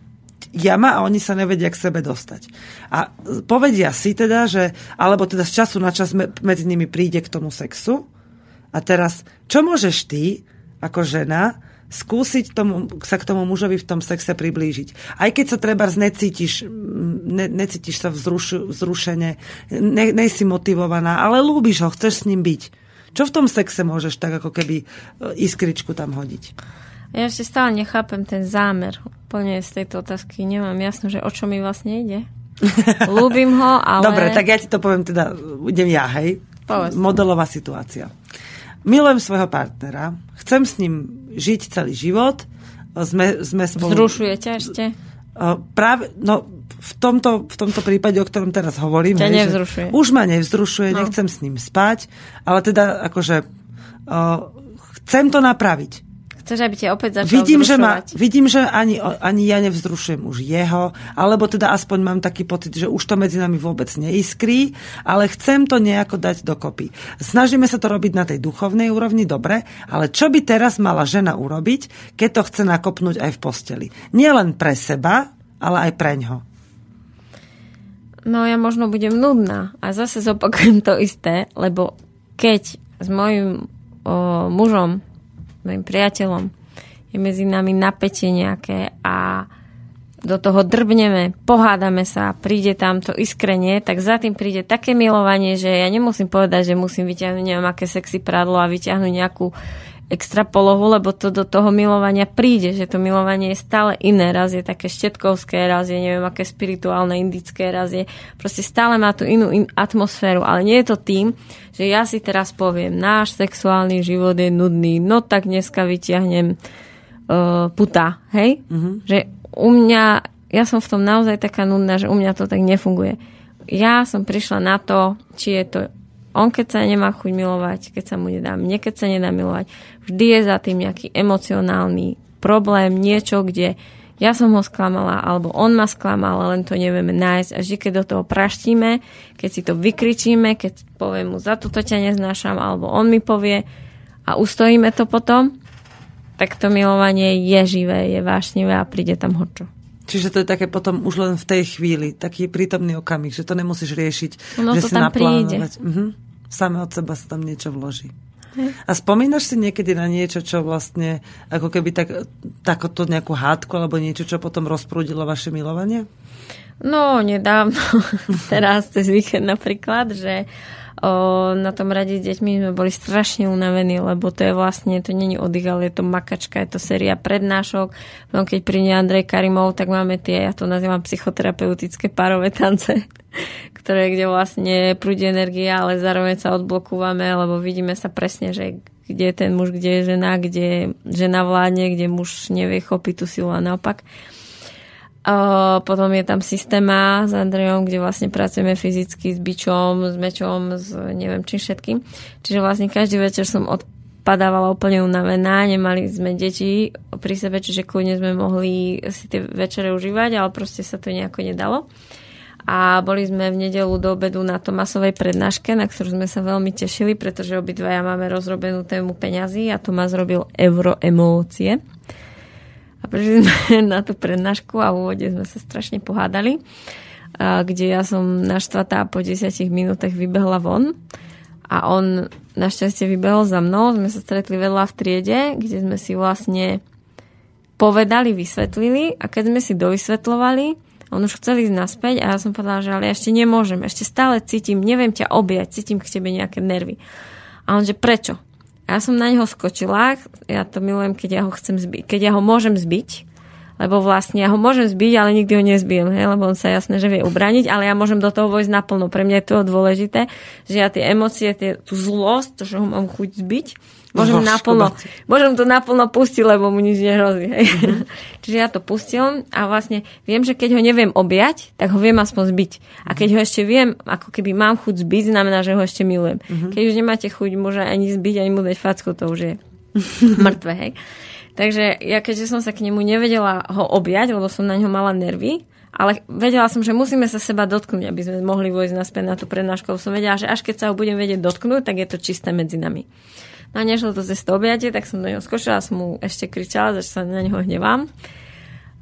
jama a oni sa nevedia k sebe dostať. A povedia si teda, že, alebo teda z času na čas medzi nimi príde k tomu sexu. A teraz, čo môžeš ty, ako žena, skúsiť tomu, sa k tomu mužovi v tom sexe priblížiť. Aj keď sa treba necítiš, ne, necítiš sa vzruš, vzrušene, ne, nejsi motivovaná, ale ľúbiš ho, chceš s ním byť. Čo v tom sexe môžeš tak ako keby iskričku tam hodiť? Ja ešte stále nechápem ten zámer. Úplne z tejto otázky nemám jasno, že o čo mi vlastne ide. Ľúbim ho, ale... Dobre, tak ja ti to poviem teda, idem ja, hej. Povedz. Modelová situácia. Milujem svojho partnera, chcem s ním žiť celý život. Sme, sme spolu... Vzrušuje ťa ešte? Práve, no v tomto, v tomto prípade, o ktorom teraz hovorím, ťa hej, nevzrušuje. Už ma nevzrušuje, no. Nechcem s ním spať, ale teda akože uh, chcem to napraviť. Chceš, aby ťa opäť začal vidím, že ma, vzrušovať? vidím, že ani, ani ja nevzrušujem už jeho, alebo teda aspoň mám taký pocit, že už to medzi nami vôbec neiskrí, ale chcem to nejako dať dokopy. Snažíme sa to robiť na tej duchovnej úrovni, dobre, ale čo by teraz mala žena urobiť, keď to chce nakopnúť aj v posteli? Nie len pre seba, ale aj preňho. No ja možno budem nudná a zase zopakujem to isté, lebo keď s mojím o, mužom, mojim priateľom, je medzi nami napätie nejaké a do toho drbneme, pohádame sa, príde tam to iskrenie, tak za tým príde také milovanie, že ja nemusím povedať, že musím vyťahnuť neviem aké sexy prádlo a vyťahnuť nejakú extra polohu, lebo to do toho milovania príde, že to milovanie je stále iné. Raz je také štetkovské, raz je neviem aké spirituálne, indické, raz je proste stále má tú inú in- atmosféru, ale nie je to tým, že ja si teraz poviem, náš sexuálny život je nudný, no tak dneska vyťahnem uh, puta, hej? Mm-hmm. Že u mňa, ja som v tom naozaj taká nudná, že u mňa to tak nefunguje. Ja som prišla na to, či je to on, keď sa nemá chuť milovať, keď sa mu nedá, mne, keď sa nedá milovať, vždy je za tým nejaký emocionálny problém, niečo, kde ja som ho sklamala, alebo on ma sklamal, len to nevieme nájsť. A vždy, keď do toho praštíme, keď si to vykričíme, keď poviem mu, za toto ťa neznášam, alebo on mi povie a ustojíme to potom, tak to milovanie je živé, je vášnivé a príde tam hočo. Čiže to je také potom už len v tej chvíli, taký prítomný okamih, že to nemusíš riešiť, no, že to si tam naplánovať. Mhm. Same od seba sa tam niečo vloží. Hej. A spomínaš si niekedy na niečo, čo vlastne, ako keby tak, takoto nejakú hádku alebo niečo, čo potom rozprúdilo vaše milovanie? No, nedávno, teraz cez víkend napríklad, že o, na tom Radi s deťmi sme boli strašne unavení, lebo to je vlastne, to nie je oddych, ale je to makačka, je to séria prednášok. No, keď príde Andrej Karimov, tak máme tie, ja to nazývam psychoterapeutické párové tance, ktoré, kde vlastne prúdi energia, ale zároveň sa odblokúvame, lebo vidíme sa presne, že kde je ten muž, kde je žena, kde žena vládne, kde muž nevie chopiť tú silu a naopak. Uh, potom je tam systéma s Andrejom, kde vlastne pracujeme fyzicky s bičom, s mečom, s neviem čím všetkým. Čiže vlastne každý večer som odpadávala úplne unavená, nemali sme deti pri sebe, čiže kľudne sme mohli si tie večere užívať, ale proste sa to nejako nedalo. A boli sme v nedeľu do obedu na Tomasovej prednáške, na ktorú sme sa veľmi tešili, pretože obidvaja máme rozrobenú tému peňazí a Tomás robil euroemócie. A prišli sme na tú prednášku a v úvode sme sa strašne pohádali, kde ja som naštvatá po desiatich minútach vybehla von a on našťastie vybehol za mnou. Sme sa stretli vedľa v triede, kde sme si vlastne povedali, vysvetlili a keď sme si dovysvetľovali, on už chcel ísť naspäť a ja som povedala, že ale ja ešte nemôžem, ešte stále cítim, neviem ťa objať, cítim k tebe nejaké nervy. A on, že prečo? Ja som na neho skočila, ja to milujem, keď ja ho chcem zbiť, keď ja ho môžem zbiť, lebo vlastne ja ho môžem zbiť, ale nikdy ho nezbijem, hej, lebo on sa jasné, že vie ubrániť, ale ja môžem do toho vojsť naplno. Pre mňa je to dôležité, že ja tie emócie, tie, tú zlosť, to, že ho mám chuť zbiť, môžem, no, naplno, môžem to naplno pustiť, lebo mu nič nehrozí. Hej. Mm. Čiže ja to pustil a vlastne viem, že keď ho neviem objať, tak ho viem aspoň zbiť. A keď ho ešte viem, ako keby mám chuť zbiť, znamená, že ho ešte milujem. Mm-hmm. Keď už nemáte chuť muža ani zbiť, ani mu dať facku, to už je mŕtve, hej. Takže ja keďže som sa k nemu nevedela ho objať, lebo som na ňo mala nervy, ale vedela som, že musíme sa seba dotknúť, aby sme mohli vojsť naspäť na tú prednášku. Som vedela, že až keď sa ho budem vedieť dotknúť, tak je to čisté medzi nami. No a nešlo to cez to objatie, tak som do neho skočila, som mu ešte kričala, že sa na neho hnevám.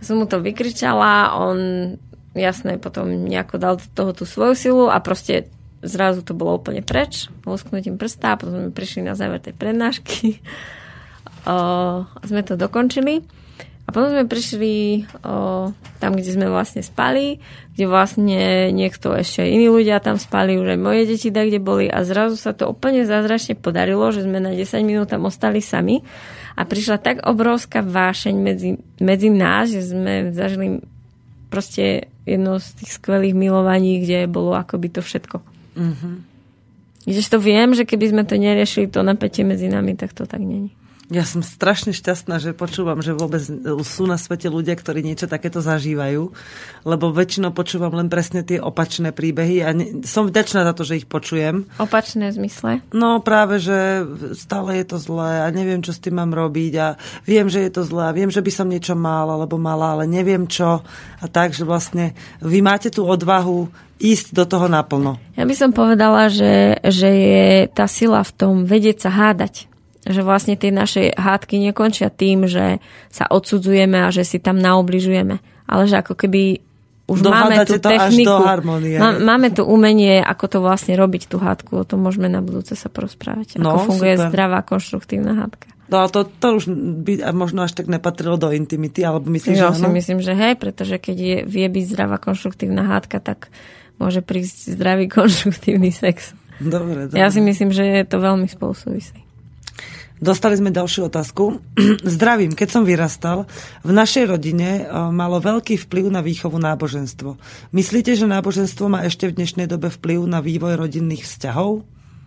Som mu to vykričala, on jasné potom nejako dal do toho tú svoju silu a proste zrazu to bolo úplne preč, lusknutím prsta, potom sme prišli na záver tej prednášky a sme to dokončili. A potom sme prišli o, tam, kde sme vlastne spali, kde vlastne niekto, ešte aj iní ľudia tam spali, už aj moje deti da, kde boli a zrazu sa to úplne zázračne podarilo, že sme na desať minút tam ostali sami a prišla tak obrovská vášeň medzi, medzi nás, že sme zažili proste jedno z tých skvelých milovaní, kde bolo akoby to všetko. Mm-hmm. Kdežto viem, že keby sme to neriešili, to napätie medzi nami, tak to tak není. Ja som strašne šťastná, že počúvam, že vôbec sú na svete ľudia, ktorí niečo takéto zažívajú, lebo väčšinou počúvam len presne tie opačné príbehy a ne, som vďačná za to, že ich počujem. Opačné v zmysle? No práve, že stále je to zlé a neviem, čo s tým mám robiť a viem, že je to zlé a viem, že by som niečo mal alebo mala, ale neviem čo. A tak, že vlastne vy máte tú odvahu ísť do toho naplno. Ja by som povedala, že, že je tá sila v tom vedieť sa hádať. Že vlastne tie naše hádky nekončia tým, že sa odsudzujeme a že si tam naobližujeme. Ale že ako keby už máme tú techniku, má, máme tu umenie, ako to vlastne robiť, tú hádku. O tom môžeme na budúce sa porozprávať. Ako no, funguje super. Zdravá, konštruktívna hádka. No ale to, to už by možno až tak nepatrilo do intimity, alebo myslíš, ja že áno? Ja si myslím, že hej, pretože keď je, vie byť zdravá, konštruktívna hádka, tak môže prísť zdravý, konštruktívny sex. Dobre, dobre. Ja si myslím, že je to veľmi spolu súvisí. Dostali sme ďalšiu otázku. Zdravím, keď som vyrastal, v našej rodine malo veľký vplyv na výchovu náboženstvo. Myslíte, že náboženstvo má ešte v dnešnej dobe vplyv na vývoj rodinných vzťahov?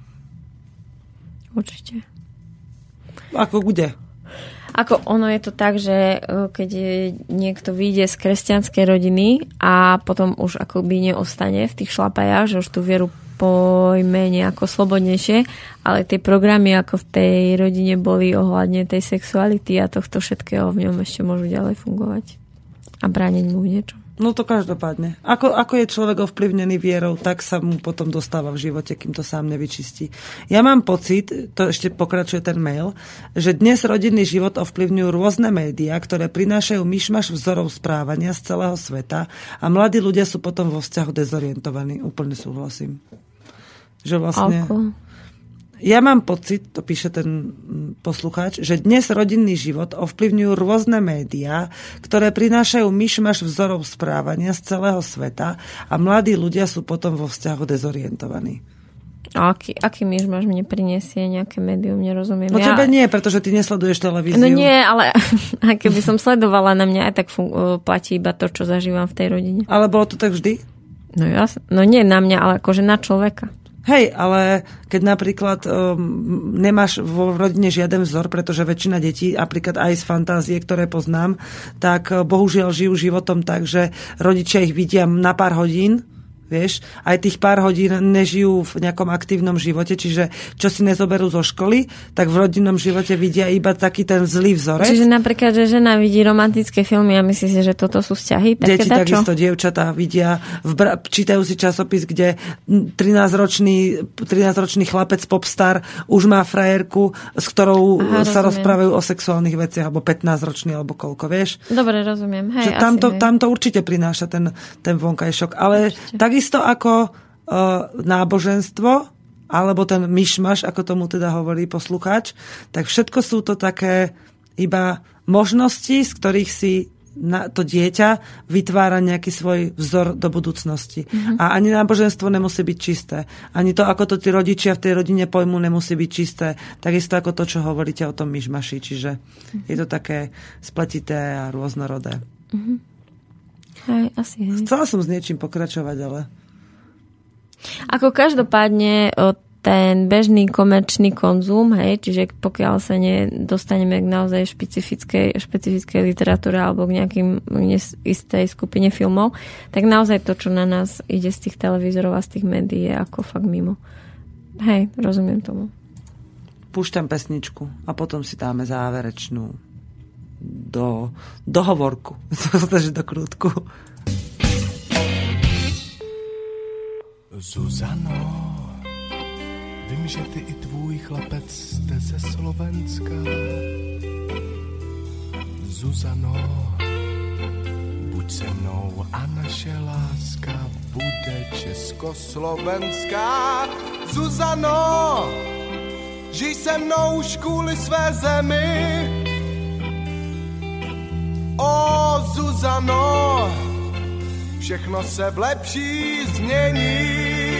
Určite. Ako kde? Ako ono je to tak, že keď je, niekto vyjde z kresťanskej rodiny a potom už akoby neostane v tých šlapajách, že už tú vieru pojme nejako slobodnejšie, ale tie programy ako v tej rodine boli ohľadne tej sexuality a tohto všetkého v ňom ešte môžu ďalej fungovať a brániť mu v niečom. No to každopádne. Ako, ako je človek ovplyvnený vierou, tak sa mu potom dostáva v živote, kým to sám nevyčistí. Ja mám pocit, to ešte pokračuje ten mail, že dnes rodinný život ovplyvňujú rôzne médiá, ktoré prinášajú myšmaš vzorov správania z celého sveta a mladí ľudia sú potom vo vzťahu dezorientovaní. Úplne súhlasím. Že vlastne... Ako? Ja mám pocit, to píše ten poslucháč, že dnes rodinný život ovplyvňujú rôzne médiá, ktoré prinášajú myšmaš vzorov správania z celého sveta a mladí ľudia sú potom vo vzťahu dezorientovaní. A aký, aký myšmaš mne prinesie nejaké médium, nerozumiem. No ja... tebe nie, pretože ty nesleduješ televíziu. No nie, ale keby som sledovala, na mňa aj tak fun- platí iba to, čo zažívam v tej rodine. Ale bolo to tak vždy? No jasne. No nie na mňa, ale akože na človeka. Hej, ale keď napríklad um, nemáš vo rodine žiaden vzor, pretože väčšina detí, napríklad aj z fantázie, ktoré poznám, tak bohužiaľ žijú životom tak, že rodičia ich vidia na pár hodín, vieš, aj tých pár hodín nežijú v nejakom aktívnom živote, čiže čo si nezoberú zo školy, tak v rodinnom živote vidia iba taký ten zlý vzorec. Čiže napríklad, že žena vidí romantické filmy a myslí si, že toto sú vzťahy, tak deti takisto, dievčatá vidia, v bra- čítajú si časopis, kde trinásťročný, trinásťročný chlapec popstar už má frajerku, s ktorou Aha, sa rozumiem. rozprávajú o sexuálnych veciach, alebo pätnásťročný, alebo koľko, vieš? Dobre, rozumiem. Hej, že tam, to, tam to určite prináša ten, ten vonkajšok, ale tak takisto ako uh, náboženstvo, alebo ten myšmaš, ako tomu teda hovorí poslucháč, tak všetko sú to také iba možnosti, z ktorých si na, to dieťa vytvára nejaký svoj vzor do budúcnosti. Mm-hmm. A ani náboženstvo nemusí byť čisté. Ani to, ako to tí rodičia v tej rodine pojmu, nemusí byť čisté. Takisto ako to, čo hovoríte o tom myšmaši. Čiže mm-hmm. je to také spletité a rôznorodé. Mhm. Hej, asi hej. Chcela som s niečím pokračovať, ale... Ako každopádne ten bežný komerčný konzum, hej, čiže pokiaľ sa nedostaneme k naozaj špecifickej, špecifickej literatúre alebo k nejakým istej skupine filmov, tak naozaj to, čo na nás ide z tých televízorov a z tých médií, je ako fakt mimo. Hej, rozumiem tomu. Púšťam pesničku a potom si dáme záverečnú do dohovorku. Takže do krútku. Zuzano, vím, že ty i tvůj chlapec jste ze Slovenska. Zuzano, Buď se mnou a naše láska bude československá. Zuzano, žij se už kvůli své zemi. O Zuzano, všechno se v lepší změní.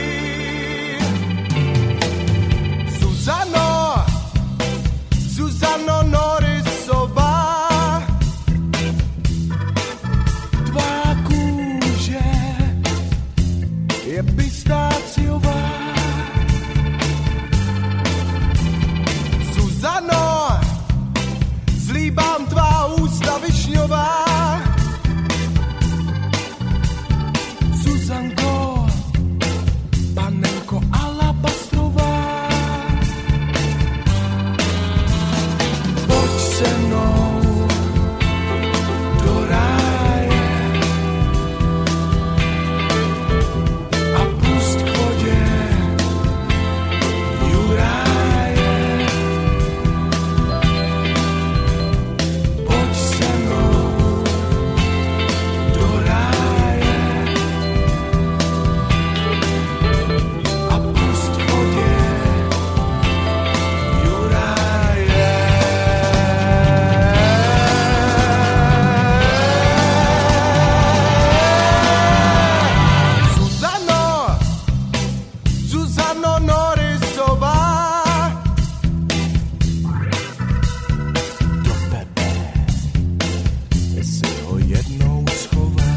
Zuzano, Zuzano Norisová, tvá kůže je pistáciová. Zuzano, zlíbám tvá ústa višňová. Zuzanko, panenko alabastrová, pojď se mnou do ráje a pust k vodě Juráje. Pojď se mnou do ráje a pust k vodě Juráje. Zuzano, Zuzano Norisová, do tebe si ho jednou schová.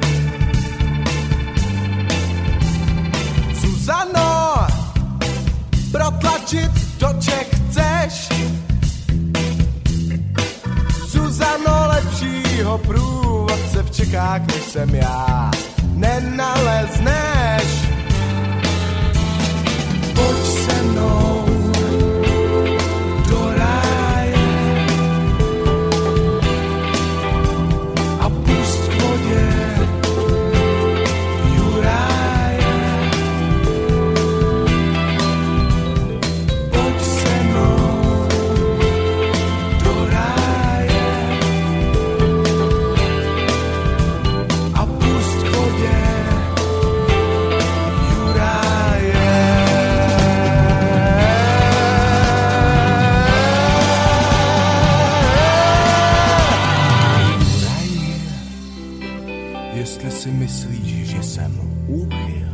Zuzano, protlačit do Čech chceš. Zuzano, lepšího průvodce v Čechách, než jsem já, nenalezneš. Pojď se mnou do ráje a pust k vodě Juráje. Pojď se mnou do ráje a pust k vodě Juráje. Juraji, jestli si myslíš, že jsem úchyl,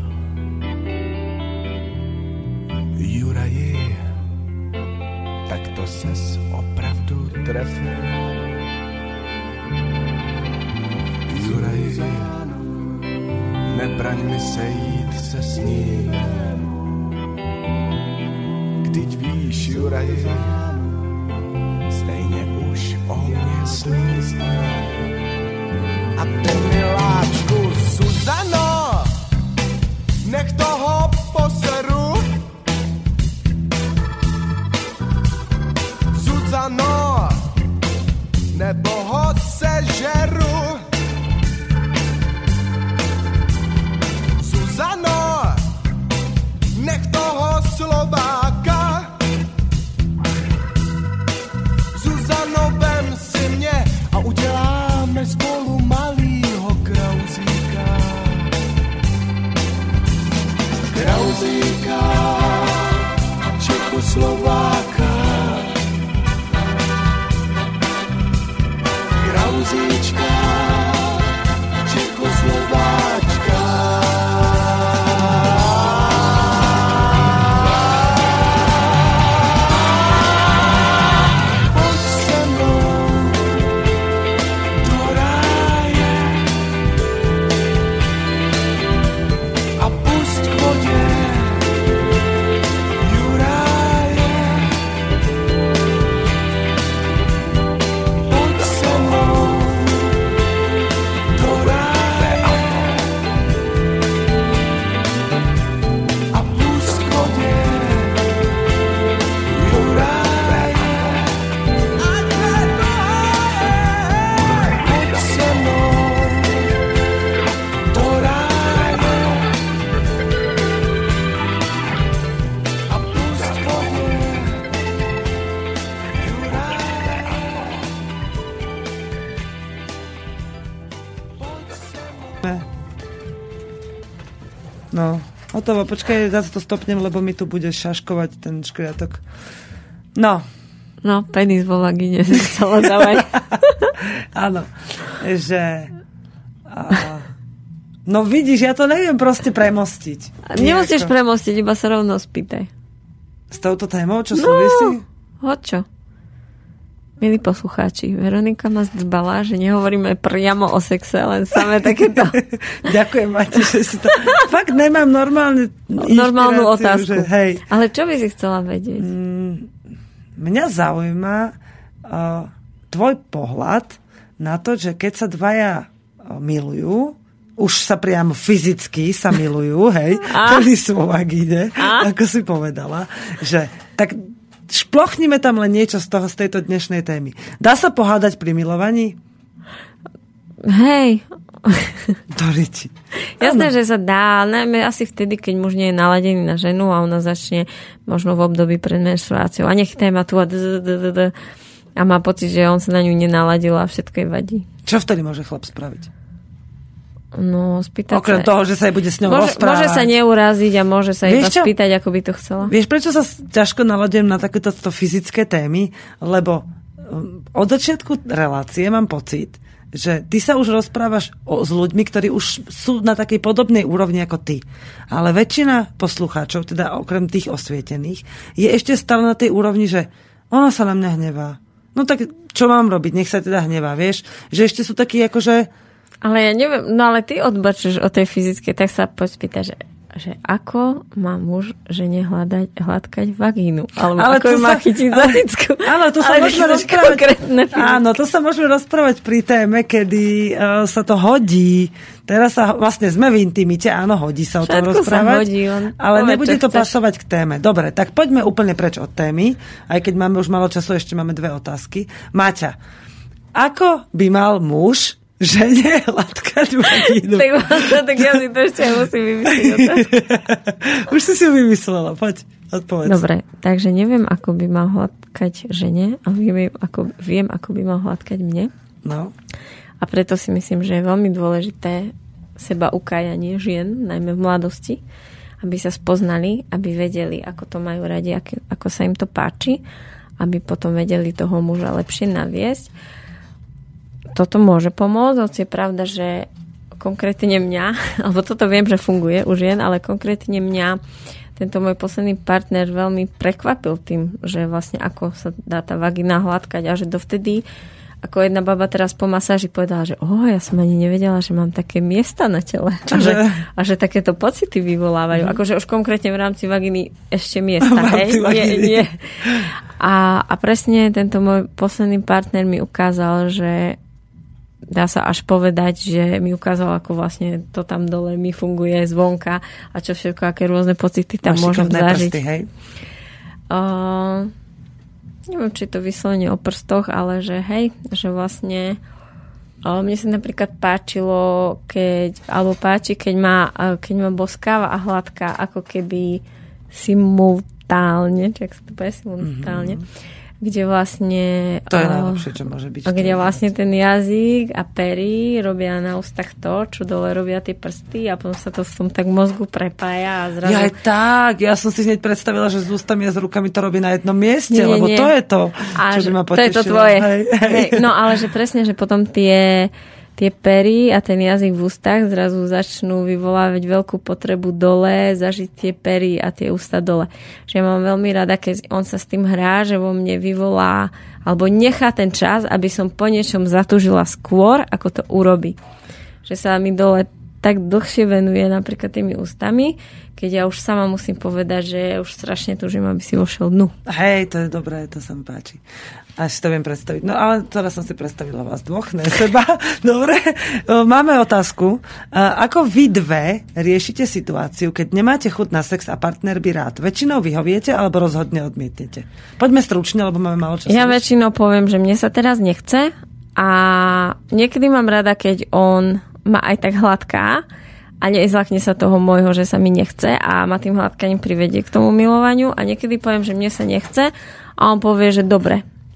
Juraji, tak to ses opravdu trefil. Juraji, nebraň mi se jít se s ním. Vždyť víš, Juraji, stejně už o mě sní. A ty, miláčku, Zuzano, nech toho poseru. Zuzano, nebo ho sežeru. Zuzano, nech toho Slováka. Zuzano, vem si mě a uděláme spolu malýho Krauzíka. Krauzíka, Čechoslováka. Krauzíčka, Čechoslováčka. Pojď se mnou do ráje a pust k vodě Juráje. Pojď se mnou No, hotovo, počkaj, zase to stopnem, lebo mi tu bude šaškovať ten škriatok. No. No, penis vo vagíne si chcela dávať. Áno, že... A, no vidíš, ja to neviem proste premostiť. Nemusíš premostiť, iba sa rovno spýtaj. S touto témou, čo no, súvisí? Hoď čo? Milí poslucháči, Veronika ma zdbala, že nehovoríme priamo o sexe, len samé takéto. Ďakujem, Mati, že si to... Fakt nemám normálne normálnu otázku. Že, hej. Ale čo by si chcela vedieť? Mm, mňa zaujíma uh, tvoj pohľad na to, že keď sa dvaja uh, milujú, už sa priamo fyzicky sa milujú, hej, kedy sú vo vagíne, ako si povedala, že tak šplochnime tam len niečo z toho, z tejto dnešnej témy. Dá sa pohádať pri milovaní? Hej. Doriči. Jasné, že sa dá, najmä asi vtedy, keď muž nie je naladený na ženu a ona začne možno v období pred menštruáciou a nech téma tu a a má pocit, že on sa na ňu nenaladil a všetko jej vadí. Čo vtedy môže chlap spraviť? No, spýtať Okrem sa... toho, že sa jej bude s ňou môže, rozprávať. Môže sa neuraziť a môže sa iba spýtať, ako by to chcela. Vieš, prečo sa ťažko naladujem na takéto fyzické témy? Lebo um, od začiatku relácie mám pocit, že ty sa už rozprávaš o, s ľuďmi, ktorí už sú na takej podobnej úrovni ako ty. Ale väčšina poslucháčov, teda okrem tých osvietených, je ešte stále na tej úrovni, že ona sa na mňa hnevá. No tak čo mám robiť? Nech sa teda hnevá, vieš? Že ešte sú takí akože... Ale ja neviem, no ale ty odbačuješ o tej fyzickej, tak sa pospýta, že, že ako má muž žene hľadať, hladkať vagínu? Alebo ale ako má sa... chytiť za ticku? Áno, to sa môžeme rozprávať. Áno, to sa môžeme rozprávať pri téme, kedy uh, sa to hodí. Teraz sa vlastne sme v intimite, áno, hodí sa o tom rozprávať. Hodí, ale poved, nebude to chceš. Pasovať k téme. Dobre, tak poďme úplne preč od témy, aj keď máme už málo času, ešte máme dve otázky. Máťa, ako by mal muž žene hladkať vagínu? Tak, tak ja si to ešte musím vymyslieť otázku. Už si si ju vymyslela, poď, odpovedz. Dobre, takže neviem, ako by mal hladkať žene, ale viem ako, viem, ako by mal hladkať mne. No. A preto si myslím, že je veľmi dôležité seba ukájanie žien, najmä v mladosti, aby sa spoznali, aby vedeli, ako to majú radi, ako sa im to páči, aby potom vedeli toho muža lepšie naviesť. Toto môže pomôcť, hoci je pravda, že konkrétne mňa, alebo toto viem, že funguje u žien, ale konkrétne mňa tento môj posledný partner veľmi prekvapil tým, že vlastne ako sa dá tá vagina hladkať a že dovtedy, ako jedna baba teraz po masáži povedala, že oh, ja som ani nevedela, že mám také miesta na tele a že, a že takéto pocity vyvolávajú. Mm. Akože už konkrétne v rámci vaginy ešte miesta, hej? Nie, nie. A, a presne tento môj posledný partner mi ukázal, že dá sa až povedať, že mi ukázal, ako vlastne to tam dole mi funguje zvonka a čo všetko, aké rôzne pocity tam Máš môžem zažiť. Prsty, hej? Uh, neviem, či to vyslovene o prstoch, ale že hej, že vlastne uh, mne sa napríklad páčilo, keď, alebo páči, keď ma, uh, keď ma boskáva a hladká, ako keby simultálne, či ak sa to povie simultálne, mm-hmm. kde vlastne... To je najlepšie, čo môže byť. Kde vlastne ten jazyk a pery robia na ústach to, čo dole robia tie prsty a potom sa to v tom tak mozgu prepája a zrazu... Ja aj tak, ja som si hneď predstavila, že s ústami a s rukami to robí na jednom mieste, nie, lebo nie. to je to, a čo by ma potešilo. To je to tvoje. Hej, hej. Hej, no ale že presne, že potom tie... tie pery a ten jazyk v ústach zrazu začnú vyvolávať veľkú potrebu dole, zažiť tie pery a tie ústa dole. Že ja mám veľmi rada, keď on sa s tým hrá, že vo mne vyvolá alebo nechá ten čas, aby som po niečom zatúžila skôr, ako to urobí. Že sa mi dole tak dlhšie venuje napríklad tými ústami, keď ja už sama musím povedať, že už strašne túžim, aby si vošiel dnu. Hej, to je dobré, to sa mi páči. Až to viem predstaviť. No ale teraz som si predstavila vás dvoch, ne seba. Dobre, máme otázku. Ako vy dve riešite situáciu, keď nemáte chuť na sex a partner by rád? Väčšinou vyhoviete alebo rozhodne odmietnete? Poďme stručne, lebo máme málo času. Ja väčšinou poviem, že mne sa teraz nechce a niekedy mám rada, keď on ma aj tak hladká a neizlakne sa toho môjho, že sa mi nechce a ma tým hladkaním privedie k tomu milovaniu a niekedy poviem, že mne sa nechce a on povie, že dobre.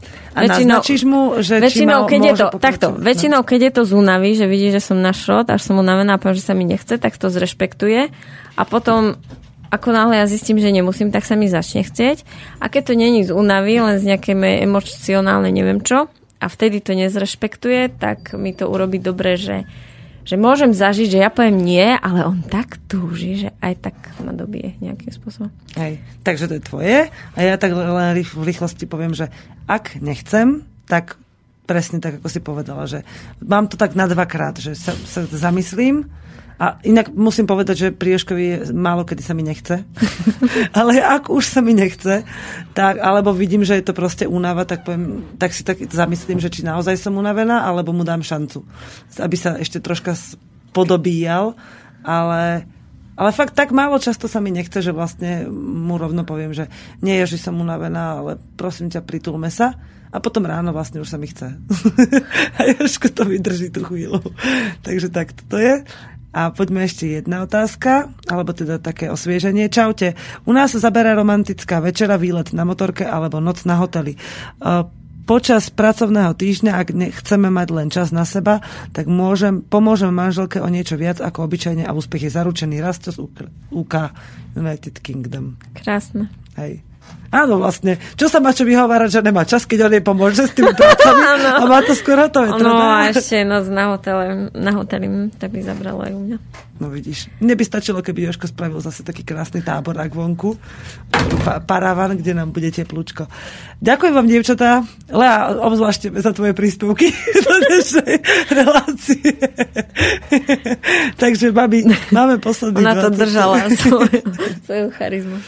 A väčšinou, naznačíš mu, že väčšinou, či keď mal, je to, takto, väčšinou, keď je to z únavy, že vidí, že som na šrot, až som unavená a poviem, že sa mi nechce, tak to zrešpektuje. A potom, ako náhle ja zistím, že nemusím, tak sa mi začne chcieť. A keď to není z únavy, len z nejakej emocionálnej neviem čo, a vtedy to nezrešpektuje, tak mi to urobí dobre, že že môžem zažiť, že ja poviem nie, ale on tak túži, že aj tak ma dobije nejakým spôsobom. Hej, takže to je tvoje a ja tak len v rýchlosti poviem, že ak nechcem, tak presne tak, ako si povedala, že mám to tak na dvakrát, že sa, sa zamyslím a inak musím povedať, že pri Jožkovi je málo kedy sa mi nechce. Ale ak už sa mi nechce, tak, alebo vidím, že je to proste únava, tak, poviem, tak si tak zamyslím, že či naozaj som unavená, alebo mu dám šancu. Aby sa ešte troška podobíjal, ale, ale fakt tak málo často sa mi nechce, že vlastne mu rovno poviem, že nie je, že som unavená, ale prosím ťa, pritúlme sa. A potom ráno vlastne už sa mi chce. A Jožko to vydrží tú chvíľu. Takže tak to je. A poďme ešte jedna otázka, alebo teda také osvieženie. Čaute. U nás sa zaberá romantická večera, výlet na motorke alebo noc na hoteli. Počas pracovného týždňa, ak chceme mať len čas na seba, tak môžem, pomôžem manželke o niečo viac ako obyčajne a úspech je zaručený. Rasto z ú ká United Kingdom. Krásne. Hej. Áno, vlastne. Čo sa má čo vyhovárať, že nemá čas, keď on jej pomôže s tými prácami a má to skoro hotové. No a ešte noc na hotele, na hoteli, tak by zabralo aj u mňa. No vidíš. Mne by stačilo, keby Jožko spravil zase taký krásny táborák vonku. Pa- paravan, kde nám bude teplúčko. Ďakujem vám, dievčatá. Lea, obzvlášte za tvoje príspevky do dnešnej relácie. Takže, babi, máme posledný Ona to držala svoju, svoju charizmu.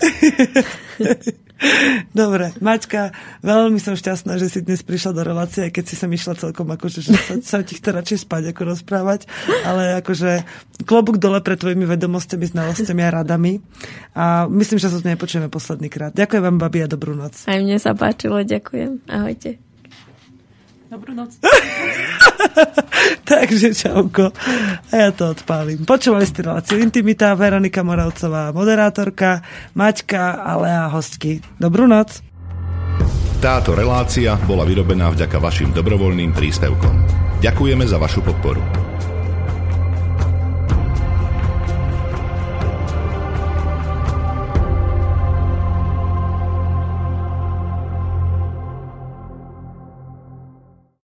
Dobre, Maťka, veľmi som šťastná, že si dnes prišla do relácie, keď si som išla celkom akože, že sa, sa ti chce radšej spať, ako rozprávať, ale akože klobúk dole pre tvojimi vedomostami, znalosťami a radami a myslím, že sa tu nepočujeme posledný krát. Ďakujem vám, babi, a dobrú noc. Aj mne sa páčilo, ďakujem. Ahojte. Dobrú noc. Takže čauko. A ja to odpálim. Počúvali ste reláciu Intimita, Veronika Moravcová, moderátorka, Maťka a Lea, hostky. Dobrú noc. Táto relácia bola vyrobená vďaka vašim dobrovoľným príspevkom. Ďakujeme za vašu podporu.